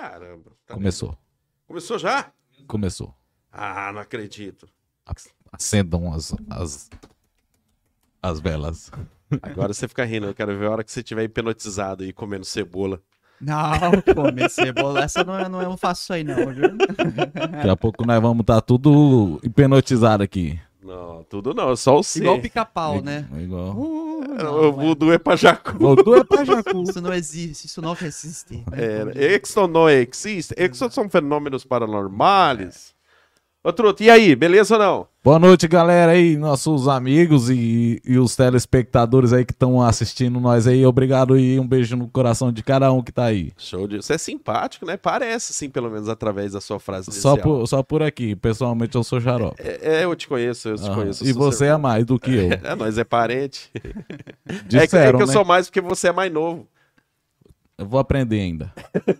Caramba. Tá Começou. vendo? Começou já? Começou. Ah, não acredito. Acendam as velas. Agora você fica rindo. Eu quero ver a hora que você estiver hipnotizado e comendo cebola. Não, comer cebola, essa não eu não faço isso aí não, viu? Daqui a pouco nós vamos estar tudo hipnotizado aqui. Não, tudo não. Só o C. Igual pica-pau, né? É igual. O voodoo é pra Jacu. Voltou é pra Jacu. Isso não existe, isso não resiste. Exo não existe. Exo são fenômenos paranormais. Ô, Truto, e aí? Beleza ou não? Boa noite, galera aí, nossos amigos e os telespectadores aí que estão assistindo nós aí. Obrigado e um beijo no coração de cada um que tá aí. Show de... Você é simpático, né? Parece, sim, pelo menos através da sua frase inicial. Só por aqui. Pessoalmente, eu sou xarope. Eu te conheço, eu te conheço. E você é mais do que eu. Nós é parente. Disseram, que eu né? sou mais porque você é mais novo. Eu vou aprender ainda.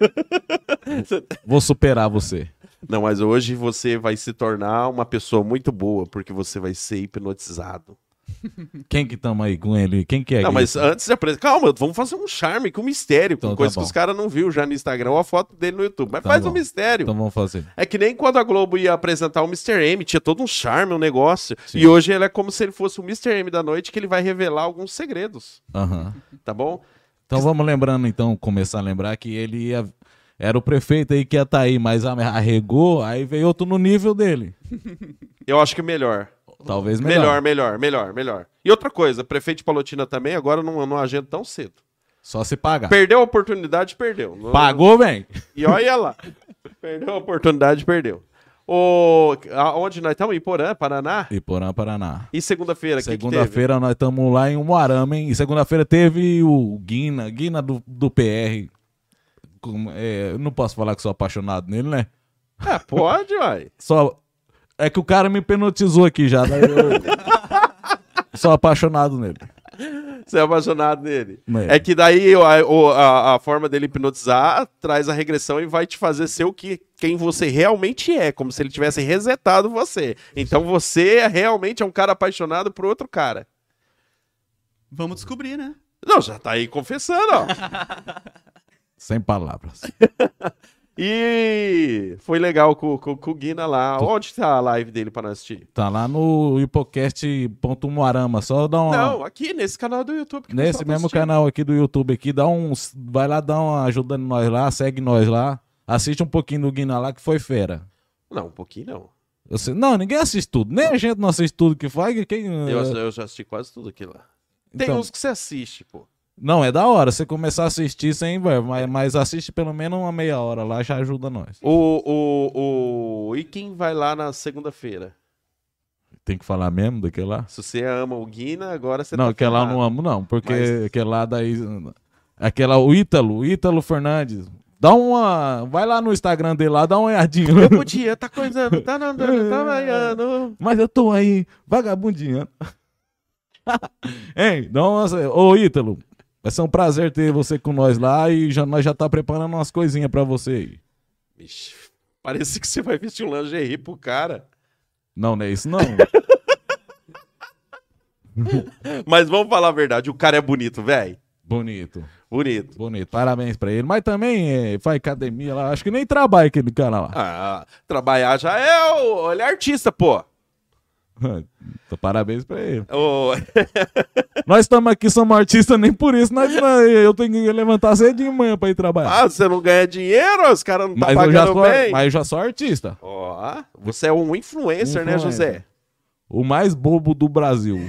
Vou superar você. Não, mas hoje você vai se tornar uma pessoa muito boa, porque você vai ser hipnotizado. Quem que tamo aí com ele? Quem que é? Não, mas antes de apresentar... Calma, vamos fazer um charme com um mistério, com Então, coisa tá que bom. os caras não viu já no Instagram ou a foto dele no YouTube. Mas Tá faz bom. um mistério. Então vamos fazer. É que nem quando a Globo ia apresentar o Mr. M, tinha todo um charme, um negócio. Sim. E hoje ele é como se ele fosse o Mr. M da noite, que ele vai revelar alguns segredos, Aham. tá bom? Então vamos lembrando, então, começar a lembrar que era o prefeito aí que ia estar aí, mas arregou, aí veio outro no nível dele. Eu acho que melhor. Talvez melhor. Melhor. E outra coisa, prefeito de Palotina também, agora não agenda tão cedo. Só se pagar. Perdeu a oportunidade, perdeu. Pagou, bem? E olha lá. Perdeu a oportunidade, perdeu. Onde nós estamos? Em Iporã, Paraná? Iporã, Paraná. E segunda-feira, o que teve? Segunda-feira nós estamos lá em Umuarama, hein? E segunda-feira teve o Guina do PR. Eu não posso falar que sou apaixonado nele, né? Pode, uai. Só... É que o cara me hipnotizou aqui já, né? Eu sou apaixonado nele. Você é apaixonado nele. É. É que daí a forma dele hipnotizar traz a regressão e vai te fazer ser quem você realmente é, como se ele tivesse resetado você. Então você realmente é um cara apaixonado por outro cara. Vamos descobrir, né? Não, já tá aí confessando, ó. Sem palavras. E foi legal com o Guina lá. Onde tá a live dele pra nós assistir? Tá lá no hipocast.umuarama. Só dá uma... Não, aqui nesse canal do YouTube. Que o Nesse pessoal tá mesmo assistindo. canal aqui do YouTube aqui, vai lá dar uma ajuda em nós lá, segue nós lá. Assiste um pouquinho do Guina lá que foi fera. Não, um pouquinho não. Não, ninguém assiste tudo. Nem a gente não assiste tudo que faz. Eu já assisti quase tudo aqui lá. Tem Então- uns que você assiste, pô. Não, é da hora. Você começar a assistir sem, mas assiste pelo menos uma meia hora lá, já ajuda nós. E quem vai lá na segunda-feira? Tem que falar mesmo daquele lá? Se você ama o Guina, agora você Não, tá aquele lá eu ferrado. não amo, não. Porque Mas- aquele lá daí. O Ítalo Fernandes. Vai lá no Instagram dele lá, dá uma olhadinha. Eu podia, tá coisando, tá andando, tá vaiando. Mas eu tô aí, vagabundinho. Hein, ô Ítalo, vai ser um prazer ter você com nós lá e nós já tá preparando umas coisinhas pra você aí. Vixe, parece que você vai vestir um lingerie pro cara. Não é isso não. Mas vamos falar a verdade, o cara é bonito, velho. Bonito. Bonito. Parabéns pra ele. Mas também faz academia lá. Acho que nem trabalha aquele cara lá. Trabalhar já ele é artista, pô. Então, parabéns pra ele. Ô, Nós estamos aqui, somos artistas, nem por isso eu tenho que levantar cedinho de manhã pra ir trabalhar. você não ganha dinheiro, os caras não tá Mas pagando bem. eu já sou artista. Ó, você é um influencer, né, José? O mais bobo do Brasil.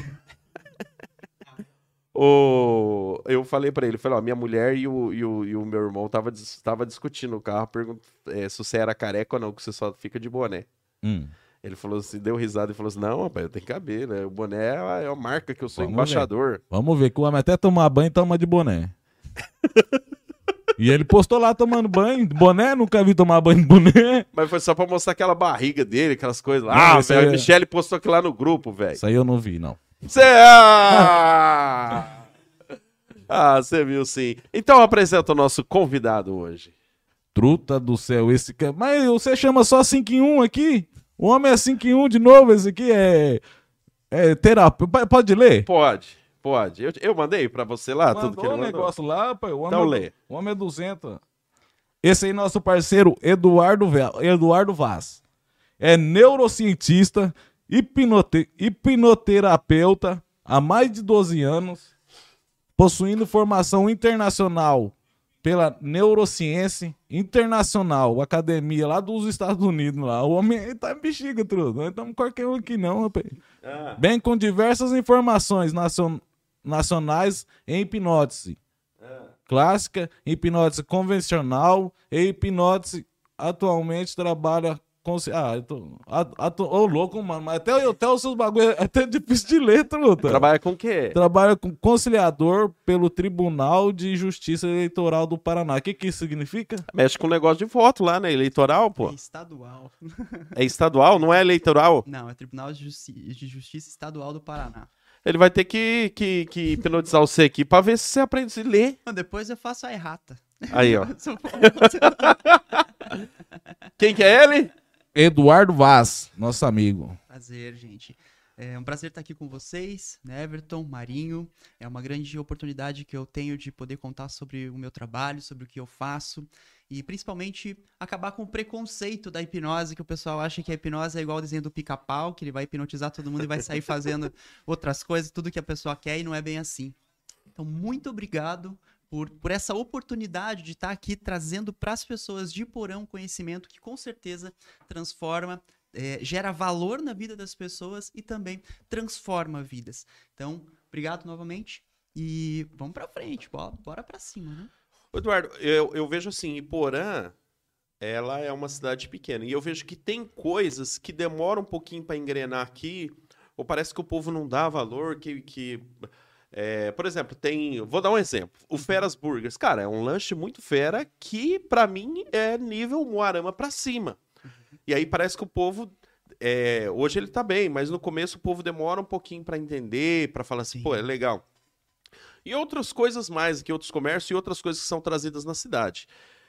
Eu falei pra ele, minha mulher e o meu irmão tava discutindo no carro, se você era careca ou não, que você só fica de boné. Ele falou assim, deu risada e falou assim, não, rapaz, eu tenho cabelo, né? O boné é a marca que eu sou embaixador. Vamos ver, que o homem até tomar banho toma de boné. E ele postou lá tomando banho de boné, nunca vi tomar banho de boné. Mas foi só pra mostrar aquela barriga dele, aquelas coisas lá. Não, isso Velho, aí a Michelle postou aquilo lá no grupo, velho. Isso aí eu não vi, não. Você viu sim. Então apresenta o nosso convidado hoje. Truta do céu, esse cara. Mas você chama só 5 em 1 aqui? O homem é 5 em 1 de novo, esse aqui é terapia. Pode ler? Pode. Eu mandei pra você lá Mandou tudo que ele o mandou. negócio lá, pai. Então lê. O homem é 200. Esse aí, nosso parceiro Eduardo Vaz. É neurocientista, hipnoterapeuta há mais de 12 anos, possuindo formação internacional pela Neurociência Internacional, academia lá dos Estados Unidos. Lá. O homem aí tá em bexiga, trudo. Não estamos qualquer um aqui não, rapaz. Bem com diversas informações nacionais em hipnose. Clássica, hipnose convencional e hipnose atualmente trabalha com... Ô, louco, mano, mas até os seus bagulhos é até difícil de ler, truta. Trabalha com o quê? Trabalha com conciliador pelo Tribunal de Justiça Eleitoral do Paraná. O que isso significa? Mexe com o negócio de voto lá, né? Eleitoral, pô. É estadual. É estadual, não é eleitoral? Não, é Tribunal de Justiça Estadual do Paraná. Ele vai ter que hipnotizar você aqui pra ver se você aprende a ler. Depois eu faço a errata. Aí, ó. Quem que é ele? Eduardo Vaz, nosso amigo. Prazer, gente. É um prazer estar aqui com vocês, né, Everton, Marinho. É uma grande oportunidade que eu tenho de poder contar sobre o meu trabalho, sobre o que eu faço e principalmente acabar com o preconceito da hipnose, que o pessoal acha que a hipnose é igual o desenho do Pica-Pau, que ele vai hipnotizar todo mundo e vai sair fazendo outras coisas, tudo que a pessoa quer, e não é bem assim. Então, muito obrigado por essa oportunidade de estar aqui trazendo para as pessoas de Porã um conhecimento que com certeza transforma, gera valor na vida das pessoas e também transforma vidas. Então, obrigado novamente e vamos para frente, bora para cima, né? Eduardo, eu vejo assim, Porã, ela é uma cidade pequena e eu vejo que tem coisas que demoram um pouquinho para engrenar aqui, ou parece que o povo não dá valor, por exemplo, vou dar um exemplo, o Feras Burgers, cara, é um lanche muito fera que pra mim é nível Moarama pra cima. E aí parece que o povo, hoje ele tá bem, mas no começo o povo demora um pouquinho pra entender, pra falar assim, pô, é legal. E outras coisas mais, aqui outros comércios e outras coisas que são trazidas na cidade.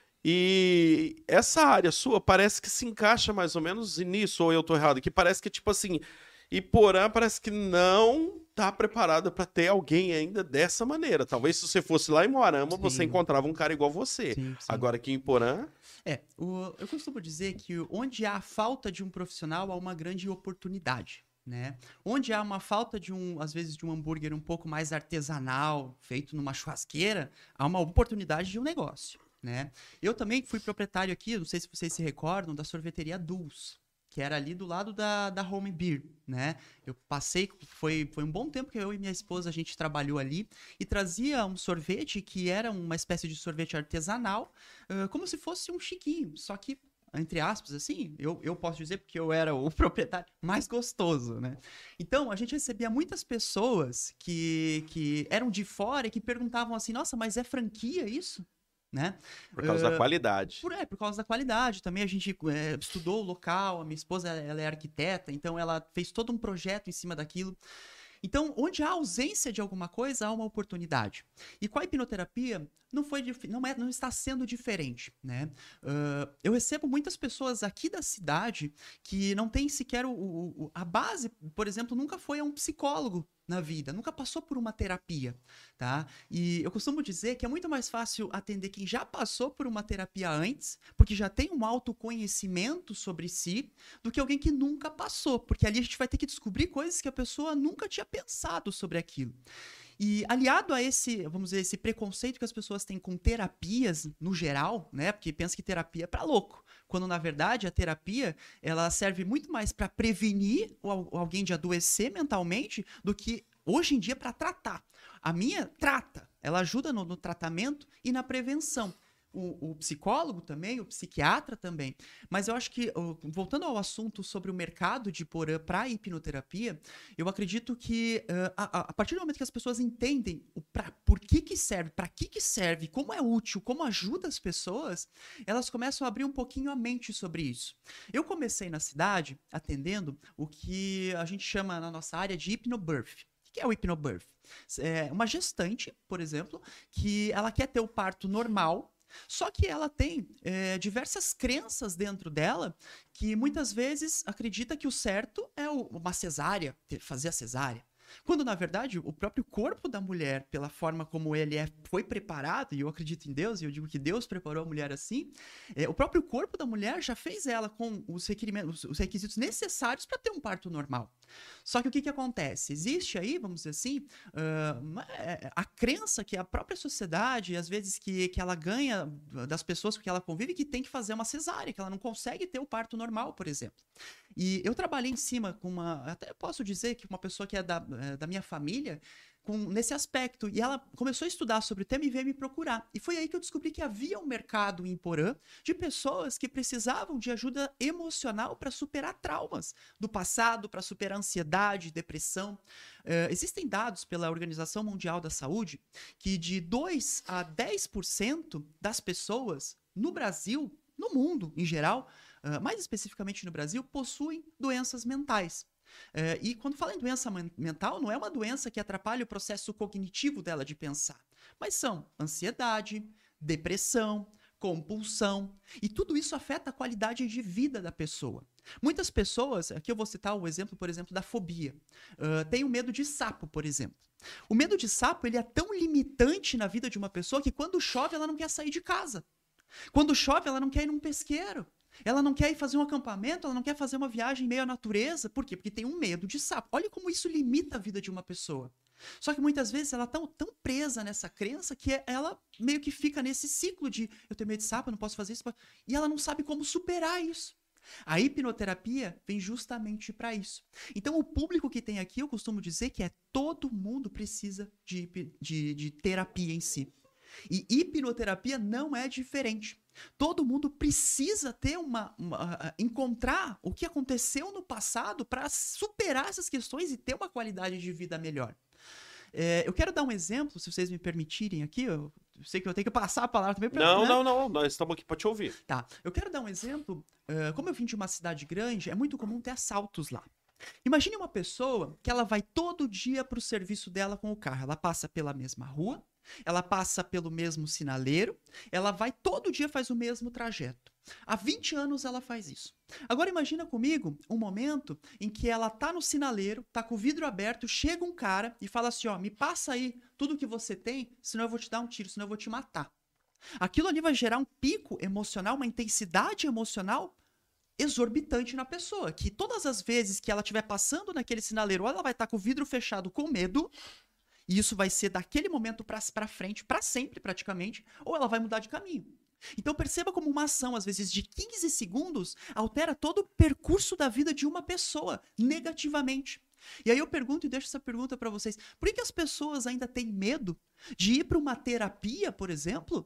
E essa área sua parece que se encaixa mais ou menos nisso, ou eu tô errado, que parece que tipo assim, e Porã parece que não tá preparada para ter alguém ainda dessa maneira. Talvez se você fosse lá em Moarama, você encontrava um cara igual você. Sim. Agora aqui em Porã... Eu costumo dizer que onde há falta de um profissional, há uma grande oportunidade, né? Onde há uma falta às vezes, de um hambúrguer um pouco mais artesanal, feito numa churrasqueira, há uma oportunidade de um negócio, né? Eu também fui proprietário aqui, não sei se vocês se recordam, da sorveteria Dulce, que era ali do lado da Home Beer, né? Eu passei, foi um bom tempo que eu e minha esposa, a gente trabalhou ali e trazia um sorvete que era uma espécie de sorvete artesanal, como se fosse um chiquinho, só que, entre aspas, assim, eu posso dizer porque eu era o proprietário mais gostoso, né? Então, a gente recebia muitas pessoas que eram de fora e que perguntavam assim, nossa, mas é franquia isso? Né? Por causa da qualidade. Por causa da qualidade. Também a gente estudou o local, a minha esposa ela é arquiteta, então ela fez todo um projeto em cima daquilo. Então, onde há ausência de alguma coisa, há uma oportunidade. E com a hipnoterapia, não está sendo diferente, né? Eu recebo muitas pessoas aqui da cidade que não têm sequer a base, por exemplo, nunca foi a um psicólogo na vida, nunca passou por uma terapia, tá? E eu costumo dizer que é muito mais fácil atender quem já passou por uma terapia antes, porque já tem um autoconhecimento sobre si, do que alguém que nunca passou, porque ali a gente vai ter que descobrir coisas que a pessoa nunca tinha pensado sobre aquilo. E aliado a esse, vamos dizer, esse preconceito que as pessoas têm com terapias no geral, né? Porque pensa que terapia é pra louco. Quando, na verdade, a terapia, ela serve muito mais para prevenir alguém de adoecer mentalmente do que, hoje em dia, para tratar. A minha trata. Ela ajuda no tratamento e na prevenção. O psicólogo também, o psiquiatra também. Mas eu acho que, voltando ao assunto sobre o mercado de Porã para hipnoterapia, eu acredito que a partir do momento que as pessoas entendem por que serve, para que serve, como é útil, como ajuda as pessoas, elas começam a abrir um pouquinho a mente sobre isso. Eu comecei na cidade atendendo o que a gente chama na nossa área de hipnobirth. O que é o hipnobirth? É uma gestante, por exemplo, que ela quer ter o parto normal, só que ela tem diversas crenças dentro dela que muitas vezes acredita que o certo é uma cesárea, fazer a cesárea. Quando, na verdade, o próprio corpo da mulher, pela forma como ele foi preparado, e eu acredito em Deus, e eu digo que Deus preparou a mulher assim, o próprio corpo da mulher já fez ela com os requisitos necessários para ter um parto normal. Só que o que acontece? Existe aí, vamos dizer assim, a crença que a própria sociedade, às vezes, que ela ganha das pessoas com que ela convive, que tem que fazer uma cesárea, que ela não consegue ter o parto normal, por exemplo. E eu trabalhei em cima com até posso dizer que uma pessoa que é da minha família, nesse aspecto. E ela começou a estudar sobre o tema e veio me procurar. E foi aí que eu descobri que havia um mercado em Porã de pessoas que precisavam de ajuda emocional para superar traumas do passado, para superar ansiedade, depressão. Existem dados pela Organização Mundial da Saúde que de 2 a 10% das pessoas no Brasil, no mundo em geral, mais especificamente no Brasil, possuem doenças mentais. E quando fala em doença mental, não é uma doença que atrapalha o processo cognitivo dela de pensar, mas são ansiedade, depressão, compulsão, e tudo isso afeta a qualidade de vida da pessoa. Muitas pessoas, aqui eu vou citar o exemplo, por exemplo, da fobia. Tem o medo de sapo, por exemplo. O medo de sapo ele é tão limitante na vida de uma pessoa que quando chove ela não quer sair de casa. Quando chove ela não quer ir num pesqueiro. Ela não quer ir fazer um acampamento, ela não quer fazer uma viagem em meio à natureza. Por quê? Porque tem um medo de sapo. Olha como isso limita a vida de uma pessoa. Só que muitas vezes ela está tão presa nessa crença que ela meio que fica nesse ciclo de eu tenho medo de sapo, eu não posso fazer isso. E ela não sabe como superar isso. A hipnoterapia vem justamente para isso. Então o público que tem aqui, eu costumo dizer que todo mundo precisa de terapia em si. E hipnoterapia não é diferente. Todo mundo precisa ter encontrar o que aconteceu no passado para superar essas questões e ter uma qualidade de vida melhor. Eu quero dar um exemplo, se vocês me permitirem aqui. Eu sei que eu tenho que passar a palavra também para... Não. Nós estamos aqui para te ouvir. Tá. Eu quero dar um exemplo. Como eu vim de uma cidade grande, é muito comum ter assaltos lá. Imagine uma pessoa que ela vai todo dia para o serviço dela com o carro. Ela passa pela mesma rua, ela passa pelo mesmo sinaleiro, ela vai todo dia, faz o mesmo trajeto. Há 20 anos ela faz isso. Agora imagina comigo um momento em que ela tá no sinaleiro, tá com o vidro aberto, chega um cara e fala assim, ó, me passa aí tudo que você tem, senão eu vou te dar um tiro, senão eu vou te matar. Aquilo ali vai gerar um pico emocional, uma intensidade emocional exorbitante na pessoa, que todas as vezes que ela estiver passando naquele sinaleiro, ou ela vai estar com o vidro fechado com medo, e isso vai ser daquele momento para frente, para sempre praticamente, ou ela vai mudar de caminho. Então perceba como uma ação, às vezes de 15 segundos, altera todo o percurso da vida de uma pessoa, negativamente. E aí eu pergunto e deixo essa pergunta para vocês, por que as pessoas ainda têm medo de ir para uma terapia, por exemplo,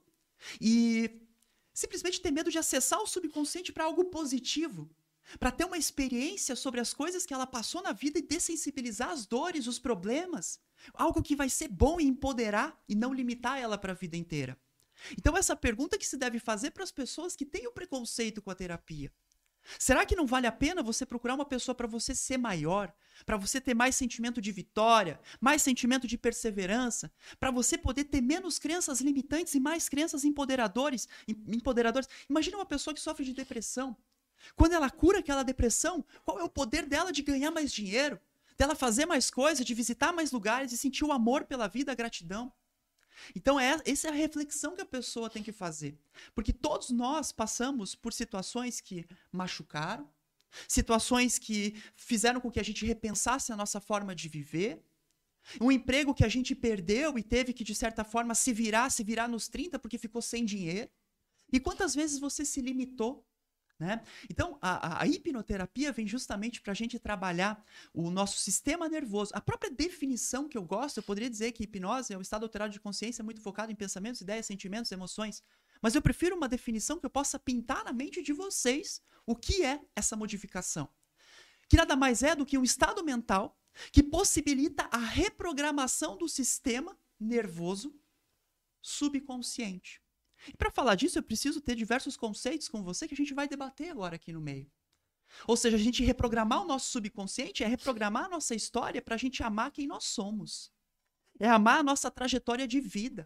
e simplesmente ter medo de acessar o subconsciente para algo positivo, para ter uma experiência sobre as coisas que ela passou na vida e dessensibilizar as dores, os problemas, algo que vai ser bom e empoderar e não limitar ela para a vida inteira. Então essa pergunta que se deve fazer para as pessoas que têm o preconceito com a terapia. Será que não vale a pena você procurar uma pessoa para você ser maior, para você ter mais sentimento de vitória, mais sentimento de perseverança, para você poder ter menos crenças limitantes e mais crenças empoderadoras? Imagina uma pessoa que sofre de depressão. Quando ela cura aquela depressão, qual é o poder dela de ganhar mais dinheiro, dela fazer mais coisas, de visitar mais lugares e sentir o amor pela vida, a gratidão? Então essa é a reflexão que a pessoa tem que fazer. Porque todos nós passamos por situações que machucaram, situações que fizeram com que a gente repensasse a nossa forma de viver, um emprego que a gente perdeu e teve que, de certa forma, se virar nos 30 porque ficou sem dinheiro. E quantas vezes você se limitou? Né? Então, a hipnoterapia vem justamente para a gente trabalhar o nosso sistema nervoso. A própria definição que eu gosto, eu poderia dizer que hipnose é um estado alterado de consciência muito focado em pensamentos, ideias, sentimentos, emoções. Mas eu prefiro uma definição que eu possa pintar na mente de vocês o que é essa modificação. Que nada mais é do que um estado mental que possibilita a reprogramação do sistema nervoso subconsciente. E para falar disso, eu preciso ter diversos conceitos com você que a gente vai debater agora aqui no meio. Ou seja, a gente reprogramar o nosso subconsciente é reprogramar a nossa história para a gente amar quem nós somos. É amar a nossa trajetória de vida.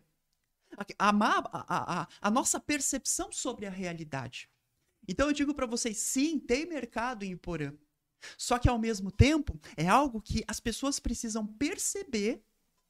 Amar a nossa percepção sobre a realidade. Então eu digo para vocês, sim, tem mercado em Porã. Só que, ao mesmo tempo, é algo que as pessoas precisam perceber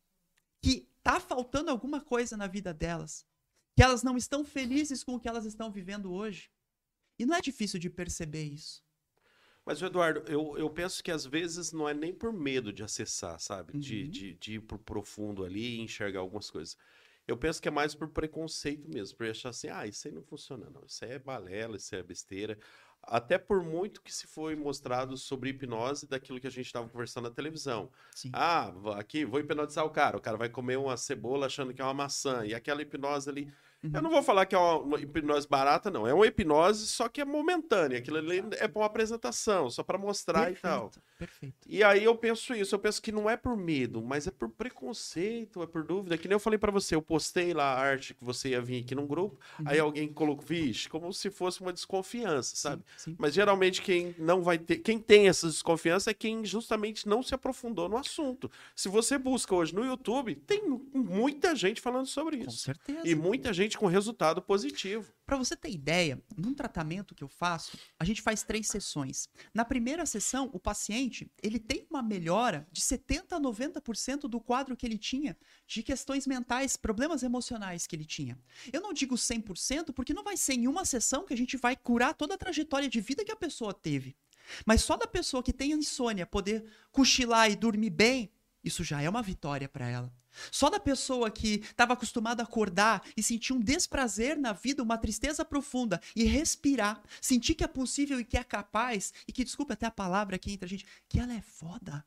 que tá faltando alguma coisa na vida delas. Que elas não estão felizes com o que elas estão vivendo hoje. E não é difícil de perceber isso. Mas, Eduardo, eu penso que às vezes não é nem por medo de acessar, sabe? De ir pro profundo ali e enxergar algumas coisas. Eu penso que é mais por preconceito mesmo, por achar assim, isso aí não funciona não, isso aí é balela, isso aí é besteira. Até por muito que se foi mostrado sobre hipnose daquilo que a gente estava conversando na televisão. Sim. Aqui, vou hipnotizar o cara vai comer uma cebola achando que é uma maçã, e aquela hipnose ali... Eu não vou falar que é uma hipnose barata, não. É uma hipnose, só que é momentânea. Aquilo ali é para uma apresentação, só para mostrar e tal. Perfeito. E aí eu penso isso. Eu penso que não é por medo, mas é por preconceito, é por dúvida. Que nem eu falei para você, eu postei lá a arte que você ia vir aqui num grupo, aí alguém colocou, vixe, como se fosse uma desconfiança, sabe? Sim. Mas geralmente quem não vai ter... Quem tem essa desconfiança é quem justamente não se aprofundou no assunto. Se você busca hoje no YouTube, tem muita gente falando sobre isso. Com certeza. E muita gente com resultado positivo. Para você ter ideia, num tratamento que eu faço, a gente faz 3 sessões. Na primeira sessão, o paciente, ele tem uma melhora de 70% a 90% do quadro que ele tinha de questões mentais, problemas emocionais que ele tinha. Eu não digo 100% porque não vai ser em uma sessão que a gente vai curar toda a trajetória de vida que a pessoa teve. Mas só da pessoa que tem insônia poder cochilar e dormir bem, isso já é uma vitória para ela. Só da pessoa que estava acostumada a acordar e sentir um desprazer na vida, uma tristeza profunda e respirar, sentir que é possível e que é capaz, e que, desculpe até a palavra aqui entre a gente, que ela é foda.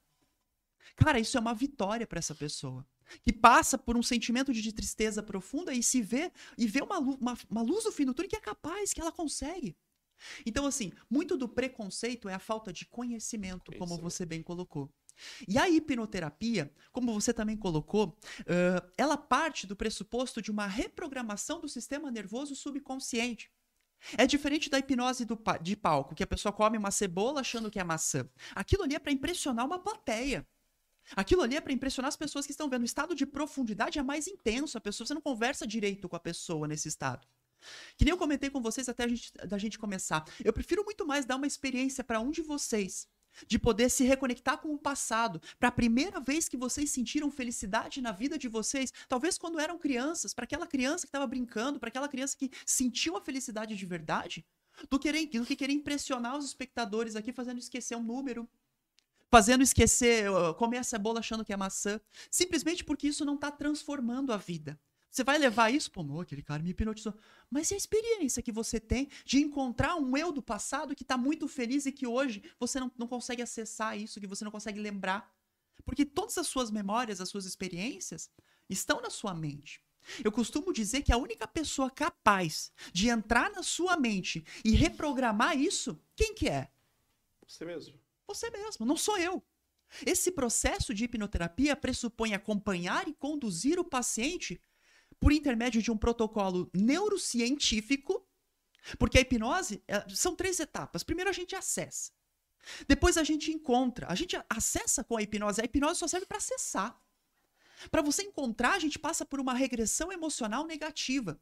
Cara, isso é uma vitória para essa pessoa. Que passa por um sentimento de tristeza profunda e se vê, e vê uma luz no fim do túnel que é capaz, que ela consegue. Então, assim, muito do preconceito é a falta de conhecimento, como você bem colocou. E a hipnoterapia, como você também colocou, ela parte do pressuposto de uma reprogramação do sistema nervoso subconsciente. É diferente da hipnose de palco, que a pessoa come uma cebola achando que é maçã. Aquilo ali é para impressionar uma plateia. Aquilo ali é para impressionar as pessoas que estão vendo. O estado de profundidade é mais intenso. Você não conversa direito com a pessoa nesse estado. Que nem eu comentei com vocês até da gente começar. Eu prefiro muito mais dar uma experiência para um de vocês, de poder se reconectar com o passado, para a primeira vez que vocês sentiram felicidade na vida de vocês, talvez quando eram crianças, para aquela criança que estava brincando, para aquela criança que sentiu a felicidade de verdade, do que querer impressionar os espectadores aqui fazendo esquecer um número, fazendo esquecer, comer a cebola achando que é maçã, simplesmente porque isso não está transformando a vida. Você vai levar isso, pô, aquele cara me hipnotizou. Mas e a experiência que você tem de encontrar um eu do passado que está muito feliz e que hoje você não consegue acessar isso, que você não consegue lembrar? Porque todas as suas memórias, as suas experiências estão na sua mente. Eu costumo dizer que a única pessoa capaz de entrar na sua mente e reprogramar isso, quem que é? Você mesmo. Você mesmo, não sou eu. Esse processo de hipnoterapia pressupõe acompanhar e conduzir o paciente por intermédio de um protocolo neurocientífico, porque a hipnose são 3 etapas. Primeiro a gente acessa. Depois a gente encontra. A gente acessa com a hipnose. A hipnose só serve para acessar. Para você encontrar, a gente passa por uma regressão emocional negativa.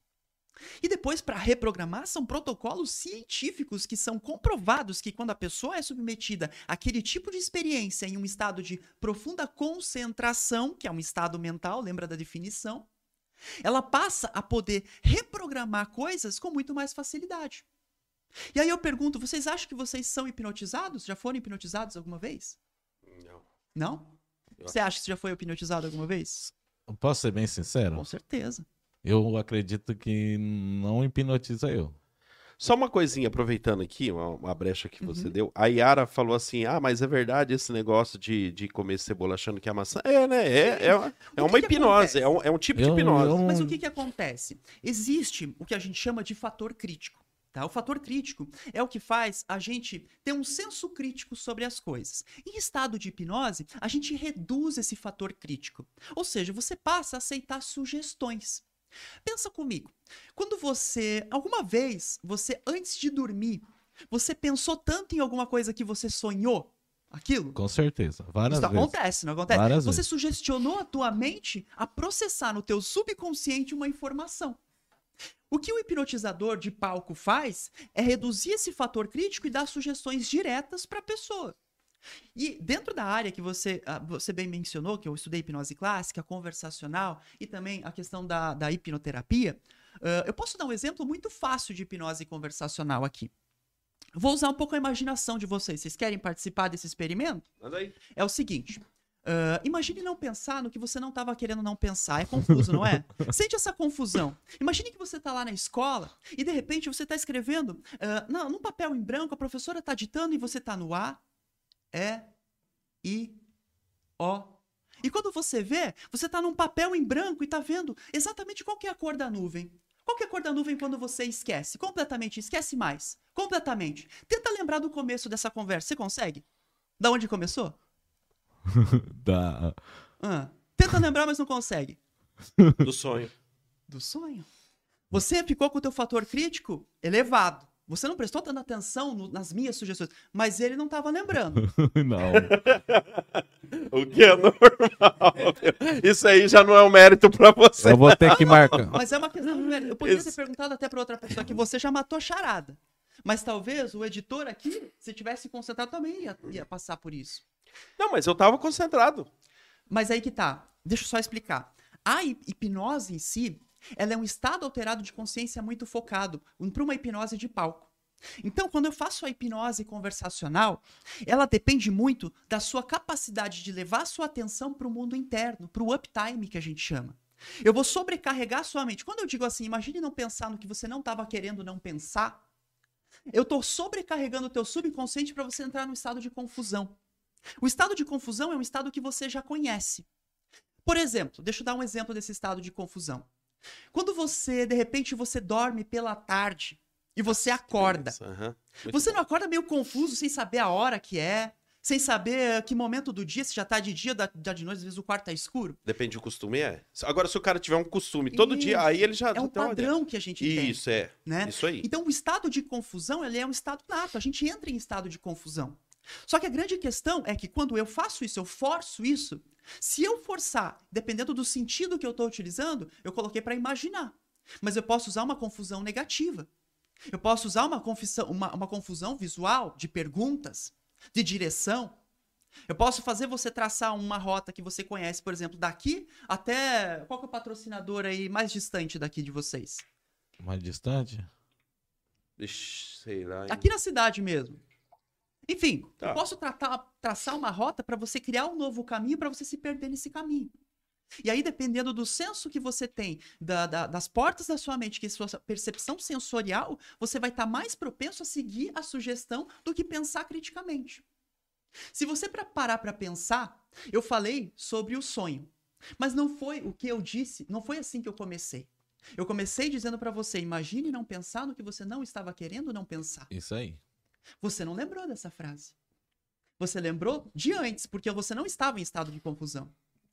E depois, para reprogramar, são protocolos científicos que são comprovados que quando a pessoa é submetida àquele tipo de experiência em um estado de profunda concentração, que é um estado mental, lembra da definição, ela passa a poder reprogramar coisas com muito mais facilidade. E aí eu pergunto, vocês acham que vocês são hipnotizados? Já foram hipnotizados alguma vez? Não. Não? Você acha que você já foi hipnotizado alguma vez? Posso ser bem sincero? Com certeza. Eu acredito que não hipnotiza eu. Só uma coisinha, aproveitando aqui, uma brecha que você deu. A Yara falou assim, mas é verdade esse negócio de comer cebola achando que é maçã? Né? É uma hipnose, é um tipo de hipnose. Mas o que acontece? Existe o que a gente chama de fator crítico. Tá? O fator crítico é o que faz a gente ter um senso crítico sobre as coisas. Em estado de hipnose, a gente reduz esse fator crítico. Ou seja, você passa a aceitar sugestões. Pensa comigo, quando alguma vez, antes de dormir, você pensou tanto em alguma coisa que você sonhou aquilo? Com certeza, várias vezes. Isso acontece, não acontece? Várias você vezes. Sugestionou a tua mente a processar no teu subconsciente uma informação. O que o hipnotizador de palco faz é reduzir esse fator crítico e dar sugestões diretas para a pessoa. E dentro da área que você bem mencionou, que eu estudei hipnose clássica, conversacional e também a questão da hipnoterapia, eu posso dar um exemplo muito fácil de hipnose conversacional aqui. Vou usar um pouco a imaginação de vocês. Vocês querem participar desse experimento? Manda aí. É o seguinte... imagine não pensar no que você não estava querendo não pensar. É confuso, não é? Sente essa confusão. Imagine que você está lá na escola e de repente você está escrevendo num papel em branco, a professora está ditando e você está no A, E, I, O. E quando você vê, você está num papel em branco e está vendo exatamente qual que é a cor da nuvem. Qual que é a cor da nuvem quando você esquece? Completamente, esquece mais. Completamente. Tenta lembrar do começo dessa conversa. Você consegue? Da onde começou? Tenta lembrar, mas não consegue. Do sonho. Do sonho. Você ficou com o teu fator crítico elevado. Você não prestou tanta atenção nas minhas sugestões, mas ele não estava lembrando. Não. O que é normal. Isso aí já não é um mérito pra você. Eu vou ter que marcar. Mas é uma questão... Eu poderia ter perguntado até pra outra pessoa que você já matou a charada. Mas talvez o editor aqui, se tivesse concentrado, também ia passar por isso. Não, mas eu tava concentrado. Mas aí que tá. Deixa eu só explicar. A hipnose em si, ela é um estado alterado de consciência muito focado para uma hipnose de palco. Então, quando eu faço a hipnose conversacional, ela depende muito da sua capacidade de levar a sua atenção para o mundo interno, para o uptime que a gente chama. Eu vou sobrecarregar a sua mente. Quando eu digo assim, imagine não pensar no que você não estava querendo não pensar, eu estou sobrecarregando o teu subconsciente para você entrar num estado de confusão. O estado de confusão é um estado que você já conhece. Por exemplo, deixa eu dar um exemplo desse estado de confusão. Quando você, de repente, você dorme pela tarde e você acorda. Você não acorda meio confuso, sem saber a hora que é, sem saber que momento do dia, se já tá de dia, já de noite, às vezes o quarto tá escuro. Depende do costume, é. Agora, se o cara tiver um costume todo dia, aí ele já... É um padrão que a gente tem. Isso, é. Né? Isso aí. Então, o estado de confusão, ele é um estado nato. A gente entra em estado de confusão. Só que a grande questão é que quando eu faço isso, eu forço isso, se eu forçar, dependendo do sentido que eu estou utilizando, eu coloquei para imaginar. Mas eu posso usar uma confusão negativa. Eu posso usar uma confusão visual de perguntas, de direção. Eu posso fazer você traçar uma rota que você conhece, por exemplo, daqui até... Qual que é o patrocinador aí mais distante daqui de vocês? Mais distante? Ixi, sei lá. Hein? Aqui na cidade mesmo. Enfim, tá. Eu posso traçar uma rota para você criar um novo caminho para você se perder nesse caminho. E aí, dependendo do senso que você tem, das portas da sua mente, que é a sua percepção sensorial, você vai estar mais propenso a seguir a sugestão do que pensar criticamente. Se você parar para pensar, eu falei sobre o sonho. Mas não foi o que eu disse, não foi assim que eu comecei. Eu comecei dizendo para você, imagine não pensar no que você não estava querendo não pensar. Isso aí. Você não lembrou dessa frase. Você lembrou de antes, porque você não estava em estado de confusão.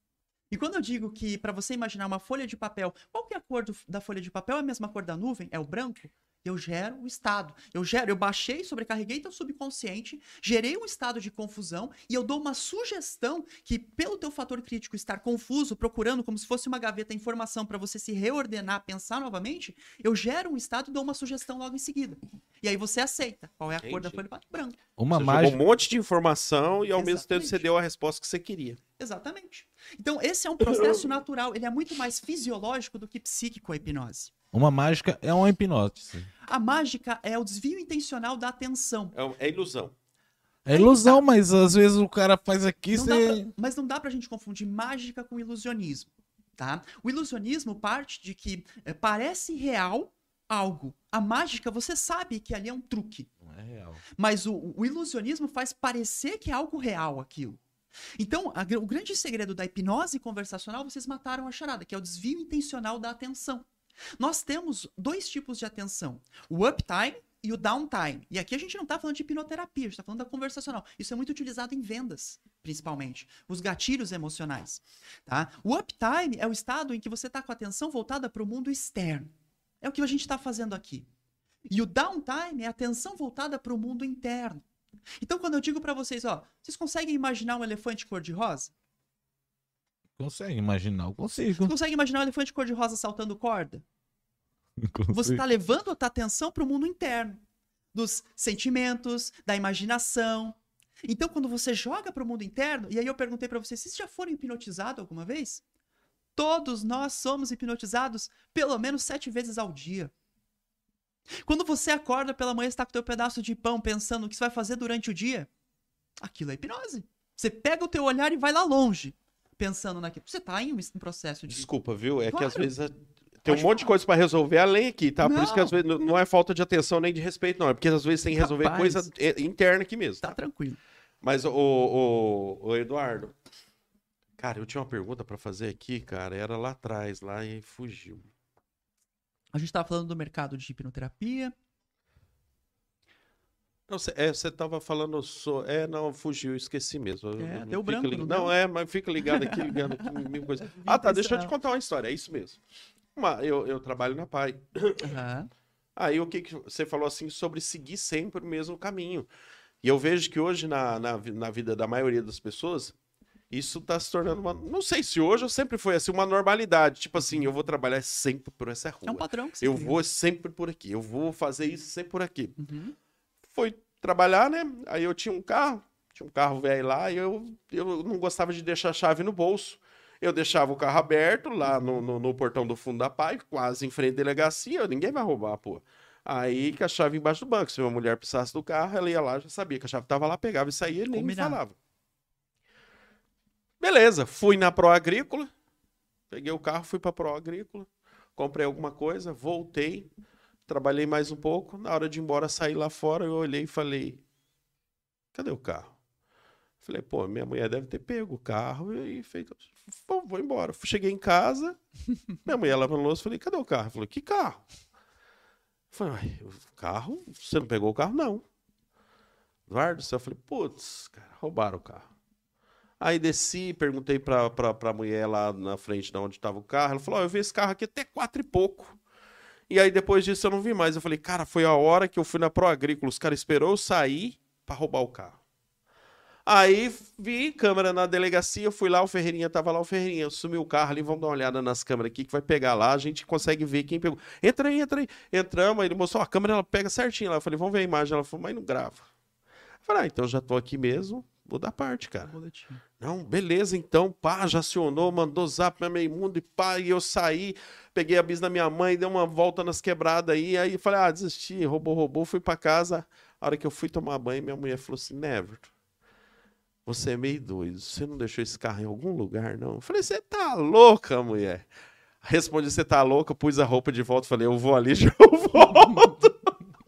E quando eu digo que para você imaginar uma folha de papel, qual que é a cor da folha de papel? É a mesma cor da nuvem? É o branco? Eu gero o estado. Eu baixei, sobrecarreguei teu subconsciente, gerei um estado de confusão e eu dou uma sugestão que, pelo teu fator crítico estar confuso, procurando como se fosse uma gaveta informação para você se reordenar, pensar novamente, eu gero um estado e dou uma sugestão logo em seguida. E aí você aceita. Qual é a cor da folha de papel? Branco. Uma você mágica... jogou um monte de informação e ao Exatamente. mesmo tempo você deu a resposta que você queria. Exatamente. Então, esse é um processo natural. Ele é muito mais fisiológico do que psíquico, a hipnose. Uma mágica é uma hipnose. A mágica é o desvio intencional da atenção. É ilusão. É ilusão, mas às vezes o cara faz aqui... Mas não dá pra gente confundir mágica com ilusionismo. Tá? O ilusionismo parte de que parece real algo. A mágica, você sabe que ali é um truque. Não é real. Mas o ilusionismo faz parecer que é algo real aquilo. Então, o grande segredo da hipnose conversacional, vocês mataram a charada, que é o desvio intencional da atenção. Nós temos dois tipos de atenção, o uptime e o downtime. E aqui a gente não está falando de hipnoterapia, a gente está falando da conversacional. Isso é muito utilizado em vendas, principalmente. Os gatilhos emocionais. Tá? O uptime é o estado em que você está com a atenção voltada para o mundo externo. É o que a gente está fazendo aqui. E o downtime é a atenção voltada para o mundo interno. Então, quando eu digo para vocês, vocês conseguem imaginar um elefante cor-de-rosa? Consegue imaginar? Eu consigo. Você consegue imaginar um elefante cor-de-rosa saltando corda? Você está levando a tua atenção para o mundo interno, dos sentimentos, da imaginação. Então, quando você joga para o mundo interno, e aí eu perguntei para vocês, vocês já foram hipnotizados alguma vez? Todos nós somos hipnotizados pelo menos 7 vezes ao dia. Quando você acorda pela manhã, está com o teu pedaço de pão pensando o que você vai fazer durante o dia, aquilo é hipnose. Você pega o teu olhar e vai lá longe, pensando naquilo. Você está em um processo de... Desculpa, viu? É Claro. que às vezes tem um monte de coisa para resolver além aqui, tá? Por isso que às vezes não é falta de atenção nem de respeito, não. É porque às vezes tem que resolver coisa interna aqui mesmo. Tá tranquilo. Mas, o Eduardo, cara, eu tinha uma pergunta para fazer aqui, cara. Era lá atrás, lá e fugiu. A gente estava falando do mercado de hipnoterapia. Não, você tava falando... não, fugiu, esqueci mesmo. Deu branco, não deu? Mas fica ligado aqui, mil coisas. Ah, tá, deixa eu te contar uma história, é isso mesmo. Eu trabalho na PAI. Uhum. Aí o que você falou assim sobre seguir sempre o mesmo caminho. E eu vejo que hoje, na vida da maioria das pessoas, isso tá se tornando uma... Não sei se hoje ou sempre foi assim, uma normalidade. Tipo assim, eu vou trabalhar sempre por essa rua. É um padrão que você Eu cria. vou sempre por aqui. Eu vou fazer isso sempre por aqui. Uhum. Foi trabalhar, né? Aí eu tinha um carro velho lá, e eu não gostava de deixar a chave no bolso. Eu deixava o carro aberto lá no portão do fundo da PAI, quase em frente à delegacia, ninguém vai roubar, pô. Aí com a chave embaixo do banco, se uma mulher precisasse do carro, ela ia lá, já sabia que a chave tava lá, pegava e saía, e nem me falava. Beleza, fui na Pro Agrícola, peguei o carro, fui pra Pro Agrícola, comprei alguma coisa, voltei, trabalhei mais um pouco, na hora de ir embora, saí lá fora, eu olhei e falei, cadê o carro? Falei, pô, minha mulher deve ter pego o carro e feito, vou embora. Cheguei em casa, minha mulher lavando louça, falei, cadê o carro? Falei, que carro? Falei, o carro? Você não pegou o carro? Não. Eduardo, eu falei, putz, cara, roubaram o carro. Aí desci, perguntei pra mulher lá na frente de onde estava o carro, ela falou, eu vi esse carro aqui até 4 e pouco. E aí depois disso eu não vi mais. Eu falei, cara, foi a hora que eu fui na Pro Agrícola, os caras esperou eu sair pra roubar o carro. Aí vi câmera na delegacia, eu fui lá, o Ferreirinha tava lá, o Ferreirinha sumiu o carro ali, vamos dar uma olhada nas câmeras aqui que vai pegar lá, a gente consegue ver quem pegou. Entra aí. Entramos, aí ele mostrou, a câmera ela pega certinho lá. Eu falei, vamos ver a imagem. Ela falou, mas não grava. Eu falei, então já tô aqui mesmo, vou dar parte, cara. Não, beleza, então, pá, já acionou, mandou zap pra meio mundo e pá, e eu saí, peguei a bis da minha mãe, dei uma volta nas quebradas aí falei, desisti, roubou, fui pra casa. A hora que eu fui tomar banho, minha mulher falou assim, Neverton, você é meio doido, você não deixou esse carro em algum lugar, não? Eu falei, você tá louca, mulher? Respondi, você tá louca, pus a roupa de volta, falei, eu vou ali, já eu volto.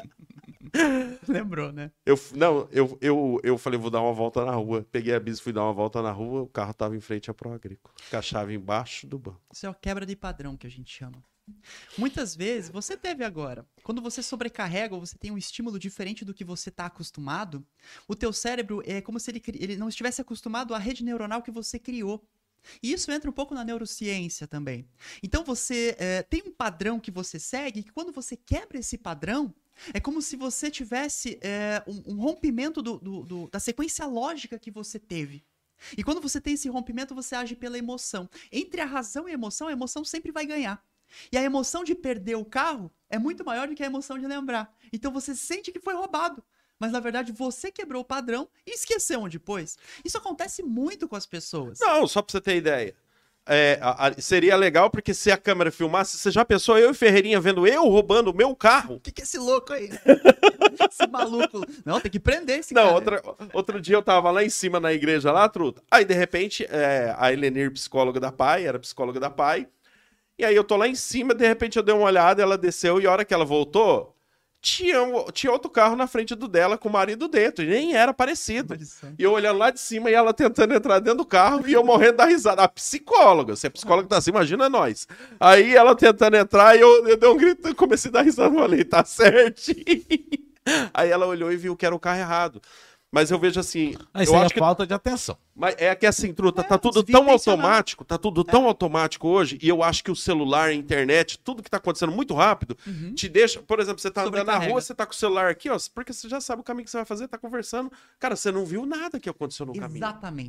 Lembrou, né? Eu falei, vou dar uma volta na rua. Peguei a bis, fui dar uma volta na rua, o carro tava em frente à Pro Agrícola, com a chave embaixo do banco. Isso é a quebra de padrão que a gente chama. Muitas vezes, você teve agora, quando você sobrecarrega ou você tem um estímulo diferente do que você está acostumado, o teu cérebro é como se ele não estivesse acostumado à rede neuronal que você criou. E isso entra um pouco na neurociência também. Então você tem um padrão que você segue, que quando você quebra esse padrão, é como se você tivesse um rompimento da sequência lógica que você teve. E quando você tem esse rompimento, você age pela emoção. Entre a razão e a emoção sempre vai ganhar. E a emoção de perder o carro é muito maior do que a emoção de lembrar. Então você sente que foi roubado. Mas, na verdade, você quebrou o padrão e esqueceu onde pôs. Isso acontece muito com as pessoas. Não, só pra você ter ideia. Seria legal, porque se a câmera filmasse, você já pensou eu e Ferreirinha vendo eu roubando o meu carro? O que é esse louco aí? Esse maluco. Não, tem que prender esse cara. Não, outro dia eu tava lá em cima na igreja lá, truta. Aí, de repente, a Helenir, psicóloga da PAI, era psicóloga da PAI. E aí eu tô lá em cima, de repente eu dei uma olhada, ela desceu, e a hora que ela voltou, tinha outro carro na frente do dela com o marido dentro, e nem era parecido. E eu olhando lá de cima e ela tentando entrar dentro do carro e eu morrendo da risada. A psicóloga, se a psicóloga tá assim, imagina nós. Aí ela tentando entrar e eu dei um grito, comecei a dar risada, falei, tá certinho. Aí ela olhou e viu que era o carro errado. Mas eu vejo assim... Isso aí é falta de atenção. Mas é que assim, truta, tá tudo tão automático, tão automático hoje, e eu acho que o celular, a internet, tudo que tá acontecendo muito rápido, te deixa... Por exemplo, você tá andando na rua, você tá com o celular aqui, ó, porque você já sabe o caminho que você vai fazer, tá conversando. Cara, você não viu nada que aconteceu no caminho. Exatamente.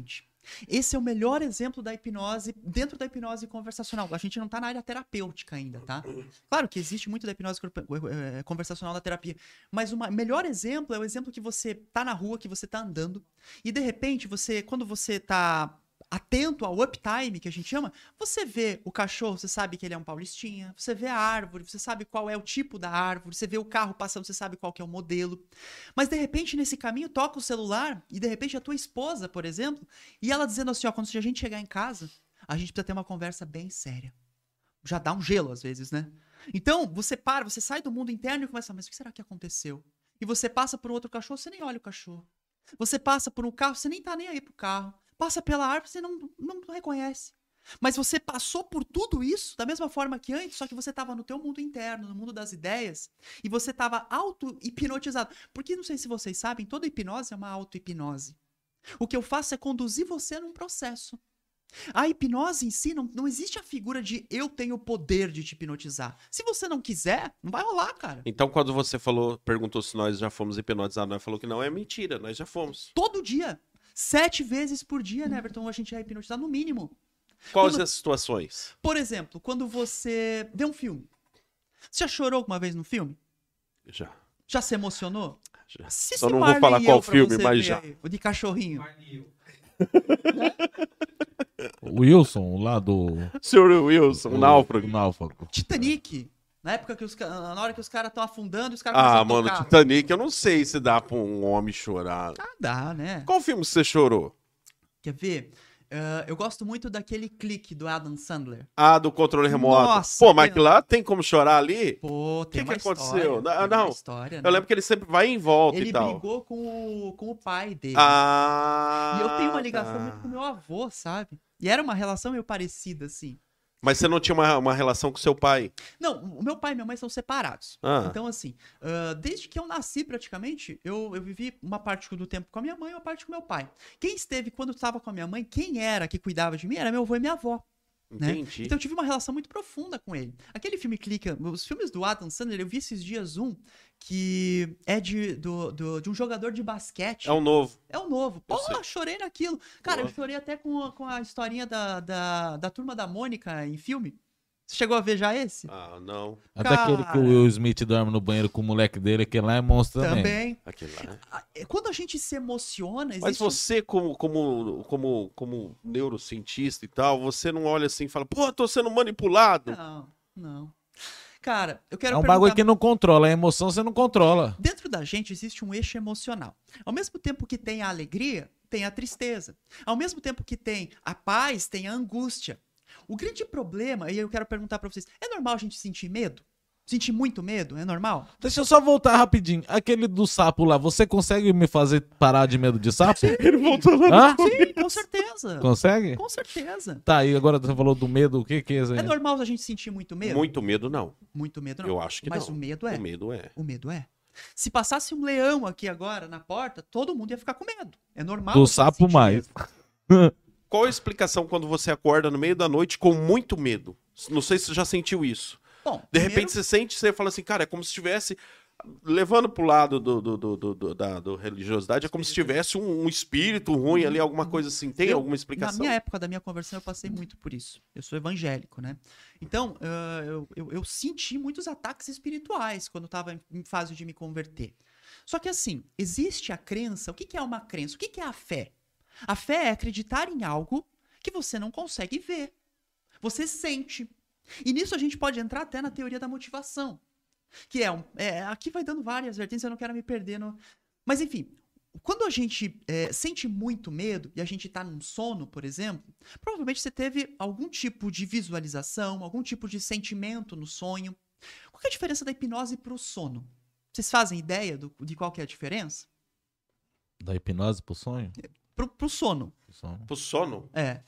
Esse é o melhor exemplo da hipnose, dentro da hipnose conversacional. A gente não tá na área terapêutica ainda, tá? Claro que existe muito da hipnose conversacional na terapia, mas o melhor exemplo é o exemplo que você tá na rua, que você tá andando, e de repente, quando você tá atento ao uptime, que a gente chama, você vê o cachorro, você sabe que ele é um paulistinha, você vê a árvore, você sabe qual é o tipo da árvore, você vê o carro passando, você sabe qual que é o modelo. Mas de repente, nesse caminho, toca o celular e de repente a tua esposa, por exemplo, e ela dizendo assim, ó, quando a gente chegar em casa, a gente precisa ter uma conversa bem séria. Já dá um gelo às vezes, né? Então, você sai do mundo interno e começa, mas o que será que aconteceu? E você passa por um outro cachorro, você nem olha o cachorro. Você passa por um carro, você nem tá nem aí pro carro. Passa pela árvore, você não reconhece. Mas você passou por tudo isso da mesma forma que antes, só que você estava no teu mundo interno, no mundo das ideias, e você estava auto-hipnotizado. Porque, não sei se vocês sabem, toda hipnose é uma auto-hipnose. O que eu faço é conduzir você num processo. A hipnose em si, não existe a figura de eu tenho o poder de te hipnotizar. Se você não quiser, não vai rolar, cara. Então, quando você perguntou se nós já fomos hipnotizados, nós falou que não, é mentira, nós já fomos. Todo dia. 7 vezes por dia, né, Everton? A gente é hipnotizado no mínimo. Quais as situações? Por exemplo, quando você vê um filme. Você já chorou alguma vez no filme? Já. Já se emocionou? Já. Só não vou falar qual filme, mas já. O de cachorrinho. O Wilson, lá do... Sr. Wilson, o náufrago. Titanic. Na época na hora que os caras estão afundando, os caras começam a tocar. Mano, Titanic, eu não sei se dá pra um homem chorar. Ah, dá, né? Qual filme você chorou? Quer ver? Eu gosto muito daquele Clique do Adam Sandler. Ah, do controle remoto. Nossa, pô, mas lá tem como chorar ali? Pô, tem que aconteceu? Não, história, eu né? lembro que ele sempre vai em volta e tal. Ele brigou com o pai dele. Ah, e eu tenho uma ligação muito com meu avô, sabe? E era uma relação meio parecida, assim. Mas você não tinha uma relação com seu pai? Não, o meu pai e minha mãe são separados. Ah. Então, assim, desde que eu nasci praticamente, eu vivi uma parte do tempo com a minha mãe e uma parte com meu pai. Quem esteve quando eu estava com a minha mãe, quem era que cuidava de mim, era meu avô e minha avó. Né? Então eu tive uma relação muito profunda com ele. Aquele filme Clique, os filmes do Adam Sandler, eu vi esses dias que é de um jogador de basquete. É o novo. É o novo. Porra, chorei naquilo. Cara, eu chorei até com a historinha da Turma da Mônica em filme. Você chegou a ver já esse? Ah, não. Até aquele que o Will Smith dorme no banheiro com o moleque dele, aquele lá é monstro também. Também. Aquele lá. Quando a gente se emociona... Mas você, como neurocientista e tal, você não olha assim e fala, pô, tô sendo manipulado. Não. Cara, eu quero perguntar... É um bagulho que não controla, a emoção você não controla. Dentro da gente existe um eixo emocional. Ao mesmo tempo que tem a alegria, tem a tristeza. Ao mesmo tempo que tem a paz, tem a angústia. O grande problema, e eu quero perguntar pra vocês, é normal a gente sentir medo? Sentir muito medo? É normal? Deixa eu só voltar rapidinho. Aquele do sapo lá, você consegue me fazer parar de medo de sapo? Ele voltou lá. Sim, com certeza. Consegue? Com certeza. Tá, e agora você falou do medo, o que é isso aí? É normal a gente sentir muito medo? Muito medo, não. Muito medo, não. Eu acho que Mas não. Mas o medo é. O medo é. O medo é. Se passasse um leão aqui agora na porta, todo mundo ia ficar com medo. É normal. Do sapo mais. Qual a explicação quando você acorda no meio da noite com muito medo? Não sei se você já sentiu isso. Bom, de repente você sente, você fala assim, cara, é como se estivesse levando pro lado da religiosidade, é como se tivesse um espírito ruim ali, alguma coisa assim. Tem alguma explicação? Na minha época da minha conversão, eu passei muito por isso. Eu sou evangélico, né? Então, eu senti muitos ataques espirituais quando eu estava em fase de me converter. Só que assim, existe a crença. O que é uma crença? O que é a fé? A fé é acreditar em algo que você não consegue ver. Você sente. E nisso a gente pode entrar até na teoria da motivação. Que aqui vai dando várias vertentes, eu não quero me perder no... Mas enfim, quando a gente sente muito medo e a gente tá num sono, por exemplo, provavelmente você teve algum tipo de visualização, algum tipo de sentimento no sonho. Qual que é a diferença da hipnose pro sono? Vocês fazem ideia de qual que é a diferença? Da hipnose pro sonho? Pro sono. Pro sono? É.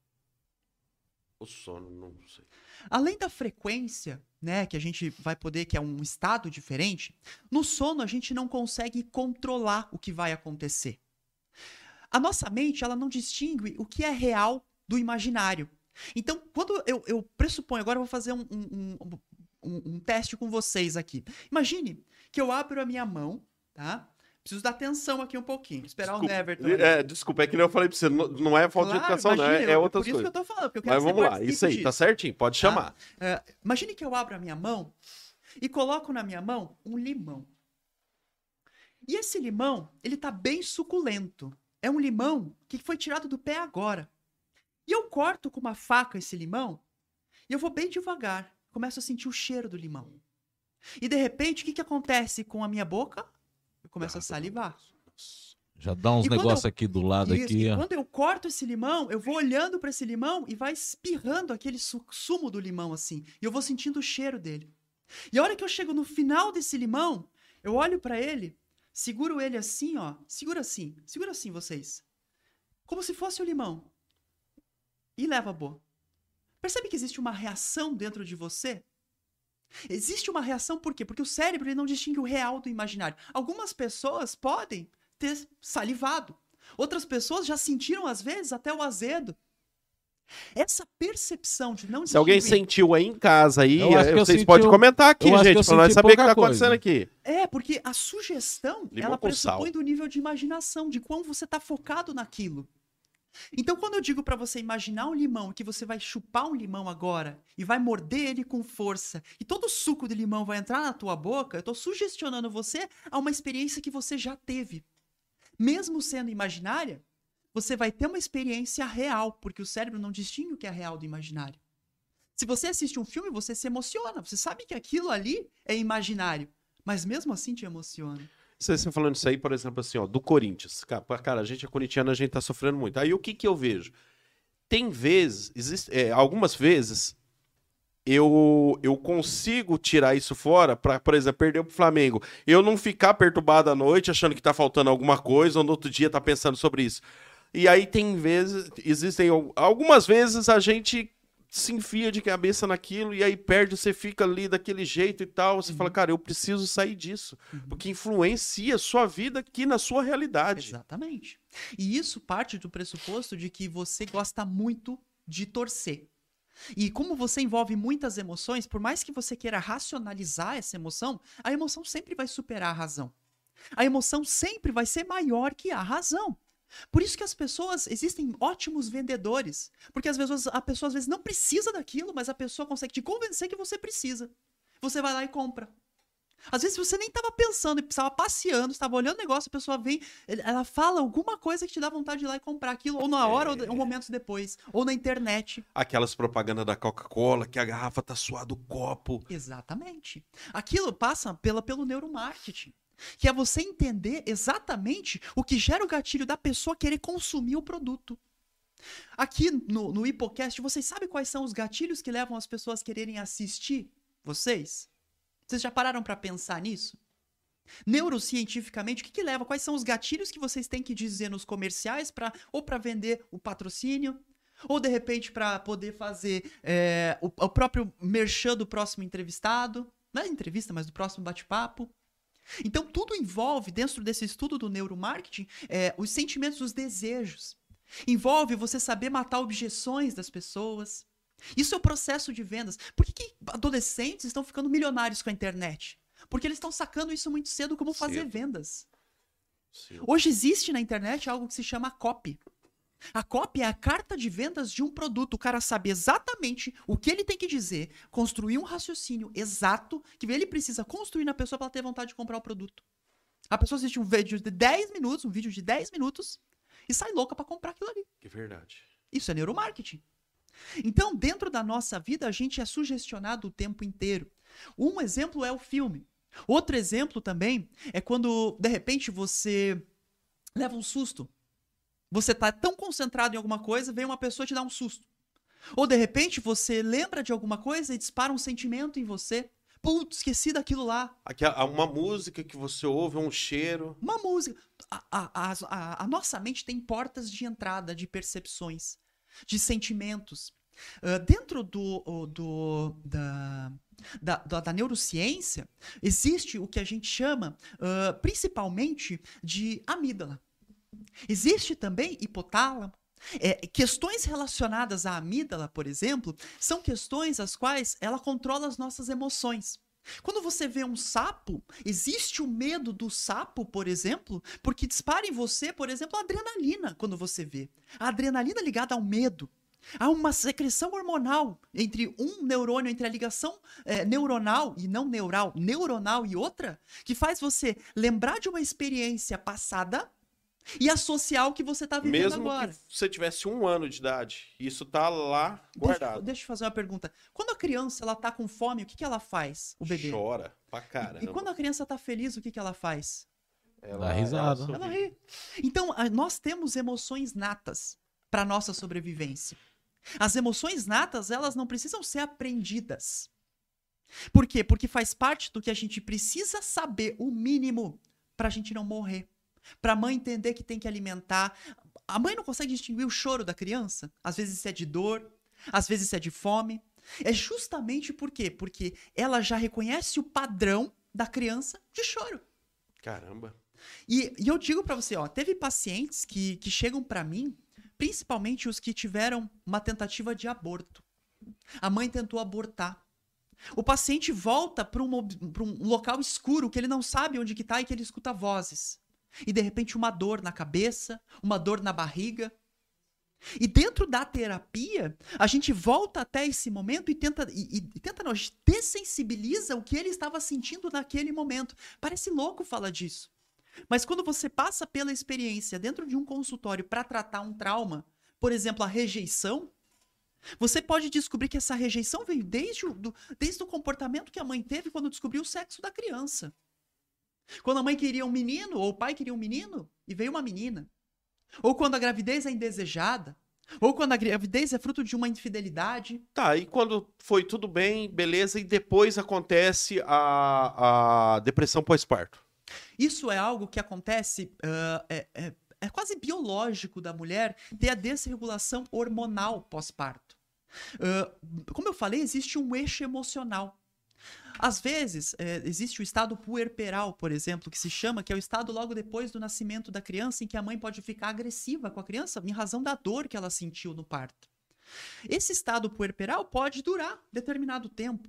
O sono, não sei. Além da frequência, né, que a gente vai poder, que é um estado diferente, no sono a gente não consegue controlar o que vai acontecer. A nossa mente, ela não distingue o que é real do imaginário. Então, quando eu pressuponho, agora eu vou fazer um teste com vocês aqui. Imagine que eu abro a minha mão, tá? Preciso dar atenção aqui um pouquinho. Esperar o Neverton. Desculpa, é que nem eu falei pra você. Não é falta de educação, não. É outras coisas. Por isso que eu tô falando. Porque eu quero Mas vamos lá. Isso aí, tá certinho. Pode chamar. Imagine que eu abro a minha mão e coloco na minha mão um limão. E esse limão, ele tá bem suculento. É um limão que foi tirado do pé agora. E eu corto com uma faca esse limão e eu vou bem devagar. Começo a sentir o cheiro do limão. E de repente, o que acontece com a minha boca? Eu começo a salivar. Já dá uns negócios aqui do lado. Aqui, quando eu corto esse limão, eu vou olhando para esse limão e vai espirrando aquele sumo do limão assim. E eu vou sentindo o cheiro dele. E a hora que eu chego no final desse limão, eu olho para ele, seguro ele assim, ó. Segura assim vocês. Como se fosse o limão. E leva a boca. Percebe que existe uma reação dentro de você? Existe uma reação por quê? Porque o cérebro ele não distingue o real do imaginário. Algumas pessoas podem ter salivado. Outras pessoas já sentiram, às vezes, até o azedo. Essa percepção de não distinguir... Se alguém sentiu aí em casa, aí, vocês podem comentar aqui, gente, pra nós saber o que tá acontecendo aqui. Porque a sugestão, ela pressupõe do nível de imaginação, de quão você tá focado naquilo. Então, quando eu digo pra você imaginar um limão, que você vai chupar um limão agora e vai morder ele com força, e todo o suco de limão vai entrar na tua boca, eu tô sugestionando você a uma experiência que você já teve. Mesmo sendo imaginária, você vai ter uma experiência real, porque o cérebro não distingue o que é real do imaginário. Se você assiste um filme, você se emociona, você sabe que aquilo ali é imaginário, mas mesmo assim te emociona. Você falando isso aí, por exemplo, assim, ó, do Corinthians. Cara, a gente é corintiano, a gente tá sofrendo muito. Aí o que eu vejo? Tem vezes, algumas vezes, eu consigo tirar isso fora pra, por exemplo, perder pro Flamengo. Eu não ficar perturbado à noite achando que tá faltando alguma coisa, ou no outro dia tá pensando sobre isso. E aí tem vezes, algumas vezes a gente se enfia de cabeça naquilo e aí perde, você fica ali daquele jeito e tal, você fala, cara, eu preciso sair disso, porque influencia a sua vida aqui na sua realidade. Exatamente. E isso parte do pressuposto de que você gosta muito de torcer. E como você envolve muitas emoções, por mais que você queira racionalizar essa emoção, a emoção sempre vai superar a razão. A emoção sempre vai ser maior que a razão. Por isso que existem ótimos vendedores. Porque a pessoa às vezes não precisa daquilo, mas a pessoa consegue te convencer que você precisa. Você vai lá e compra. Às vezes você nem estava pensando, estava passeando, estava olhando o negócio, a pessoa vem, ela fala alguma coisa que te dá vontade de ir lá e comprar aquilo, ou na hora, ou momentos depois, ou na internet. Aquelas propagandas da Coca-Cola, que a garrafa tá suada o copo. Exatamente. Aquilo passa pelo neuromarketing. Que é você entender exatamente o que gera o gatilho da pessoa querer consumir o produto. Aqui no Hipocast, vocês sabem quais são os gatilhos que levam as pessoas a quererem assistir vocês? Vocês já pararam para pensar nisso? Neurocientificamente, o que leva? Quais são os gatilhos que vocês têm que dizer nos comerciais ou para vender o patrocínio? Ou, de repente, para poder fazer o próprio merchan do próximo entrevistado? Não é entrevista, mas do próximo bate-papo. Então, tudo envolve, dentro desse estudo do neuromarketing, os sentimentos, os desejos. Envolve você saber matar objeções das pessoas. Isso é o processo de vendas. Por que adolescentes estão ficando milionários com a internet? Porque eles estão sacando isso muito cedo, como fazer vendas. Sim. Hoje existe na internet algo que se chama copy. A copy é a carta de vendas de um produto. O cara sabe exatamente o que ele tem que dizer, construir um raciocínio exato que ele precisa construir na pessoa para ela ter vontade de comprar o produto. A pessoa assiste um vídeo de 10 minutos e sai louca para comprar aquilo ali. Que verdade. Isso é neuromarketing. Então, dentro da nossa vida, a gente é sugestionado o tempo inteiro. Um exemplo é o filme. Outro exemplo também é quando, de repente, você leva um susto. Você tá tão concentrado em alguma coisa, vem uma pessoa te dar um susto. Ou, de repente, você lembra de alguma coisa e dispara um sentimento em você. Putz, esqueci daquilo lá. Uma música que você ouve, um cheiro. Uma música. A nossa mente tem portas de entrada, de percepções, de sentimentos. Dentro da neurociência, existe o que a gente chama, principalmente, de amígdala. Existe também hipotálamo. Questões relacionadas à amígdala, por exemplo, são questões as quais ela controla as nossas emoções. Quando você vê um sapo, existe o medo do sapo, por exemplo, porque dispara em você, por exemplo, a adrenalina quando você vê. A adrenalina ligada ao medo. Há uma secreção hormonal entre um neurônio, entre a ligação neuronal e não neural, neuronal e outra, que faz você lembrar de uma experiência passada e associar o que você está vivendo agora. Mesmo que você tivesse 1 ano de idade, isso tá lá guardado. Deixa eu fazer uma pergunta. Quando a criança ela tá com fome, o que ela faz, o bebê? Chora pra caramba. E quando a criança tá feliz, o que ela faz? Dá risada. Ela ri. Então, nós temos emoções natas para nossa sobrevivência. As emoções natas, elas não precisam ser aprendidas. Por quê? Porque faz parte do que a gente precisa saber, o mínimo, pra gente não morrer. Pra mãe entender que tem que alimentar. A mãe não consegue distinguir o choro da criança. Às vezes isso é de dor, às vezes isso é de fome. É justamente por quê? Porque ela já reconhece o padrão da criança de choro. Caramba. E eu digo pra você, ó, teve pacientes que chegam pra mim, principalmente os que tiveram uma tentativa de aborto. A mãe tentou abortar. O paciente volta para um local escuro que ele não sabe onde que tá e que ele escuta vozes. E de repente uma dor na cabeça, uma dor na barriga. E dentro da terapia, a gente volta até esse momento e tenta não, a gente dessensibiliza o que ele estava sentindo naquele momento. Parece louco falar disso. Mas quando você passa pela experiência dentro de um consultório para tratar um trauma, por exemplo, a rejeição, você pode descobrir que essa rejeição veio desde o comportamento que a mãe teve quando descobriu o sexo da criança. Quando a mãe queria um menino, ou o pai queria um menino, e veio uma menina. Ou quando a gravidez é indesejada. Ou quando a gravidez é fruto de uma infidelidade. Tá, e quando foi tudo bem, beleza, e depois acontece a depressão pós-parto? Isso é algo que acontece, é quase biológico da mulher ter a desregulação hormonal pós-parto. Como eu falei, existe um eixo emocional. Às vezes, existe o estado puerperal, por exemplo, que se chama, que é o estado logo depois do nascimento da criança, em que a mãe pode ficar agressiva com a criança em razão da dor que ela sentiu no parto. Esse estado puerperal pode durar determinado tempo.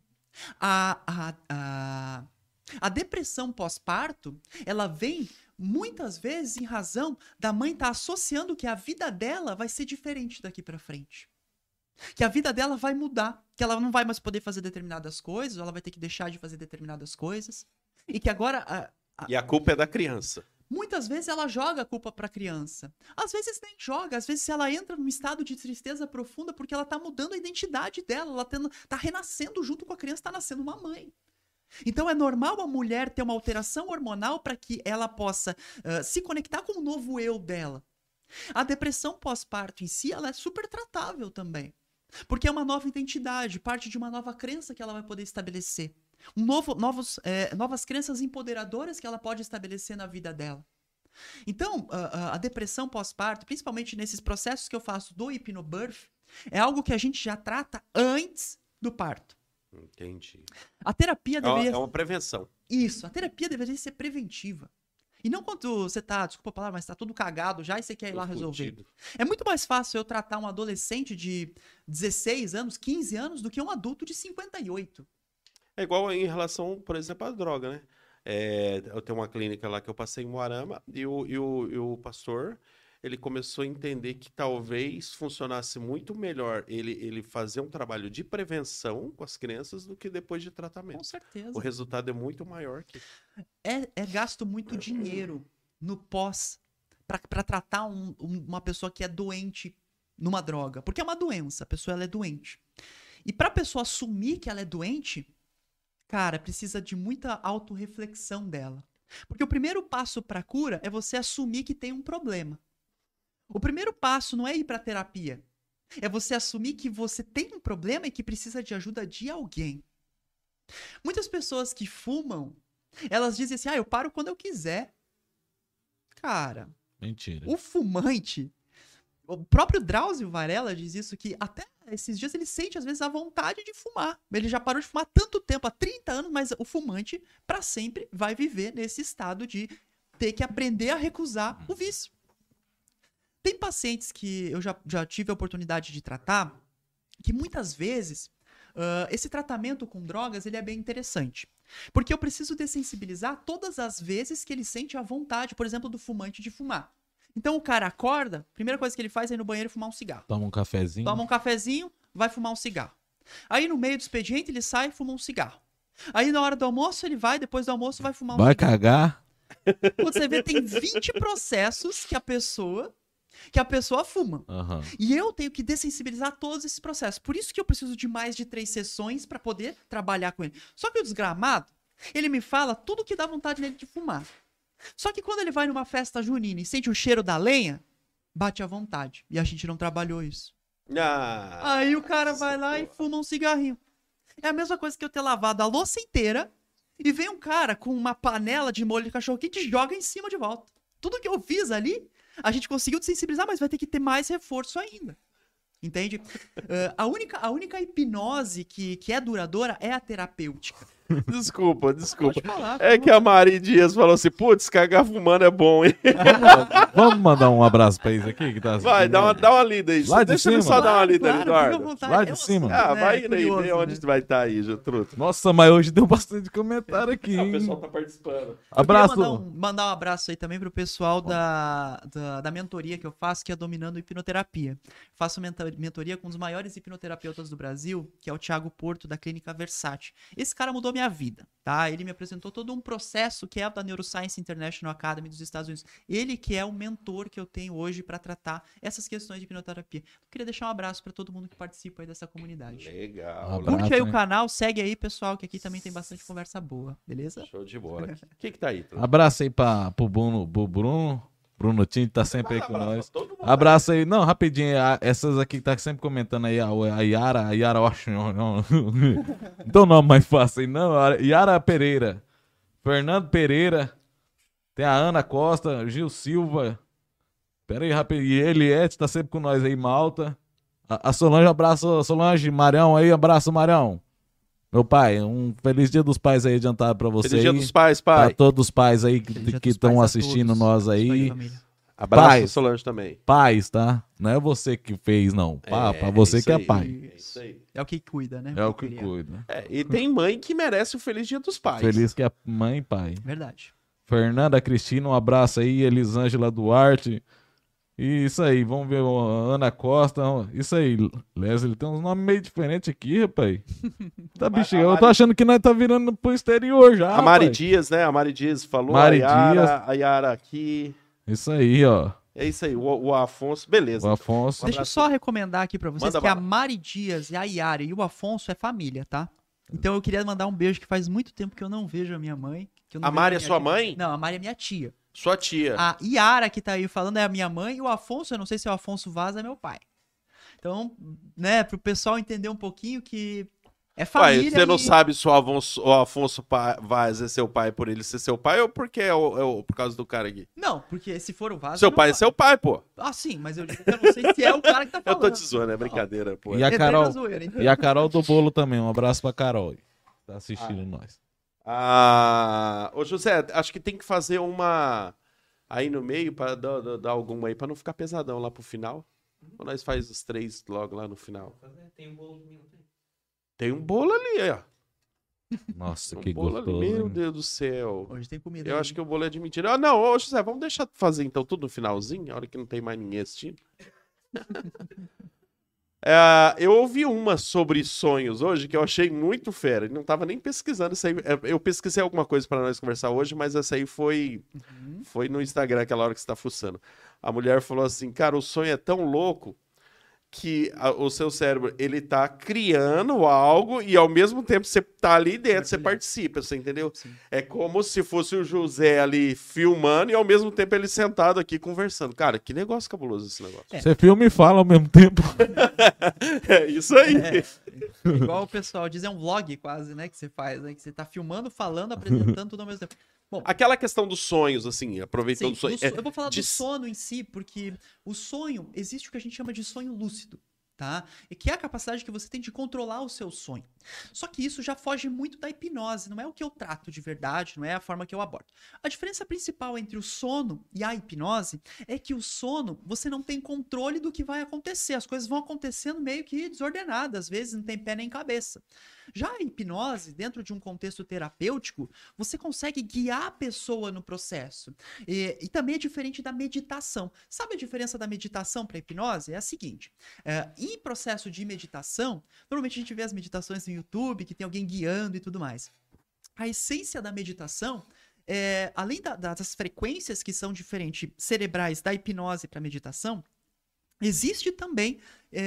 A depressão pós-parto, ela vem muitas vezes em razão da mãe estar associando que a vida dela vai ser diferente daqui para frente. Que a vida dela vai mudar, que ela não vai mais poder fazer determinadas coisas, ela vai ter que deixar de fazer determinadas coisas. E que agora... E a culpa é da criança. Muitas vezes ela joga a culpa para a criança. Às vezes nem joga, às vezes ela entra num estado de tristeza profunda porque ela tá mudando a identidade dela, ela tá renascendo junto com a criança, tá nascendo uma mãe. Então é normal a mulher ter uma alteração hormonal para que ela possa se conectar com o novo eu dela. A depressão pós-parto em si, ela é super tratável também. Porque é uma nova identidade, parte de uma nova crença que ela vai poder estabelecer. Novas crenças empoderadoras que ela pode estabelecer na vida dela. Então, a depressão pós-parto, principalmente nesses processos que eu faço do hypnobirth, é algo que a gente já trata antes do parto. Entendi. A terapia deveria... É uma prevenção. Isso, a terapia deveria ser preventiva. E não quando você tá, desculpa a palavra, mas tá tudo cagado já e você quer ir lá resolver. Fudido. É muito mais fácil eu tratar um adolescente de 16 anos, 15 anos, do que um adulto de 58. É igual em relação, por exemplo, à droga, né? Eu tenho uma clínica lá que eu passei em Moarama e o pastor, ele começou a entender que talvez funcionasse muito melhor ele fazer um trabalho de prevenção com as crianças do que depois de tratamento. Com certeza. O resultado é muito maior que... É gasto muito dinheiro no pós para tratar uma pessoa que é doente numa droga. Porque é uma doença, a pessoa ela é doente. E para a pessoa assumir que ela é doente, cara, precisa de muita autorreflexão dela. Porque o primeiro passo para a cura é você assumir que tem um problema. O primeiro passo não é ir para terapia. É você assumir que você tem um problema e que precisa de ajuda de alguém. Muitas pessoas que fumam, elas dizem assim, eu paro quando eu quiser. Cara, mentira. O fumante, o próprio Drauzio Varela diz isso, que até esses dias ele sente às vezes a vontade de fumar. Ele já parou de fumar há tanto tempo, há 30 anos, mas o fumante para sempre vai viver nesse estado de ter que aprender a recusar o vício. Tem pacientes que eu já tive a oportunidade de tratar, que muitas vezes esse tratamento com drogas ele é bem interessante. Porque eu preciso dessensibilizar todas as vezes que ele sente a vontade, por exemplo, do fumante de fumar. Então o cara acorda, a primeira coisa que ele faz é ir no banheiro fumar um cigarro. Toma um cafezinho. Toma um cafezinho, vai fumar um cigarro. Aí no meio do expediente ele sai e fuma um cigarro. Aí na hora do almoço ele vai, depois do almoço vai fumar um Vai cigarro. cagar. Quando você vê, tem 20 processos que a pessoa fuma. Aham. E eu tenho que dessensibilizar todos esses processos. Por isso que eu preciso de mais de 3 sessões para poder trabalhar com ele. Só que o desgramado, ele me fala tudo que dá vontade nele de fumar. Só que quando ele vai numa festa junina e sente o cheiro da lenha, bate à vontade. E a gente não trabalhou isso. Ah, Aí o cara vai lá e fuma um cigarrinho. É a mesma coisa que eu ter lavado a louça inteira e vem um cara com uma panela de molho de cachorro-quente e joga em cima de volta. Tudo que eu fiz ali, a gente conseguiu desensibilizar, mas vai ter que ter mais reforço ainda. Entende? A única hipnose que é duradoura é a terapêutica. desculpa. Pode falar. É que a Mari Dias falou assim, putz, cagar fumando é bom, hein? Vamos mandar um abraço pra eles aqui que tá Vai, dá uma lida aí. Lá de Deixa ele cima? só dar uma lida, Claro, fica à Eduardo. vontade. Lá de Eu cima. sei, Ah, né? vai indo aí, Curioso, vê onde né? vai estar aí, Getruto. Nossa, mas hoje deu bastante comentário aqui, O hein? pessoal tá participando. Abraço. Eu queria mandar um abraço aí também pro pessoal da mentoria que eu faço, que é Dominando Hipnoterapia. Faço mentoria com um dos maiores hipnoterapeutas do Brasil, que é o Thiago Porto, da Clínica Versátil. Esse cara mudou minha vida, tá? Ele me apresentou todo um processo que é da Neuroscience International Academy dos Estados Unidos. Ele que é o mentor que eu tenho hoje para tratar essas questões de hipnoterapia. Eu queria deixar um abraço para todo mundo que participa aí dessa comunidade. Legal. Abraço. Curte aí o hein? canal, segue aí, pessoal, que aqui também tem bastante conversa boa, beleza? Show de bola. O que tá aí, Truto? Abraço aí pro Bruno. Bruno Tinto tá sempre aí com Abraço nós. pra todo mundo. Abraço aí. Não, rapidinho. Essas aqui que tá sempre comentando aí. A Yara Washington. Não. Então não, mais fácil aí. Não, a Yara Pereira. Fernando Pereira. Tem a Ana Costa. Gil Silva. Pera aí, rapidinho. E Eliette tá sempre com nós aí, Malta. A Solange, abraço. Solange, Marião aí, abraço, Marião. Meu pai, um feliz dia dos pais aí adiantado pra você. Feliz dia aí. dos pais, Pra pai. todos os pais aí Feliz dia que dos estão pais a assistindo todos. nós Isso aí, aí. família. Abraço Pai. pro Solange também. Pais, tá? Não é você que fez, não. Pra você isso que é aí, pai. É isso aí. É o que cuida, né? É o que cuida. E tem mãe que merece o feliz dia dos pais. Feliz que é mãe e pai. Verdade. Fernanda Cristina, um abraço aí. Elisângela Duarte. E isso aí, vamos ver. Ana Costa. Isso aí, Leslie. Tem uns nomes meio diferentes aqui, rapaz. Tá bicho, eu tô achando que nós tá virando pro exterior já. A Mari rapaz. Dias, né? A Mari Dias falou. Mari A Yara aqui. Isso aí, ó. É isso aí. O Afonso. Beleza. O Afonso. Deixa eu só recomendar aqui pra vocês Manda que a bala. Mari Dias e a Yara e o Afonso é família, tá? Então eu queria mandar um beijo que faz muito tempo que eu não vejo a minha mãe. Que eu não A vejo Mari é minha sua tia. mãe? Não, a Mari é minha tia. Sua tia. A Yara que tá aí falando é a minha mãe e o Afonso, eu não sei se é o Afonso Vaz, é meu pai. Então, né, pro pessoal entender um pouquinho que é Ué, família. você não e- sabe se o Afonso Vaz é seu pai por ele ser seu pai ou porque por causa do cara aqui? Não, porque se for o Vaz. Seu é meu pai é seu pai, pô. Ah, sim, mas eu não sei se é o cara que tá Eu falando. tô te zoando, é brincadeira, pô. E a Entrei Carol. na zoeira, então. E a Carol do Bolo também. Um abraço pra Carol. Aí, tá assistindo nós. Ô, José, acho que tem que fazer uma aí no meio pra dar alguma aí pra não ficar pesadão lá pro final. Ou nós faz os 3 logo lá no final. Tem um bolo domingo. Tem um bolo ali, ó. Nossa, Um que bolo gostoso. ali, meu hein? Deus do céu. Hoje tem comida. Eu aí. acho que o bolo é de mentira. Ah, não, ô José, vamos deixar fazer então tudo no finalzinho, a hora que não tem mais ninguém assistindo. Eu ouvi uma sobre sonhos hoje que eu achei muito fera. Não tava nem pesquisando isso aí. Eu pesquisei alguma coisa para nós conversar hoje, mas essa aí foi no Instagram, aquela hora que você tá fuçando. A mulher falou assim, cara, o sonho é tão louco que o seu cérebro, ele tá criando algo e ao mesmo tempo você tá ali dentro, você participa, você entendeu? Sim. É como se fosse o José ali filmando e ao mesmo tempo ele sentado aqui conversando. Cara, que negócio cabuloso esse negócio. Você filma e fala ao mesmo tempo. É isso aí. Igual o pessoal diz, é um vlog quase, né, que você faz, né? Que você tá filmando, falando, apresentando tudo ao mesmo tempo. Bom, Aquela questão dos sonhos, assim, aproveitando sim, o sonho. eu vou falar de- do sono em si, porque o sonho, existe o que a gente chama de sonho lúcido, tá? E que é a capacidade que você tem de controlar o seu sonho. Só que isso já foge muito da hipnose, não é o que eu trato de verdade, não é a forma que eu abordo. A diferença principal entre o sono e a hipnose é que o sono, você não tem controle do que vai acontecer, as coisas vão acontecendo meio que desordenadas, às vezes não tem pé nem cabeça. Já a hipnose, dentro de um contexto terapêutico, você consegue guiar a pessoa no processo. E também é diferente da meditação. Sabe a diferença da meditação para a hipnose? É a seguinte, em processo de meditação, normalmente a gente vê as meditações no YouTube, que tem alguém guiando e tudo mais. A essência da meditação, além das frequências que são diferentes cerebrais da hipnose para a meditação, existe também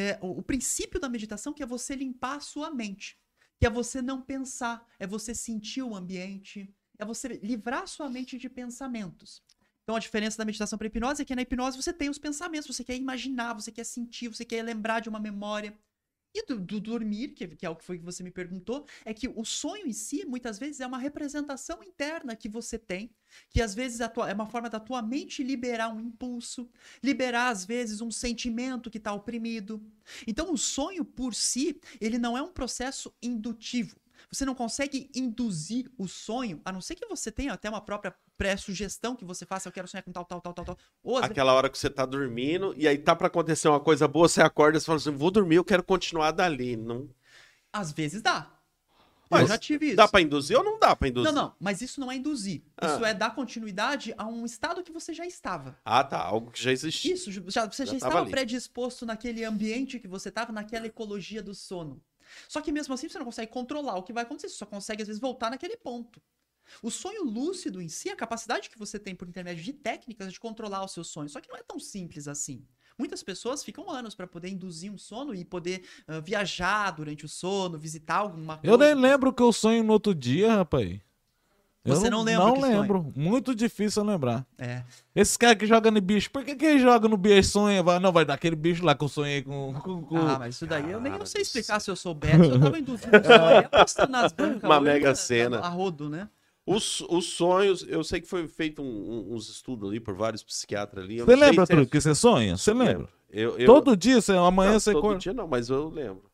o princípio da meditação, que é você limpar a sua mente, que é você não pensar, é você sentir o ambiente, é você livrar a sua mente de pensamentos. Então a diferença da meditação para a hipnose é que na hipnose você tem os pensamentos, você quer imaginar, você quer sentir, você quer lembrar de uma memória. E do dormir, que é o que foi que você me perguntou, é que o sonho em si, muitas vezes, é uma representação interna que você tem, que às vezes é uma forma da tua mente liberar um impulso, liberar, às vezes, um sentimento que está oprimido. Então, o sonho, por si, ele não é um processo indutivo. Você não consegue induzir o sonho, a não ser que você tenha até uma própria pré-sugestão que você faça, eu quero sonhar com tal. Aquela hora que você tá dormindo, e aí tá pra acontecer uma coisa boa, você acorda e fala assim, vou dormir, eu quero continuar dali. Não... Às vezes dá. Mas eu já tive isso. Dá pra induzir ou não dá pra induzir? Não, mas isso não é induzir. Isso é dar continuidade a um estado que você já estava. Ah, tá. Algo que já existia. Isso, você já estava predisposto naquele ambiente que você estava, naquela ecologia do sono. Só que mesmo assim você não consegue controlar o que vai acontecer, você só consegue às vezes voltar naquele ponto. O sonho lúcido em si, a capacidade que você tem por intermédio de técnicas de controlar o seu sonho, só que não é tão simples assim. Muitas pessoas ficam anos para poder induzir um sono e poder viajar durante o sono, visitar alguma coisa. Eu nem lembro que eu sonho no outro dia, rapaz. Você não lembra? Não lembro. Sonho. Muito difícil eu lembrar. É. Esses caras que jogam no bicho, por que ele joga no bicho e sonha? Não, vai daquele bicho lá que eu sonhei com... Ah, mas isso daí eu nem não sei explicar se eu soubesse. Eu tava induzindo o sonho, apostando nas bancas. Uma mega cena. A rodo, né? Os sonhos, eu sei que foi feito uns estudos ali por vários psiquiatras ali. Você lembra tudo que você sonha? Você lembra? Todo dia, amanhã não, você... Todo dia não, mas eu lembro.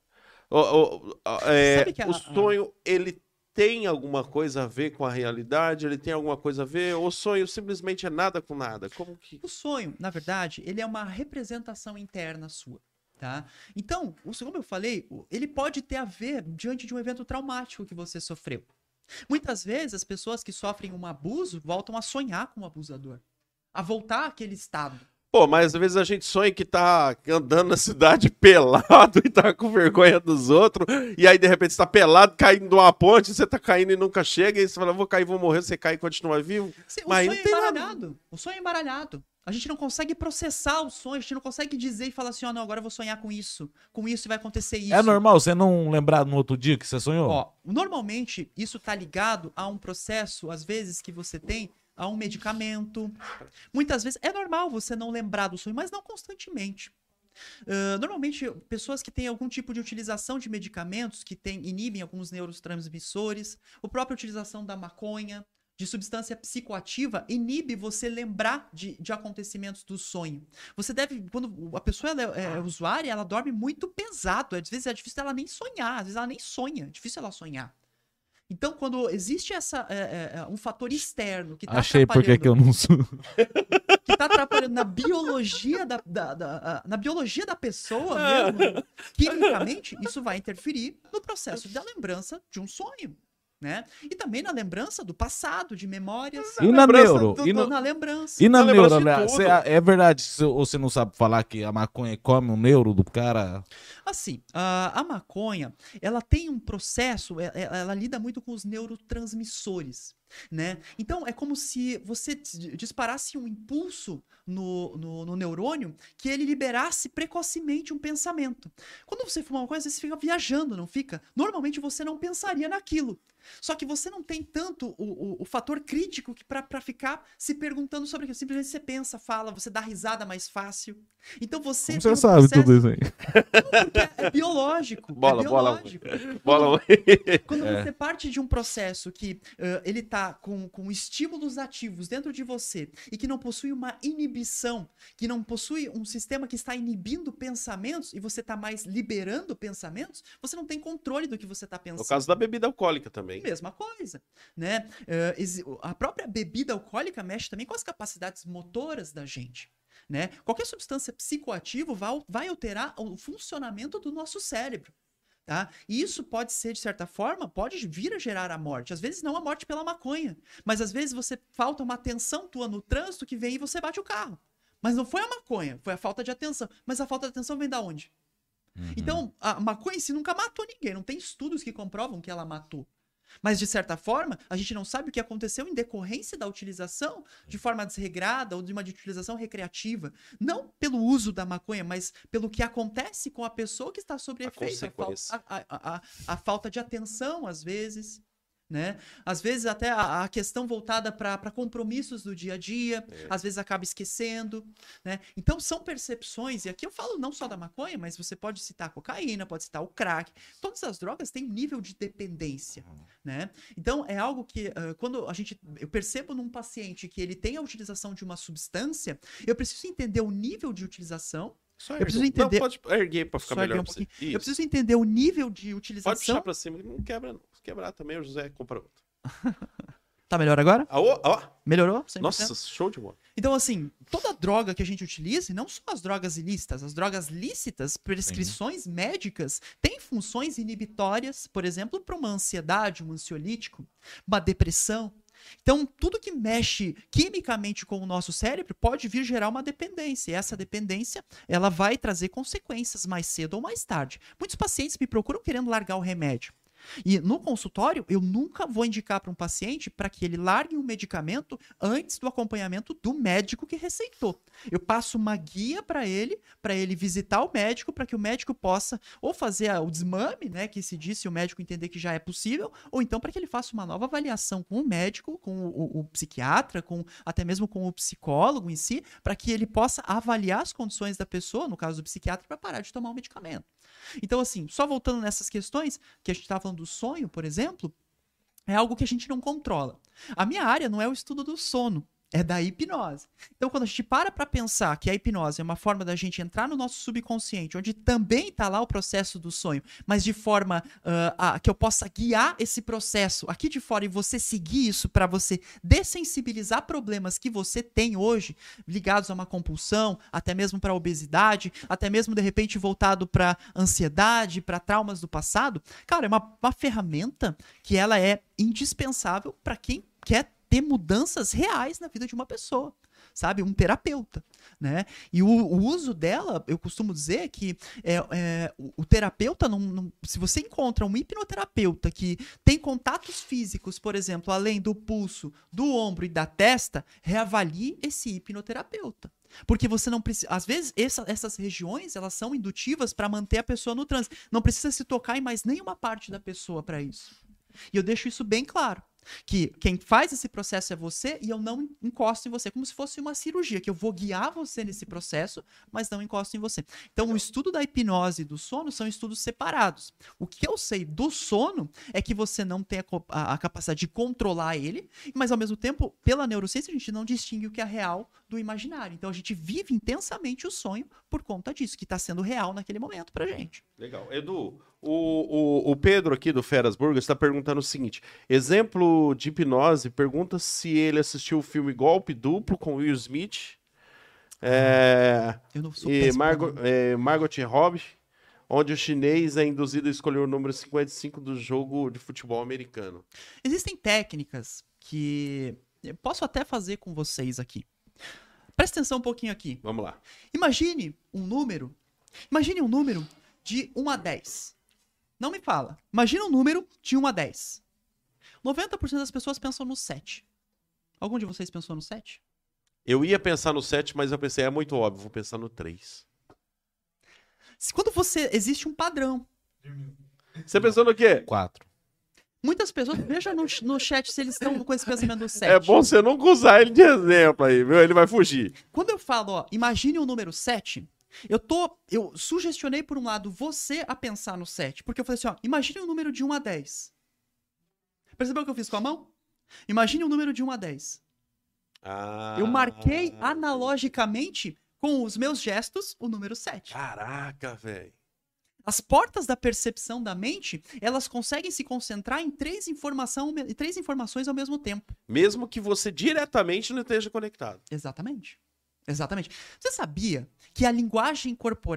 O sonho, ele tem alguma coisa a ver com a realidade? Ele tem alguma coisa a ver? Ou o sonho simplesmente é nada com nada? Como que... O sonho, na verdade, ele é uma representação interna sua. Tá? Então, como eu falei, ele pode ter a ver diante de um evento traumático que você sofreu. Muitas vezes as pessoas que sofrem um abuso voltam a sonhar com o abusador, a voltar àquele estado. Pô, mas às vezes a gente sonha que tá andando na cidade pelado e tá com vergonha dos outros, e aí de repente você tá pelado, caindo de uma ponte, você tá caindo e nunca chega, e você fala, vou cair, vou morrer, você cai e continua vivo. Mas sonho é embaralhado. O sonho é embaralhado. A gente não consegue processar o sonho, a gente não consegue dizer e falar assim, não, agora eu vou sonhar com isso e vai acontecer isso. É normal você não lembrar no outro dia que você sonhou? Ó, normalmente isso tá ligado a um processo, às vezes, que você tem a um medicamento. Muitas vezes é normal você não lembrar do sonho, mas não constantemente. Normalmente, pessoas que têm algum tipo de utilização de medicamentos que inibem alguns neurotransmissores, a própria utilização da maconha, de substância psicoativa, inibe você lembrar de acontecimentos do sonho. Você deve, quando a pessoa é usuária, ela dorme muito pesado. Às vezes é difícil ela nem sonhar, às vezes ela nem sonha, é difícil ela sonhar. Então, quando existe um fator externo que está Achei porque que eu não sou. Que está atrapalhando na biologia na biologia da pessoa mesmo, quimicamente, isso vai interferir no processo da lembrança de um sonho. Né? E também na lembrança do passado, de memórias. E na neuro? Na lembrança. E na neuro, é verdade, ou você não sabe falar que a maconha come o neuro do cara? Assim, a maconha, ela tem um processo, ela lida muito com os neurotransmissores, né? Então, é como se você disparasse um impulso no neurônio que ele liberasse precocemente um pensamento. Quando você fuma uma coisa, você fica viajando, não fica? Normalmente você não pensaria naquilo. Só que você não tem tanto o fator crítico que para ficar se perguntando sobre aquilo. Simplesmente você pensa, fala, você dá risada mais fácil. Então você... Como você sabe tudo isso aí? Porque é biológico. Bola. Quando você parte de um processo que ele tá com estímulos ativos dentro de você e que não possui uma inibição, que não possui um sistema que está inibindo pensamentos e você está mais liberando pensamentos, você não tem controle do que você está pensando. No caso da bebida alcoólica também. Mesma coisa, né? A própria bebida alcoólica mexe também com as capacidades motoras da gente, né? Qualquer substância psicoativa vai alterar o funcionamento do nosso cérebro. Tá? E isso pode ser, de certa forma, pode vir a gerar a morte. Às vezes não a morte pela maconha, mas às vezes você falta uma atenção tua no trânsito que vem e você bate o carro. Mas não foi a maconha, foi a falta de atenção. Mas a falta de atenção vem da onde? Então, a maconha em si nunca matou ninguém. Não tem estudos que comprovam que ela matou. Mas, de certa forma, a gente não sabe o que aconteceu em decorrência da utilização de forma desregrada ou de uma utilização recreativa. Não pelo uso da maconha, mas pelo que acontece com a pessoa que está sob efeito. A falta de atenção, às vezes. Né? Às vezes até a questão voltada para compromissos do dia a dia, às vezes acaba esquecendo, né? Então são percepções, e aqui eu falo não só da maconha, mas você pode citar a cocaína, pode citar o crack, todas as drogas têm um nível de dependência, né? Então é algo que quando eu percebo num paciente que ele tem a utilização de uma substância, eu preciso entender o nível de utilização. Eu preciso entender. Não, pode erguer pra ficar melhor. Eu preciso entender o nível de utilização. Pode puxar pra cima, não quebra, não. Se quebrar também, o José compra outro. Tá melhor agora? Melhorou? 100%? Nossa, show de bola. Então, assim, toda droga que a gente utiliza, e não só as drogas ilícitas, as drogas lícitas, prescrições médicas, têm funções inibitórias, por exemplo, para uma ansiedade, um ansiolítico, uma depressão. Então, tudo que mexe quimicamente com o nosso cérebro pode vir gerar uma dependência. E essa dependência, ela vai trazer consequências mais cedo ou mais tarde. Muitos pacientes me procuram querendo largar o remédio. E no consultório, eu nunca vou indicar para um paciente para que ele largue um medicamento antes do acompanhamento do médico que receitou. Eu passo uma guia para ele visitar o médico, para que o médico possa ou fazer o desmame, né, que se diz, se o médico entender que já é possível, ou então para que ele faça uma nova avaliação com o médico, com o psiquiatra, até mesmo com o psicólogo em si, para que ele possa avaliar as condições da pessoa, no caso do psiquiatra, para parar de tomar o medicamento. Então, assim, só voltando nessas questões, que a gente estava falando do sonho, por exemplo, é algo que a gente não controla. A minha área não é o estudo do sono, é da hipnose. Então, quando a gente para pensar que a hipnose é uma forma da gente entrar no nosso subconsciente, onde também está lá o processo do sonho, mas de forma que eu possa guiar esse processo aqui de fora e você seguir isso para você dessensibilizar problemas que você tem hoje, ligados a uma compulsão, até mesmo para obesidade, até mesmo, de repente, voltado para ansiedade, para traumas do passado, cara, é uma ferramenta que ela é indispensável para quem quer ter mudanças reais na vida de uma pessoa, sabe? Um terapeuta, né? E o uso dela, eu costumo dizer que o terapeuta, se você encontra um hipnoterapeuta que tem contatos físicos, por exemplo, além do pulso, do ombro e da testa, reavalie esse hipnoterapeuta. Porque você não precisa... Às vezes, essas regiões, elas são indutivas para manter a pessoa no transe. Não precisa se tocar em mais nenhuma parte da pessoa para isso. E eu deixo isso bem claro. Que quem faz esse processo é você e eu não encosto em você, como se fosse uma cirurgia, que eu vou guiar você nesse processo, mas não encosto em você. Então, o estudo da hipnose e do sono são estudos separados. O que eu sei do sono é que você não tem a capacidade de controlar ele, mas, ao mesmo tempo, pela neurociência, a gente não distingue o que é real do imaginário. Então, a gente vive intensamente o sonho por conta disso, que está sendo real naquele momento pra gente. Legal. Edu, o Pedro aqui do Feras Burgers está perguntando o seguinte: exemplo de hipnose, pergunta se ele assistiu o filme Golpe Duplo com Will Smith Eu não sou e Margot Robbie, onde o chinês é induzido a escolher o número 55 do jogo de futebol americano. Existem técnicas que eu posso até fazer com vocês aqui. Presta atenção um pouquinho aqui. Vamos lá. Imagine um número de 1 a 10. Não me fala. Imagina um número de 1 a 10. 90% das pessoas pensam no 7. Algum de vocês pensou no 7? Eu ia pensar no 7, mas eu pensei, é muito óbvio, vou pensar no 3. Quando existe um padrão. Você pensou no quê? 4. Muitas pessoas, veja no chat se eles estão com esse pensamento do 7. É bom você nunca usar ele de exemplo aí, viu? Ele vai fugir. Quando eu falo, imagine o número 7, eu sugestionei, por um lado, você a pensar no 7. Porque eu falei assim, imagine um número de 1 a 10. Percebeu o que eu fiz com a mão? Imagine um número de 1 a 10. Eu marquei analogicamente, com os meus gestos, o número 7. Caraca, velho. As portas da percepção da mente, elas conseguem se concentrar em 3 informações ao mesmo tempo. Mesmo que você diretamente não esteja conectado. Exatamente. Exatamente. Você sabia que a linguagem corporal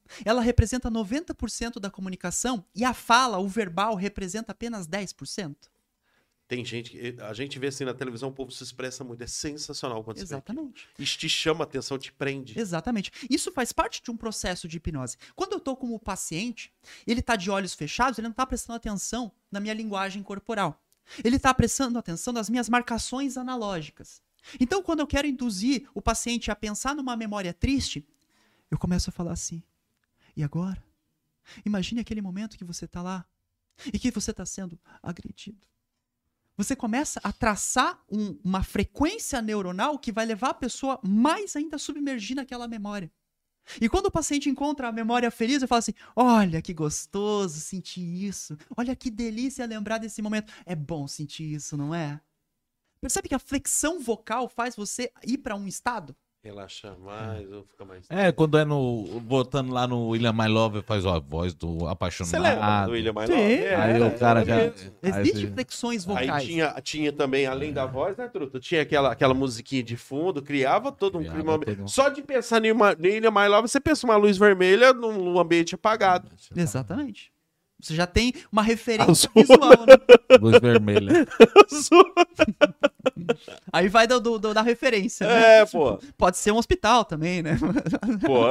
ela representa 90% da comunicação e a fala, o verbal, representa apenas 10%. Tem gente, a gente vê assim na televisão, o povo se expressa muito, é sensacional quando Exatamente. Isso te chama a atenção, te prende. Exatamente. Isso faz parte de um processo de hipnose. Quando eu tô com o paciente, ele tá de olhos fechados, ele não tá prestando atenção na minha linguagem corporal. Ele tá prestando atenção nas minhas marcações analógicas. Então, quando eu quero induzir o paciente a pensar numa memória triste, eu começo a falar assim: e agora? Imagine aquele momento que você tá lá e que você tá sendo agredido. Você começa a traçar uma frequência neuronal que vai levar a pessoa mais ainda a submergir naquela memória. E quando o paciente encontra a memória feliz, ele fala assim: olha que gostoso sentir isso. Olha que delícia lembrar desse momento. É bom sentir isso, não é? Percebe que a flexão vocal faz você ir para um estado? Relaxa mais, ou fica mais... Quando é voltando lá no William My Love, faz a voz do apaixonado. Você lembra do William My Love? Aí o cara já... Existem flexões vocais. Aí tinha também, além da voz, né, Truta? Tinha aquela musiquinha de fundo, criava todo um clima... Só de pensar em William My Love, você pensa uma luz vermelha num ambiente apagado. Exatamente. Você já tem uma referência visual, né? Luz vermelha. Aí vai da referência, né? Pô. Pode ser um hospital também, né? Pô.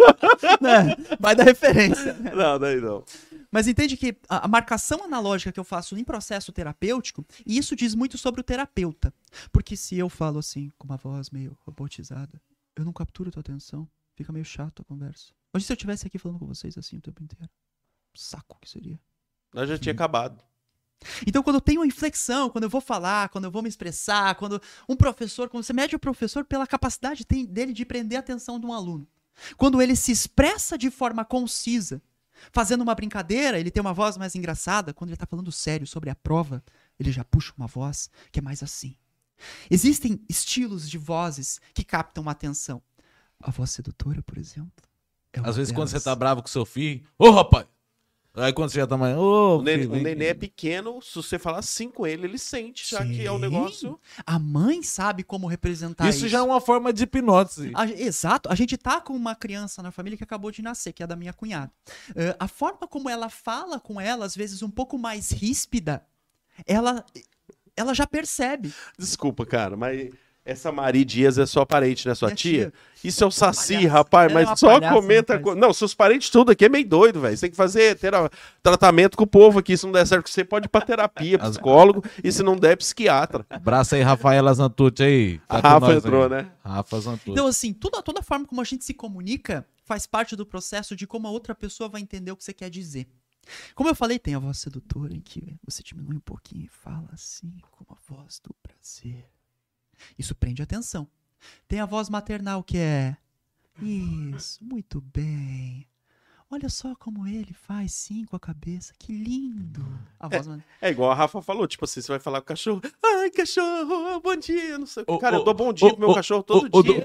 Vai da referência. Não, daí não. Mas entende que a marcação analógica que eu faço em processo terapêutico, e isso diz muito sobre o terapeuta. Porque se eu falo assim, com uma voz meio robotizada, eu não capturo a tua atenção, fica meio chato a conversa. Hoje se eu estivesse aqui falando com vocês assim o tempo inteiro, saco que seria. Nós já tinha acabado. Então, quando eu tenho uma inflexão, quando eu vou falar, quando eu vou me expressar, quando você mede o professor pela capacidade dele de prender a atenção de um aluno. Quando ele se expressa de forma concisa, fazendo uma brincadeira, ele tem uma voz mais engraçada. Quando ele está falando sério sobre a prova, ele já puxa uma voz que é mais assim. Existem estilos de vozes que captam a atenção. A voz sedutora, por exemplo. Às vezes, quando você tá bravo com seu filho, rapaz! Aí quando você já tá mais... o neném é pequeno, se você falar assim com ele, ele sente já que é um negócio... A mãe sabe como representar isso. Isso já é uma forma de hipnose. Exato. A gente tá com uma criança na família que acabou de nascer, que é da minha cunhada. A forma como ela fala com ela, às vezes um pouco mais ríspida, ela já percebe. Desculpa, cara, mas... Essa Mari Dias é sua parente, né? Sua Minha tia? tia. Isso é o Saci, rapaz, Ela é mas uma só palhaça, comenta... rapaz. Não, seus parentes tudo aqui é meio doido, velho. Você tem que fazer tratamento com o povo aqui. Se não der certo, você pode ir pra terapia, psicólogo, e se não der, psiquiatra. Abraço aí, Rafaela Zantucci aí. A Rafa entrou, né? Rafa Zantucci. Então, assim, toda a forma como a gente se comunica faz parte do processo de como a outra pessoa vai entender o que você quer dizer. Como eu falei, tem a voz sedutora em que você diminui um pouquinho e fala assim, com a voz do prazer. Isso prende atenção. Tem a voz maternal que é... Isso, muito bem. Olha só como ele faz sim com a cabeça. Que lindo. É igual a Rafa falou, tipo assim, você vai falar com o cachorro. Ai, cachorro, bom dia. Não sei. Cara, eu dou bom dia pro meu cachorro todo dia.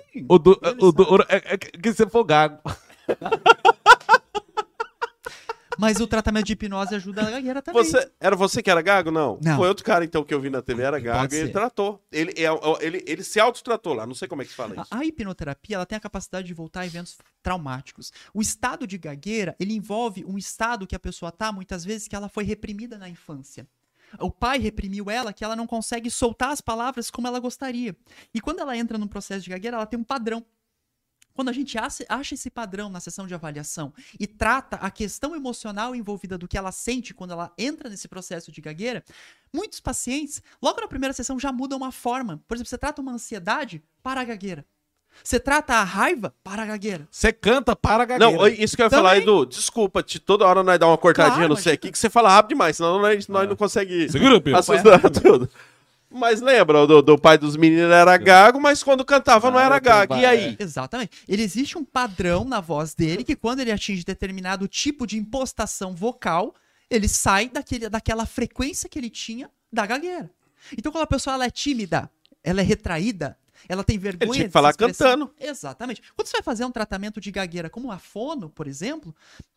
Que você for gago. Mas o tratamento de hipnose ajuda a gagueira também. Era você que era gago? Não. Não. Foi outro cara, então, que eu vi na TV, era gago, Pode e ele ser. tratou. Ele se autotratou lá, não sei como é que se fala isso. A hipnoterapia, ela tem a capacidade de voltar a eventos traumáticos. O estado de gagueira, ele envolve um estado que a pessoa tá, muitas vezes, que ela foi reprimida na infância. O pai reprimiu ela, que ela não consegue soltar as palavras como ela gostaria. E quando ela entra num processo de gagueira, ela tem um padrão. Quando a gente acha esse padrão na sessão de avaliação e trata a questão emocional envolvida do que ela sente quando ela entra nesse processo de gagueira, muitos pacientes, logo na primeira sessão, já mudam a forma. Por exemplo, você trata uma ansiedade para a gagueira. Você trata a raiva para a gagueira. Você canta para a gagueira. Não, isso que eu ia falar, Edu, desculpa, toda hora nós dá uma cortadinha, Claro, não sei aqui, que você fala rápido demais, senão nós não conseguimos Segura, Pio. assustar tudo. Mas lembra, do pai dos meninos era gago, mas quando cantava não era gago. E aí? Exatamente. Existe um padrão na voz dele que quando ele atinge determinado tipo de impostação vocal, ele sai daquela frequência que ele tinha da gagueira. Então quando a pessoa ela é tímida, ela é retraída, ela tem vergonha Ele tinha que de falar se expressar. cantando. Exatamente. Quando você vai fazer um tratamento de gagueira como a fono, por exemplo,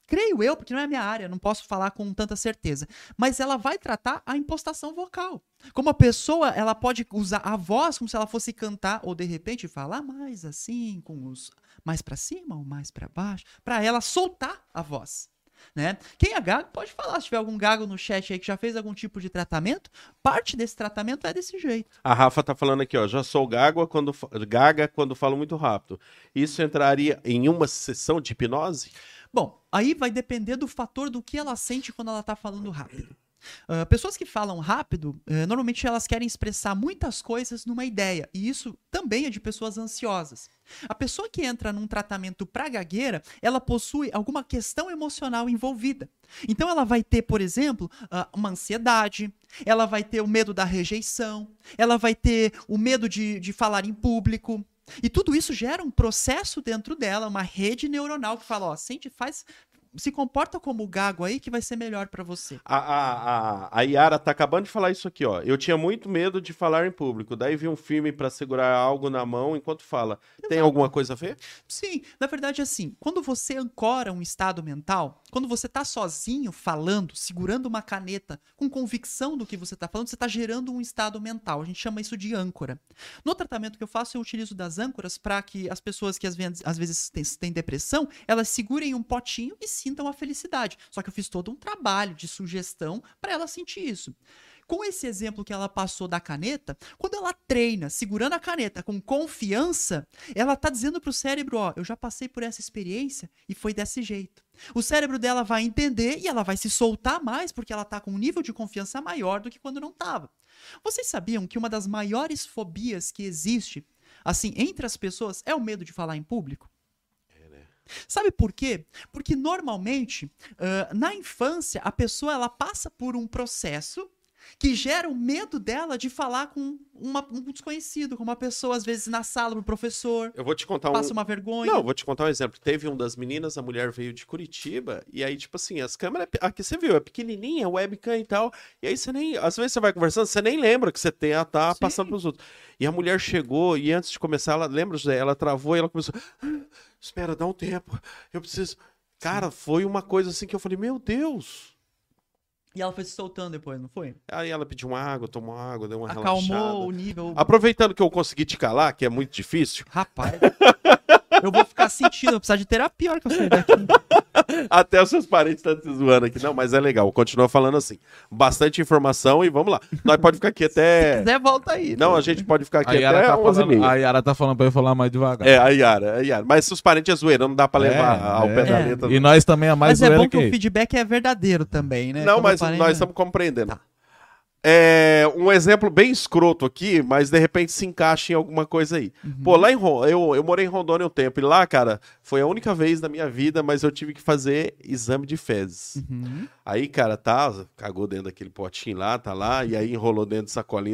creio eu, porque não é a minha área, não posso falar com tanta certeza, mas ela vai tratar a impostação vocal. Como a pessoa, ela pode usar a voz como se ela fosse cantar, ou de repente falar mais assim, com os mais pra cima ou mais pra baixo, pra ela soltar a voz. Né? Quem é gago pode falar, se tiver algum gago no chat aí que já fez algum tipo de tratamento, parte desse tratamento é desse jeito. A Rafa tá falando aqui, ó, já sou gaga quando falo muito rápido. Isso entraria em uma sessão de hipnose? Bom, aí vai depender do fator do que ela sente quando ela tá falando rápido. Pessoas que falam rápido, normalmente elas querem expressar muitas coisas numa ideia, e isso também é de pessoas ansiosas. A pessoa que entra num tratamento para gagueira, ela possui alguma questão emocional envolvida. Então ela vai ter, por exemplo, uma ansiedade, ela vai ter o medo da rejeição, ela vai ter o medo de falar em público. E tudo isso gera um processo dentro dela, uma rede neuronal que fala, ó, se comporta como gago aí que vai ser melhor pra você. A Yara tá acabando de falar isso aqui, ó. Eu tinha muito medo de falar em público. Daí vi um filme pra segurar algo na mão enquanto fala. Exato. Tem alguma coisa a ver? Sim, na verdade assim, quando você ancora um estado mental, quando você tá sozinho falando, segurando uma caneta, com convicção do que você tá falando, você tá gerando um estado mental. A gente chama isso de âncora. No tratamento que eu faço, eu utilizo das âncoras para que as pessoas que às vezes têm depressão, elas segurem um potinho e sintam a felicidade. Só que eu fiz todo um trabalho de sugestão para ela sentir isso. Com esse exemplo que ela passou da caneta, quando ela treina segurando a caneta com confiança, ela tá dizendo pro cérebro, ó, eu já passei por essa experiência e foi desse jeito. O cérebro dela vai entender e ela vai se soltar mais porque ela tá com um nível de confiança maior do que quando não tava. Vocês sabiam que uma das maiores fobias que existe, assim, entre as pessoas é o medo de falar em público? Sabe por quê? Porque normalmente, na infância, a pessoa ela passa por um processo que gera o medo dela de falar com um desconhecido, com uma pessoa, às vezes, na sala, pro professor. Eu vou te contar passa uma vergonha. Não, eu vou te contar um exemplo. Teve um das meninas, a mulher veio de Curitiba, e aí, tipo assim, as câmeras, aqui você viu, é pequenininha, webcam e tal, e aí você nem, às vezes você vai conversando, você nem lembra que você tá passando pros outros. E a mulher chegou, e antes de começar, ela, lembra, José, ela travou e ela começou... Espera, dá um tempo, eu preciso... Cara, foi uma coisa assim que eu falei, meu Deus... E ela foi se soltando depois, não foi? Aí ela pediu uma água, tomou água, deu uma Acalmou relaxada. o nível... Aproveitando que eu consegui te calar, que é muito difícil... Rapaz, eu vou ficar sentindo, eu vou precisar de terapia a hora que eu sair daqui. Até os seus parentes estão te zoando aqui. Não, mas é legal, continua falando assim. Bastante informação e vamos lá. Nós pode ficar aqui até... Se quiser, volta aí. Não, a gente pode ficar aqui até tá 11h30. A Yara tá falando pra eu falar mais devagar. É, a Yara. Mas se os parentes é zoeira, não dá pra levar ao pé da letra. E nós também é mais zoeira. Mas é bom que o feedback é verdadeiro também, né? Não, como mas nós estamos compreendendo. Tá. Um exemplo bem escroto aqui, mas de repente se encaixa em alguma coisa aí. Pô, lá eu morei em Rondônia um tempo, e lá, cara, foi a única vez na minha vida, mas eu tive que fazer exame de fezes. Aí, cara, cagou dentro daquele potinho lá, tá lá, e aí enrolou dentro de sacolinha,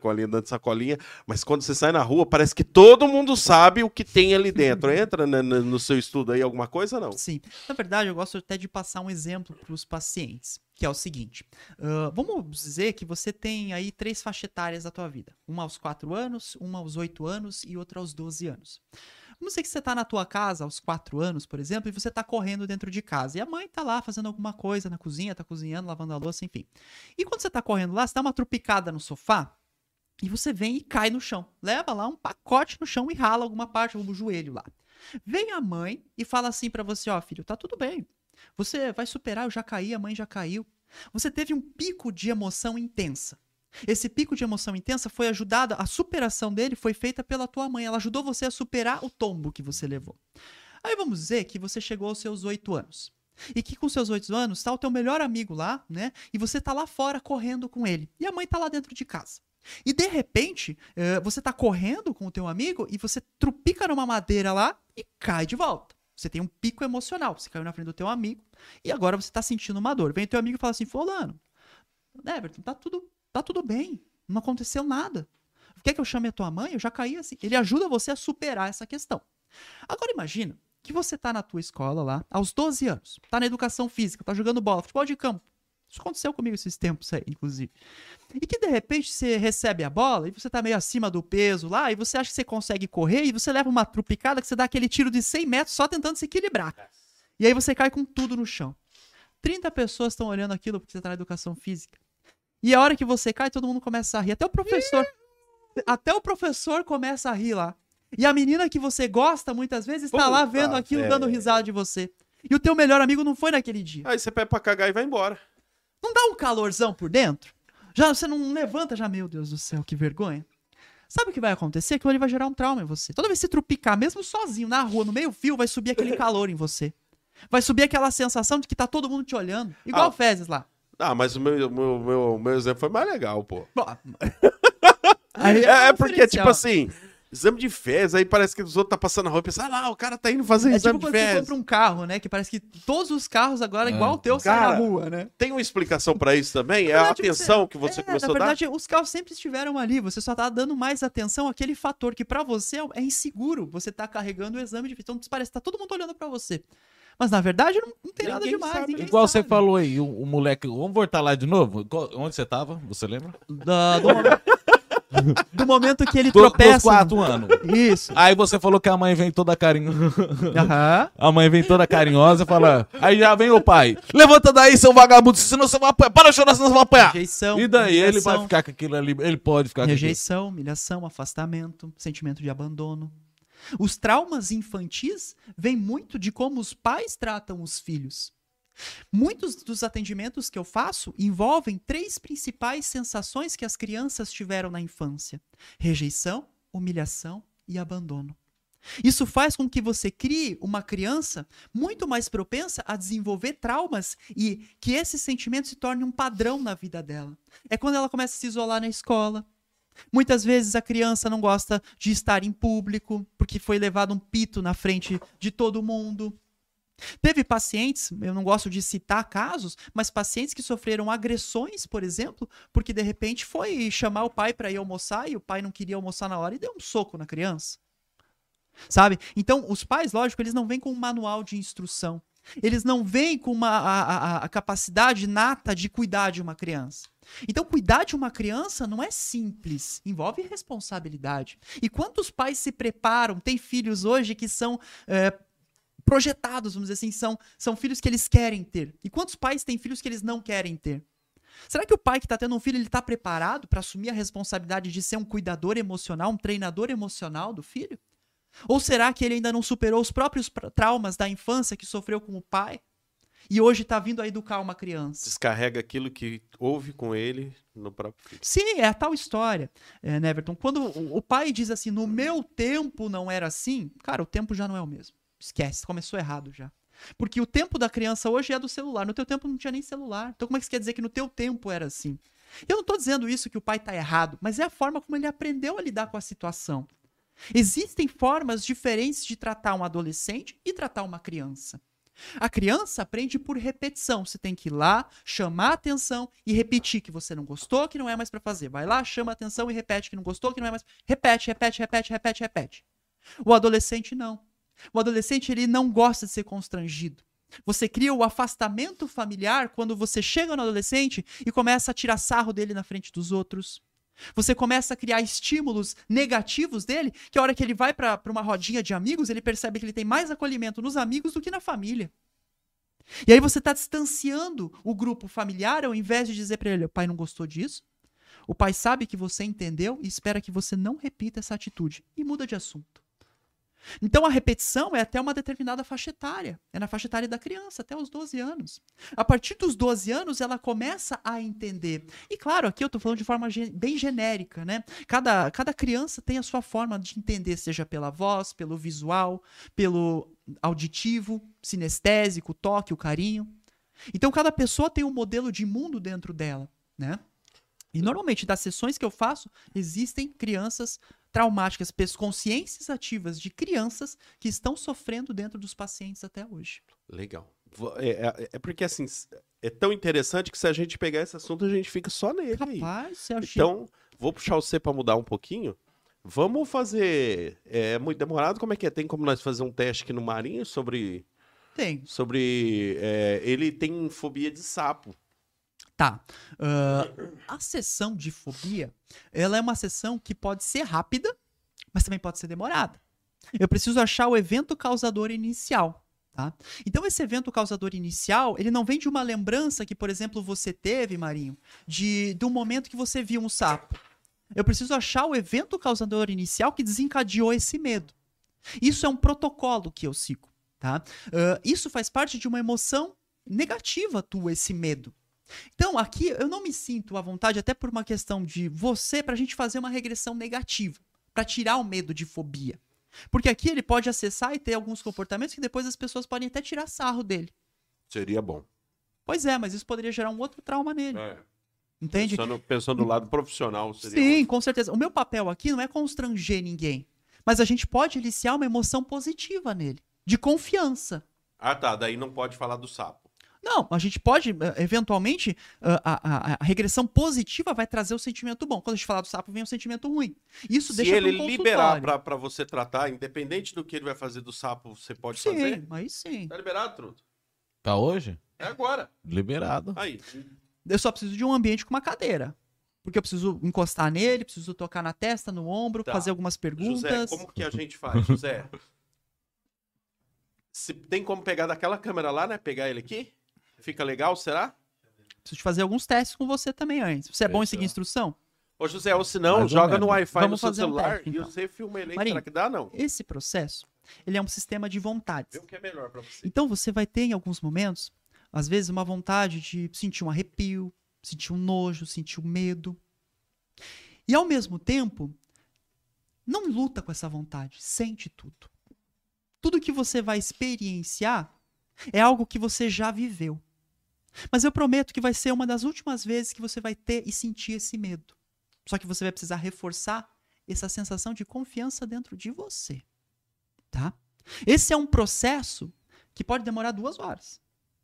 mas quando você sai na rua, parece que todo mundo sabe o que tem ali dentro. Entra no seu estudo aí alguma coisa, não? Sim. Na verdade, eu gosto até de passar um exemplo para os pacientes. Que é o seguinte, vamos dizer que você tem aí 3 faixas etárias da tua vida. Uma aos 4 anos, uma aos 8 anos e outra aos 12 anos. Vamos dizer que você tá na tua casa aos 4 anos, por exemplo, e você tá correndo dentro de casa. E a mãe tá lá fazendo alguma coisa na cozinha, tá cozinhando, lavando a louça, enfim. E quando você tá correndo lá, você dá uma trupicada no sofá e você vem e cai no chão. Leva lá um pacote no chão e rala alguma parte, algum joelho lá. Vem a mãe e fala assim pra você, ó, filho, tá tudo bem. Você vai superar, eu já caí, a mãe já caiu. Você teve um pico de emoção intensa. Esse pico de emoção intensa foi ajudado, a superação dele foi feita pela tua mãe. Ela ajudou você a superar o tombo que você levou. Aí vamos dizer que você chegou aos seus 8 anos. E que com seus 8 anos tá o teu melhor amigo lá, né? E você tá lá fora correndo com ele. E a mãe tá lá dentro de casa. E de repente, você tá correndo com o teu amigo e você trupica numa madeira lá e cai de volta. Você tem um pico emocional, você caiu na frente do teu amigo e agora você tá sentindo uma dor. Vem teu amigo e fala assim, fulano, Everton, tá tudo bem, não aconteceu nada. Quer que eu chame a tua mãe? Eu já caí assim. Ele ajuda você a superar essa questão. Agora imagina que você tá na tua escola lá, aos 12 anos, tá na educação física, tá jogando bola, futebol de campo. Isso aconteceu comigo esses tempos aí, inclusive. E que de repente você recebe a bola e você tá meio acima do peso lá e você acha que você consegue correr e você leva uma trupicada que você dá aquele tiro de 100 metros só tentando se equilibrar. E aí você cai com tudo no chão. 30 pessoas estão olhando aquilo porque você tá na educação física. E a hora que você cai, todo mundo começa a rir. Até o professor começa a rir lá. E a menina que você gosta, muitas vezes, está lá vendo aquilo, dando risada de você. E o teu melhor amigo não foi naquele dia. Aí você pede pra cagar e vai embora. Não dá um calorzão por dentro? Já você não levanta, já, meu Deus do céu, que vergonha. Sabe o que vai acontecer? Que ele vai gerar um trauma em você. Toda vez que você trupicar, mesmo sozinho, na rua, no meio-fio, vai subir aquele calor em você. Vai subir aquela sensação de que tá todo mundo te olhando. Igual o Fezes lá. Ah, mas o meu exemplo foi mais legal, pô. Aí porque, tipo assim, exame de fezes, aí parece que os outros tá passando na rua e pensa, lá, o cara tá indo fazer exame de fezes. É tipo quando você compra um carro, né? Que parece que todos os carros agora, igual o teu, saem na rua, né? Tem uma explicação pra isso também? É a atenção que você começou a dar? Na verdade, os carros sempre estiveram ali. Você só tá dando mais atenção àquele fator que pra você é inseguro. Você tá carregando o exame de fezes. Então parece que tá todo mundo olhando pra você. Mas na verdade não tem nada demais. Igual você falou aí, o moleque. Vamos voltar lá de novo? Onde você tava? Você lembra? Do momento que ele tropeça. Dos 4 anos. Isso. Aí você falou que a mãe vem toda carinhosa. Uhum. A mãe vem toda carinhosa e fala. Aí já vem o pai. Levanta daí, seu vagabundo, senão você vai apanhar. Para de chorar, senão você vai apanhar. Rejeição. E daí humilhação, ele vai ficar com aquilo ali. Ele pode ficar com aquilo. Rejeição, humilhação, afastamento, sentimento de abandono. Os traumas infantis vêm muito de como os pais tratam os filhos. Muitos dos atendimentos que eu faço envolvem 3 principais sensações que as crianças tiveram na infância: rejeição, humilhação e abandono. Isso faz com que você crie uma criança muito mais propensa a desenvolver traumas e que esse sentimento se torne um padrão na vida dela. É quando ela começa a se isolar na escola. Muitas vezes a criança não gosta de estar em público porque foi levado um pito na frente de todo mundo. Teve pacientes, eu não gosto de citar casos, mas pacientes que sofreram agressões, por exemplo, porque de repente foi chamar o pai para ir almoçar e o pai não queria almoçar na hora e deu um soco na criança. Sabe? Então, os pais, lógico, eles não vêm com um manual de instrução. Eles não vêm com a capacidade nata de cuidar de uma criança. Então, cuidar de uma criança não é simples, envolve responsabilidade. E quantos pais se preparam? Tem filhos hoje que são projetados, vamos dizer assim, são filhos que eles querem ter. E quantos pais têm filhos que eles não querem ter? Será que o pai que está tendo um filho, ele está preparado para assumir a responsabilidade de ser um cuidador emocional, um treinador emocional do filho? Ou será que ele ainda não superou os próprios traumas da infância que sofreu com o pai e hoje está vindo a educar uma criança? Descarrega aquilo que houve com ele no próprio filho. Sim, é a tal história, Neverton. Quando o pai diz assim, no meu tempo não era assim, cara, o tempo já não é o mesmo. Esquece, começou errado já. Porque o tempo da criança hoje é do celular. No teu tempo não tinha nem celular. Então como é que você quer dizer que no teu tempo era assim? Eu não estou dizendo isso que o pai está errado, mas é a forma como ele aprendeu a lidar com a situação. Existem formas diferentes de tratar um adolescente e tratar uma criança. A criança aprende por repetição. Você tem que ir lá, chamar a atenção e repetir que você não gostou, que não é mais para fazer. Vai lá, chama a atenção e repete que não gostou, que não é mais... Repete, repete, repete, repete, repete. O adolescente não. O adolescente, ele não gosta de ser constrangido. Você cria o afastamento familiar quando você chega no adolescente e começa a tirar sarro dele na frente dos outros. Você começa a criar estímulos negativos dele, que a hora que ele vai para uma rodinha de amigos, ele percebe que ele tem mais acolhimento nos amigos do que na família. E aí você está distanciando o grupo familiar, ao invés de dizer para ele, o pai não gostou disso, o pai sabe que você entendeu e espera que você não repita essa atitude e muda de assunto. Então a repetição é até uma determinada faixa etária. É na faixa etária da criança, até os 12 anos. A partir dos 12 anos, ela começa a entender. E claro, aqui eu estou falando de forma bem genérica, né? Cada criança tem a sua forma de entender, seja pela voz, pelo visual, pelo auditivo, sinestésico, o toque, o carinho. Então cada pessoa tem um modelo de mundo dentro dela, né? E normalmente, das sessões que eu faço, existem crianças traumáticas, consciências ativas de crianças que estão sofrendo dentro dos pacientes até hoje. Legal. É porque, assim, é tão interessante que se a gente pegar esse assunto, a gente fica só nele. Rapaz, aí. Então, vou puxar você para mudar um pouquinho. Vamos fazer... É muito demorado? Como é que é? Tem como nós fazer um teste aqui no Marinho sobre... Tem. Sobre... ele tem fobia de sapo. Tá. A sessão de fobia, ela é uma sessão que pode ser rápida, mas também pode ser demorada. Eu preciso achar o evento causador inicial. Tá? Então, esse evento causador inicial, ele não vem de uma lembrança que, por exemplo, você teve, Marinho, de um momento que você viu um sapo. Eu preciso achar o evento causador inicial que desencadeou esse medo. Isso é um protocolo que eu sigo. Tá? Isso faz parte de uma emoção negativa tua, esse medo. Então, aqui eu não me sinto à vontade, até por uma questão de você, pra gente fazer uma regressão negativa, pra tirar o medo de fobia. Porque aqui ele pode acessar e ter alguns comportamentos que depois as pessoas podem até tirar sarro dele. Seria bom. Pois é, mas isso poderia gerar um outro trauma nele. Entende? Pensando do lado profissional. Seria Sim, com certeza. O meu papel aqui não é constranger ninguém, mas a gente pode iniciar uma emoção positiva nele, de confiança. Ah, tá. Daí não pode falar do sapo. Não, a gente pode, eventualmente, a regressão positiva vai trazer o sentimento bom. Quando a gente falar do sapo, vem o sentimento ruim. Isso deixa Se ele liberar pra você tratar, independente do que ele vai fazer do sapo, você pode fazer? Sim, aí sim. Tá liberado, Truto? Tá hoje? É agora. Liberado. Aí. Eu só preciso de um ambiente com uma cadeira. Porque eu preciso encostar nele, preciso tocar na testa, no ombro, fazer algumas perguntas. José, como que a gente faz, José? Se tem como pegar daquela câmera lá, né? Pegar ele aqui? Fica legal, será? Preciso de fazer alguns testes com você também antes. Você é bom em seguir instrução? Ô, José, ou se não, joga no Wi-Fi no seu celular teste, então. e você filma ele aí. Marinho, Será que dá, não? Esse processo, ele é um sistema de vontades. Vê o que é melhor pra você. Então você vai ter em alguns momentos, às vezes, uma vontade de sentir um arrepio, sentir um nojo, sentir um medo. E ao mesmo tempo, não luta com essa vontade, sente tudo. Tudo que você vai experienciar é algo que você já viveu. Mas eu prometo que vai ser uma das últimas vezes que você vai ter e sentir esse medo. Só que você vai precisar reforçar essa sensação de confiança dentro de você. Tá? Esse é um processo que pode demorar 2 horas.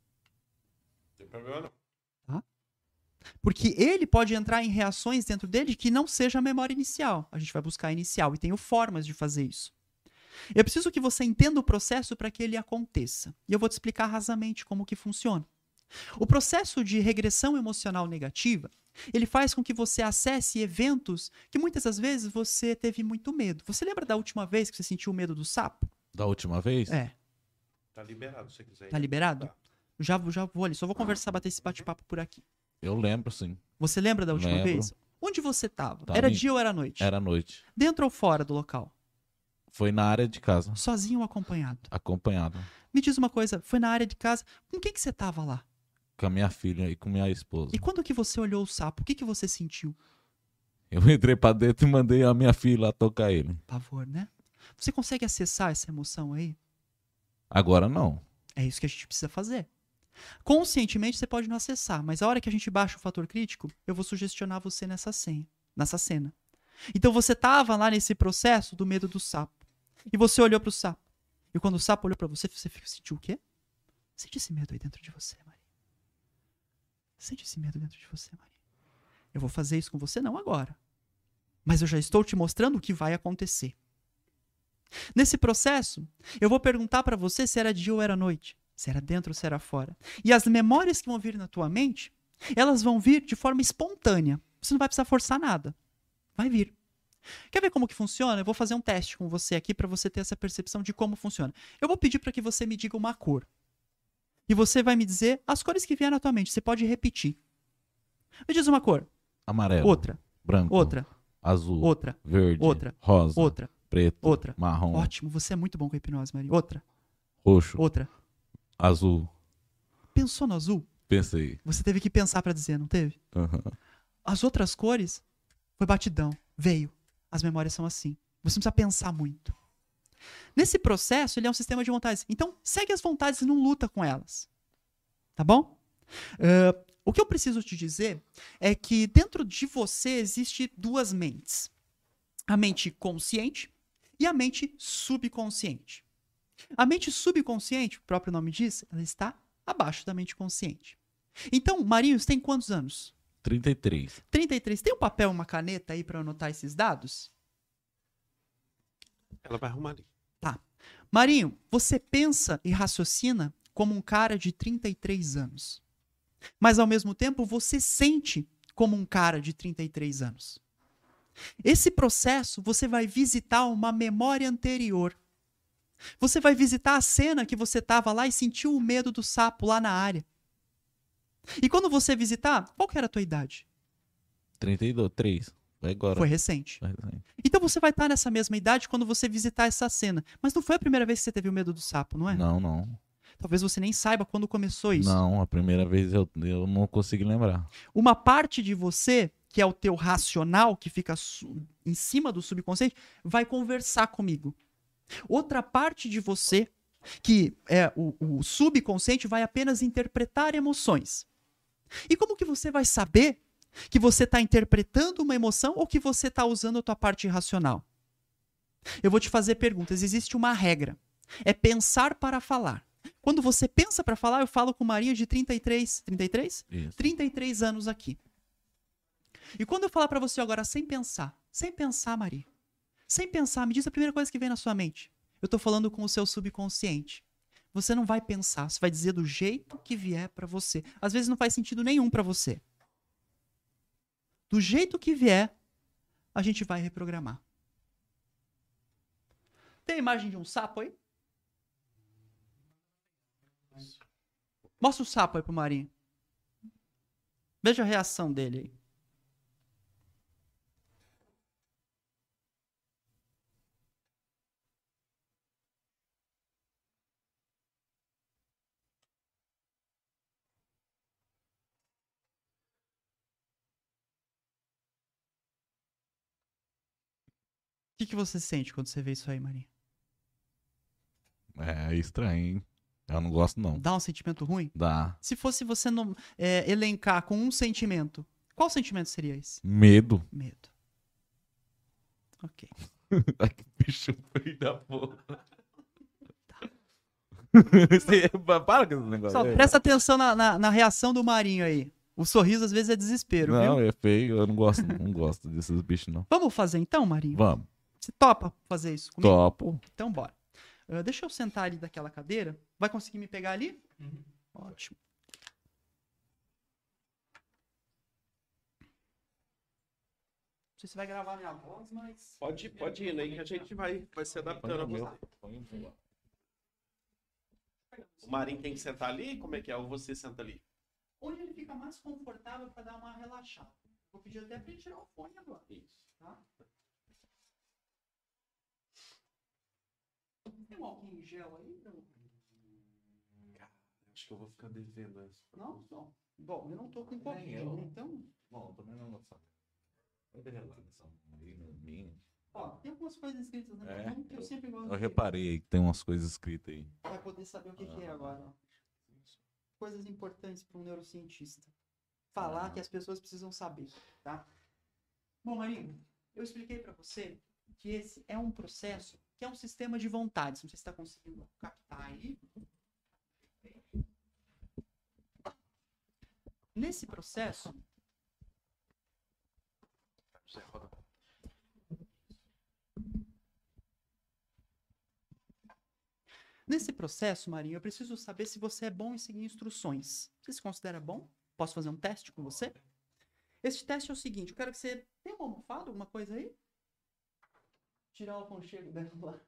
Não tem problema não. Tá? Porque ele pode entrar em reações dentro dele que não seja a memória inicial. A gente vai buscar a inicial e tenho formas de fazer isso. Eu preciso que você entenda o processo para que ele aconteça. E eu vou te explicar rasamente como que funciona. O processo de regressão emocional negativa, ele faz com que você acesse eventos que muitas das vezes você teve muito medo. Você lembra da última vez que você sentiu o medo do sapo? Da última vez? É. Tá liberado, se você quiser. Tá liberado? Tá. Já vou ali, só vou conversar, bater esse bate-papo por aqui. Eu lembro, sim. Você lembra da última Lembro. vez? Onde você estava? Tava Era em- dia ou era noite? Era noite. Dentro ou fora do local? Foi na área de casa, Sozinho ou acompanhado? acompanhado Me diz uma coisa, foi na área de casa, com quem que você estava lá? com a minha filha e com minha esposa. E quando que você olhou o sapo, o que que você sentiu? Eu entrei pra dentro e mandei a minha filha lá tocar ele. Pavor, né? Você consegue acessar essa emoção aí? Agora não. É isso que a gente precisa fazer. Conscientemente você pode não acessar, mas a hora que a gente baixa o fator crítico, eu vou sugestionar você nessa cena. Então você estava lá nesse processo do medo do sapo. E você olhou para o sapo. E quando o sapo olhou para você, você sentiu o quê? Sente esse medo aí dentro de você, Maria. Sente esse medo dentro de você, Maria. Eu vou fazer isso com você não agora. Mas eu já estou te mostrando o que vai acontecer. Nesse processo, eu vou perguntar para você se era dia ou era noite. Se era dentro ou se era fora. E as memórias que vão vir na tua mente, elas vão vir de forma espontânea. Você não vai precisar forçar nada. Vai vir. Quer ver como que funciona? Eu vou fazer um teste com você aqui para você ter essa percepção de como funciona. Eu vou pedir para que você me diga uma cor. E você vai me dizer as cores que vieram na tua mente. Você pode repetir. Me diz uma cor. Amarelo. Outra. Branco. Outra. Azul. Outra. Verde. Outra. Rosa. Outra. Preto. Outra. Marrom. Ótimo. Você é muito bom com hipnose, Maria. Outra. Roxo. Outra. Azul. Pensou no azul? Pensei. Você teve que pensar para dizer, não teve? Aham. As outras cores foi batidão. Veio. As memórias são assim. Você não precisa pensar muito. Nesse processo, ele é um sistema de vontades. Então, segue as vontades e não luta com elas. Tá bom? O que eu preciso te dizer é que dentro de você existe 2 mentes. A mente consciente e a mente subconsciente. A mente subconsciente, o próprio nome diz, ela está abaixo da mente consciente. Então, Marinho, você tem quantos anos? 33. 33. Tem um papel e uma caneta aí para anotar esses dados? Ela vai arrumar ali. Tá. Marinho, você pensa e raciocina como um cara de 33 anos. Mas, ao mesmo tempo, você sente como um cara de 33 anos. Esse processo, você vai visitar uma memória anterior. Você vai visitar a cena que você estava lá e sentiu o medo do sapo lá na área. E quando você visitar, qual que era a tua idade? 32, 3. Vai agora. Foi recente. Então você vai estar nessa mesma idade quando você visitar essa cena. Mas não foi a primeira vez que você teve o medo do sapo, não é? Não. Talvez você nem saiba quando começou isso. Não, a primeira vez eu não consegui lembrar. Uma parte de você, que é o teu racional, que fica em cima do subconsciente, vai conversar comigo. Outra parte de você, que é o subconsciente, vai apenas interpretar emoções. E como que você vai saber que você está interpretando uma emoção ou que você está usando a tua parte racional? Eu vou te fazer perguntas. Existe uma regra. É pensar para falar. Quando você pensa para falar, eu falo com Maria de 33 anos aqui. E quando eu falar para você agora sem pensar, Maria, sem pensar, me diz a primeira coisa que vem na sua mente. Eu estou falando com o seu subconsciente. Você não vai pensar, você vai dizer do jeito que vier para você. Às vezes não faz sentido nenhum para você. Do jeito que vier, a gente vai reprogramar. Tem a imagem de um sapo aí? Mostra o sapo aí pro Marinho. Veja a reação dele aí. O que você sente quando você vê isso aí, Marinho? É estranho, hein? Eu não gosto, não. Dá um sentimento ruim? Dá. Se fosse você elencar com um sentimento, qual sentimento seria esse? Medo. Medo. Ok. Ai, que bicho feio da porra. Para com esse negócio. Só presta atenção na reação do Marinho aí. O sorriso às vezes é desespero, não, viu? É feio. Eu não gosto desses bichos, não. Vamos fazer então, Marinho? Vamos. Você topa fazer isso comigo? Topo. Então bora. Deixa eu sentar ali daquela cadeira. Vai conseguir me pegar ali? Uhum. Ótimo. Não sei se vai gravar minha voz, mas... Pode ir aí que a gente vai se adaptando a você. O Marinho tem que sentar ali? Como é que é? Ou você senta ali? Onde ele fica mais confortável para dar uma relaxada. Vou pedir até para ele tirar o fone agora. Isso. Tá? Tem um álcool em gel aí? Cara, acho que eu vou ficar devendo essa. Não? Não. Bom, eu não tô com um pouquinho, então... Bom, também não vou saber. Vai ter relação minha. Ó, tem algumas coisas escritas na minha mão que eu sempre gosto de ver. Reparei aí que tem umas coisas escritas aí. Vai poder saber o que é agora. Ó. Coisas importantes para um neurocientista. Falar que as pessoas precisam saber, tá? Bom, Marinho, eu expliquei para você que esse é um processo que é um sistema de vontades. Não sei se está conseguindo captar aí. Nesse processo... Nesse processo, Marinho, eu preciso saber se você é bom em seguir instruções. Você se considera bom? Posso fazer um teste com você? Esse teste é o seguinte, eu quero que você... Tem uma almofada, alguma coisa aí? Tirar o aconchego dela lá.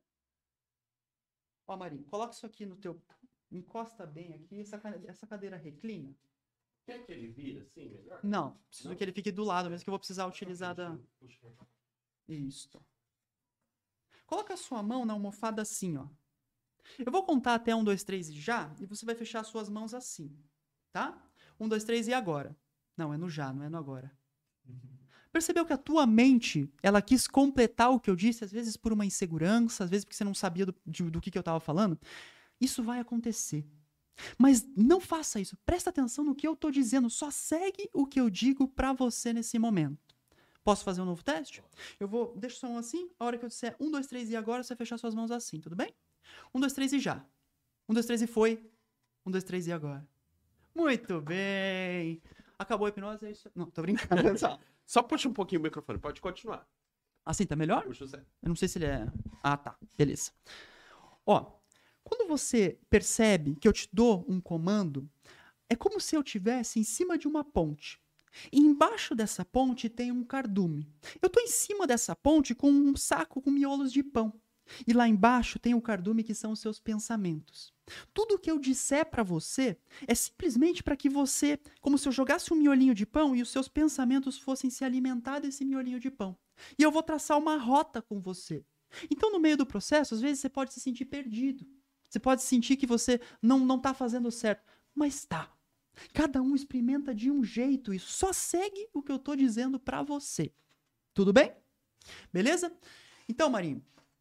Ó, Marinho, coloca isso aqui no teu... Encosta bem aqui, essa cadeira reclina. Quer que ele vira assim melhor? Não, preciso que ele fique do lado, mesmo que eu vou precisar utilizar da... Isso. Coloca a sua mão na almofada assim, ó. Eu vou contar até 1, 2, 3 e já, e você vai fechar as suas mãos assim, tá? 1, 2, 3 e agora. Não, é no já, não é no agora. Percebeu que a tua mente, ela quis completar o que eu disse, às vezes por uma insegurança, às vezes porque você não sabia do que eu estava falando? Isso vai acontecer. Mas não faça isso. Presta atenção no que eu estou dizendo. Só segue o que eu digo para você nesse momento. Posso fazer um novo teste? Eu vou... Deixa só um assim. A hora que eu disser 1, 2, 3 e agora, você vai fechar suas mãos assim. Tudo bem? 1, 2, 3 e já. 1, 2, 3 e foi. 1, 2, 3 e agora. Muito bem. Acabou a hipnose? É isso? Não, tô brincando. Só puxa um pouquinho o microfone. Pode continuar. Assim, tá melhor? Puxa o Zé. Eu não sei se ele é... Ah, tá. Beleza. Ó, quando você percebe que eu te dou um comando, é como se eu estivesse em cima de uma ponte. E embaixo dessa ponte tem um cardume. Eu tô em cima dessa ponte com um saco com miolos de pão. E lá embaixo tem o cardume, que são os seus pensamentos. Tudo que eu disser para você é simplesmente para que você, como se eu jogasse um miolinho de pão e os seus pensamentos fossem se alimentar desse miolinho de pão. E eu vou traçar uma rota com você. Então, no meio do processo, às vezes você pode se sentir perdido. Você pode sentir que você não está fazendo certo. Mas tá. Cada um experimenta de um jeito e só segue o que eu estou dizendo para você. Tudo bem? Beleza? Então, Marinho,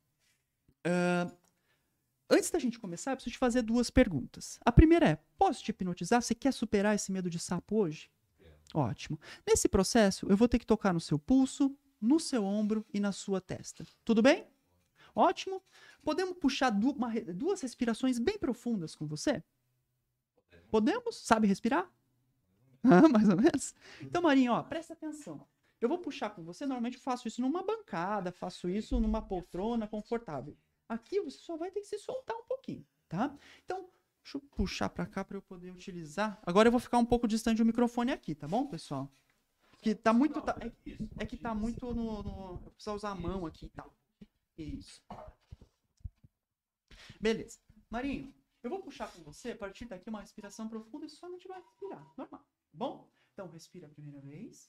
antes da gente começar, eu preciso te fazer 2 perguntas. A primeira é, posso te hipnotizar? Você quer superar esse medo de sapo hoje? Ótimo. Nesse processo, eu vou ter que tocar no seu pulso, no seu ombro e na sua testa. Tudo bem? Ótimo. Podemos puxar 2 respirações bem profundas com você? Podemos? Sabe respirar? Mais ou menos. Então, Marinho, ó, presta atenção. Eu vou puxar com você, normalmente eu faço isso numa bancada, faço isso numa poltrona confortável. Aqui você só vai ter que se soltar um pouquinho, tá? Então, deixa eu puxar pra cá pra eu poder utilizar. Agora eu vou ficar um pouco distante do microfone aqui, tá bom, pessoal? Que tá muito... é que tá muito no... Eu preciso usar a mão aqui e tal. Isso. Beleza. Marinho, eu vou puxar com você, a partir daqui, uma respiração profunda e somente vai respirar. Normal. Tá bom? Então, respira a primeira vez.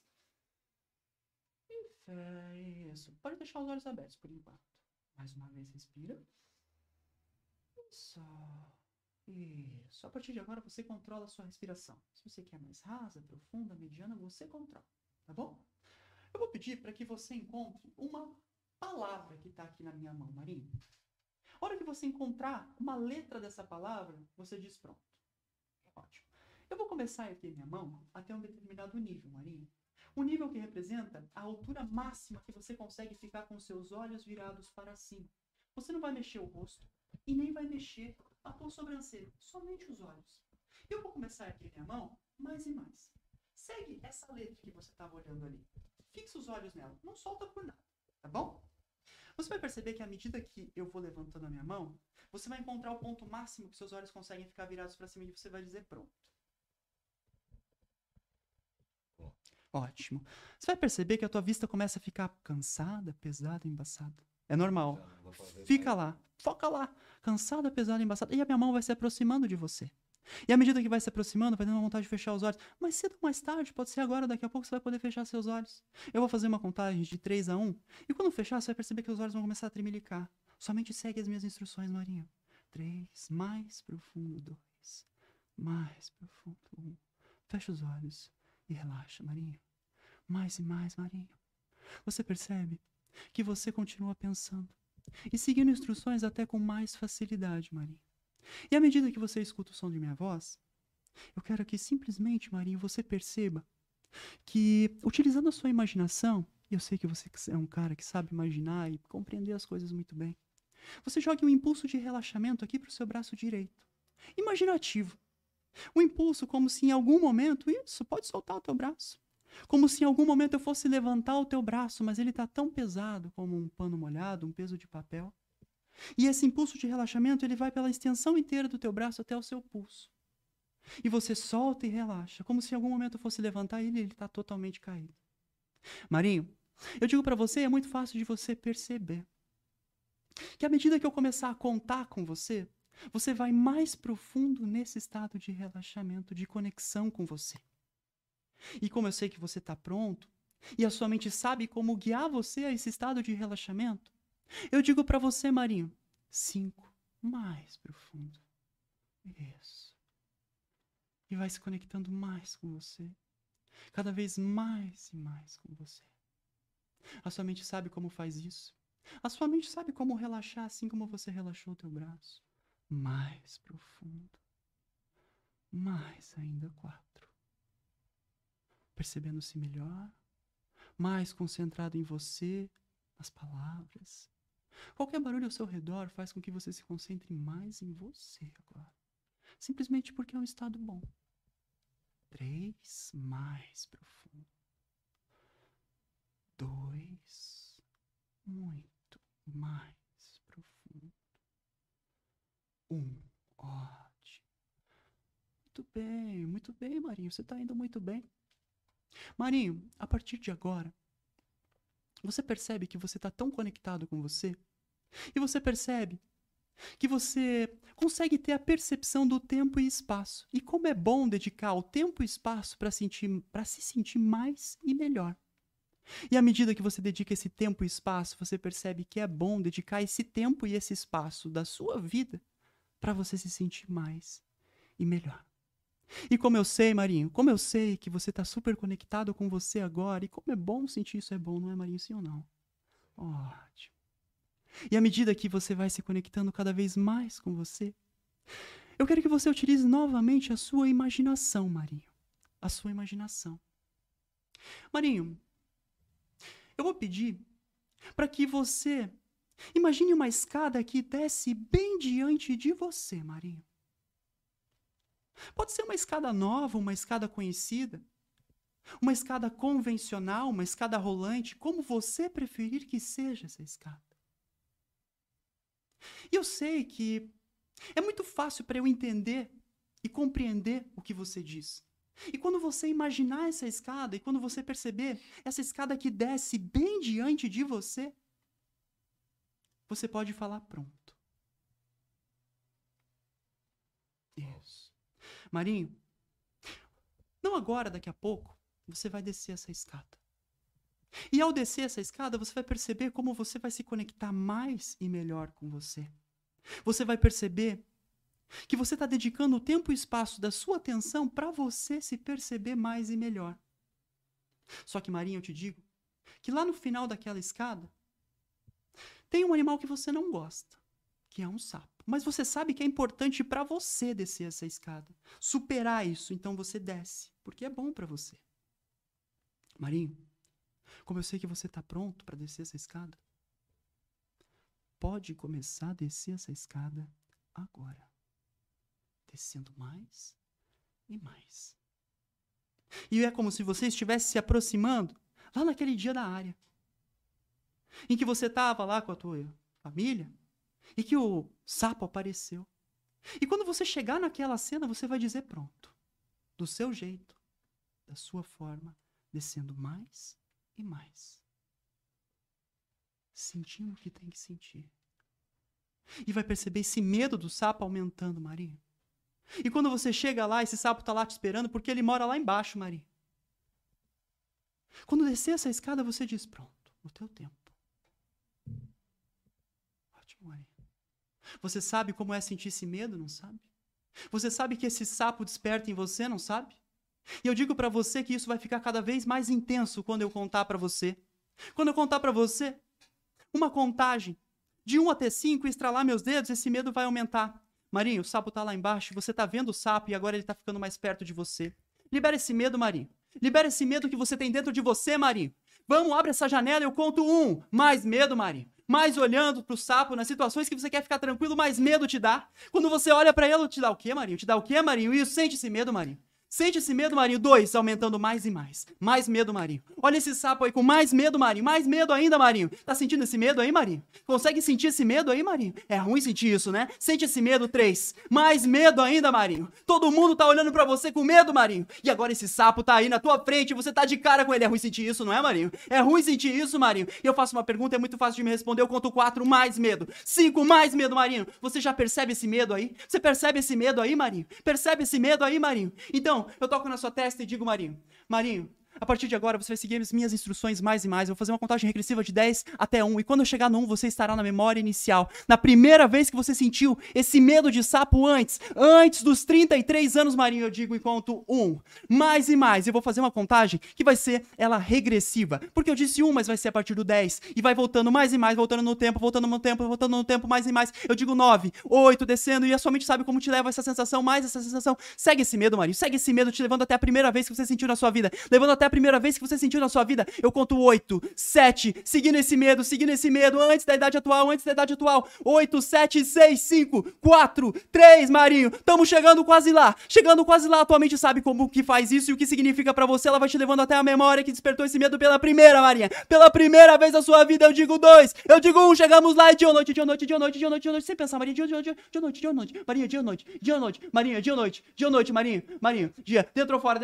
Isso. Pode deixar os olhos abertos por enquanto. Mais uma vez, respira. Isso. Isso. A partir de agora, você controla a sua respiração. Se você quer mais rasa, profunda, mediana, você controla. Tá bom? Eu vou pedir para que você encontre uma palavra que está aqui na minha mão, Marinho. A hora que você encontrar uma letra dessa palavra, você diz pronto. Ótimo. Eu vou começar a erguer minha mão até um determinado nível, Marinho. Um nível que representa a altura máxima que você consegue ficar com seus olhos virados para cima. Você não vai mexer o rosto e nem vai mexer a tua sobrancelha, somente os olhos. Eu vou começar a erguer minha mão mais e mais. Segue essa letra que você estava olhando ali. Fixa os olhos nela, não solta por nada, tá bom? Você vai perceber que à medida que eu vou levantando a minha mão, você vai encontrar o ponto máximo que seus olhos conseguem ficar virados para cima e você vai dizer pronto. Ótimo. Você vai perceber que a tua vista começa a ficar cansada, pesada, embaçada. É normal. Fica lá, foca lá, cansada, pesada, embaçada. E a minha mão vai se aproximando de você. E à medida que vai se aproximando, vai dando vontade de fechar os olhos. Mais cedo ou mais tarde, pode ser agora, daqui a pouco você vai poder fechar seus olhos. Eu vou fazer uma contagem de 3 a 1. E quando fechar, você vai perceber que os olhos vão começar a tremelicar. Somente segue as minhas instruções, Marinho. 3, mais profundo, 2, mais profundo, 1. Fecha os olhos e relaxa, Marinho. Mais e mais, Marinho. Você percebe que você continua pensando e seguindo instruções até com mais facilidade, Marinho. E à medida que você escuta o som de minha voz, eu quero que simplesmente, Marinho, você perceba que, utilizando a sua imaginação, e eu sei que você é um cara que sabe imaginar e compreender as coisas muito bem, você jogue um impulso de relaxamento aqui para o seu braço direito. Imaginativo. Um impulso como se em algum momento, isso, pode soltar o teu braço. Como se em algum momento eu fosse levantar o teu braço, mas ele está tão pesado como um pano molhado, um peso de papel. E esse impulso de relaxamento, ele vai pela extensão inteira do teu braço até o seu pulso. E você solta e relaxa, como se em algum momento eu fosse levantar ele está totalmente caído. Marinho, eu digo para você, é muito fácil de você perceber que à medida que eu começar a contar com você, você vai mais profundo nesse estado de relaxamento, de conexão com você. E como eu sei que você está pronto, e a sua mente sabe como guiar você a esse estado de relaxamento, eu digo para você, Marinho, 5, mais profundo. Isso. E vai se conectando mais com você. Cada vez mais e mais com você. A sua mente sabe como faz isso. A sua mente sabe como relaxar assim como você relaxou o teu braço. Mais profundo. Mais ainda 4. Percebendo-se melhor. Mais concentrado em você, nas palavras. Qualquer barulho ao seu redor faz com que você se concentre mais em você agora. Simplesmente porque é um estado bom. 3, mais profundo. 2, muito mais profundo. 1, ótimo. Muito bem, Marinho. Você está indo muito bem. Marinho, a partir de agora, você percebe que você está tão conectado com você E você percebe que você consegue ter a percepção do tempo e espaço. E como é bom dedicar o tempo e espaço para se sentir mais e melhor. E à medida que você dedica esse tempo e espaço, você percebe que é bom dedicar esse tempo e esse espaço da sua vida para você se sentir mais e melhor. E como eu sei, Marinho, como eu sei que você está super conectado com você agora, e como é bom sentir isso, é bom, não é, Marinho? Sim ou não? Ótimo. E à medida que você vai se conectando cada vez mais com você, eu quero que você utilize novamente a sua imaginação, Marinho. A sua imaginação. Marinho, eu vou pedir para que você imagine uma escada que desce bem diante de você, Marinho. Pode ser uma escada nova, uma escada conhecida, uma escada convencional, uma escada rolante, como você preferir que seja essa escada. E eu sei que é muito fácil para eu entender e compreender o que você diz. E quando você imaginar essa escada, e quando você perceber essa escada que desce bem diante de você, você pode falar pronto. Isso. Marinho, não agora, daqui a pouco, você vai descer essa escada. E ao descer essa escada, você vai perceber como você vai se conectar mais e melhor com você. Você vai perceber que você está dedicando o tempo e o espaço da sua atenção para você se perceber mais e melhor. Só que, Marinho, eu te digo que lá no final daquela escada tem um animal que você não gosta, que é um sapo. Mas você sabe que é importante para você descer essa escada. Superar isso, então você desce, porque é bom para você. Marinho, como eu sei que você está pronto para descer essa escada, pode começar a descer essa escada agora. Descendo mais e mais. E é como se você estivesse se aproximando lá naquele dia da área, em que você estava lá com a tua família e que o sapo apareceu. E quando você chegar naquela cena, você vai dizer pronto, do seu jeito, da sua forma, descendo mais e mais. Sentindo o que tem que sentir. E vai perceber esse medo do sapo aumentando, Maria. E quando você chega lá, esse sapo está lá te esperando porque ele mora lá embaixo, Maria. Quando descer essa escada, você diz, pronto, no teu tempo. Ótimo, Maria. Você sabe como é sentir esse medo, não sabe? Você sabe que esse sapo desperta em você, não sabe? E eu digo para você que isso vai ficar cada vez mais intenso quando eu contar para você. Quando eu contar para você uma contagem de 1 até 5 e estralar meus dedos, esse medo vai aumentar. Marinho, o sapo tá lá embaixo, você tá vendo o sapo e agora ele tá ficando mais perto de você. Libera esse medo, Marinho. Libera esse medo que você tem dentro de você, Marinho. Vamos, abre essa janela, eu conto 1. Mais medo, Marinho. Mais olhando pro sapo, nas situações que você quer ficar tranquilo, mais medo te dá. Quando você olha pra ele, te dá o quê, Marinho? Te dá o quê, Marinho? Isso, sente esse medo, Marinho. Sente esse medo, Marinho. 2, aumentando mais e mais. Mais medo, Marinho. Olha esse sapo aí com mais medo, Marinho. Mais medo ainda, Marinho. Tá sentindo esse medo aí, Marinho? Consegue sentir esse medo aí, Marinho? É ruim sentir isso, né? Sente esse medo. 3. Mais medo ainda, Marinho. Todo mundo tá olhando pra você com medo, Marinho. E agora esse sapo tá aí na tua frente e você tá de cara com ele. É ruim sentir isso, não é, Marinho? É ruim sentir isso, Marinho. E eu faço uma pergunta, é muito fácil de me responder. Eu conto 4, mais medo. 5, mais medo, Marinho. Você já percebe esse medo aí? Você percebe esse medo aí, Marinho? Percebe esse medo aí, Marinho? Então, eu toco na sua testa e digo, Marinho, a partir de agora você vai seguir as minhas instruções mais e mais. Eu vou fazer uma contagem regressiva de 10 até 1. E quando eu chegar no 1, você estará na memória inicial. Na primeira vez que você sentiu esse medo de sapo antes dos 33 anos, Marinho, eu digo enquanto 1. Mais e mais. Eu vou fazer uma contagem que vai ser ela regressiva. Porque eu disse 1, mas vai ser a partir do 10. E vai voltando mais e mais, voltando no tempo, mais e mais. Eu digo 9, 8, descendo. E a sua mente sabe como te leva essa sensação, mais essa sensação. Segue esse medo, Marinho. Segue esse medo te levando até a primeira vez que você sentiu na sua vida. Levando até a primeira vez que você sentiu na sua vida, eu conto 8, 7, seguindo esse medo, antes da idade atual, 8, 7, 6, 5, 4, 3, Marinho, estamos chegando quase lá, a tua mente sabe como que faz isso e o que significa pra você, ela vai te levando até a memória que despertou esse medo pela primeira, Marinha, pela primeira vez na sua vida, eu digo 2, eu digo 1, chegamos lá, e dia ou noite, sem pensar, Marinha, dia ou noite, Marinha, dia ou noite, Marinha, dia ou noite, Marinho, dia, dentro ou fora,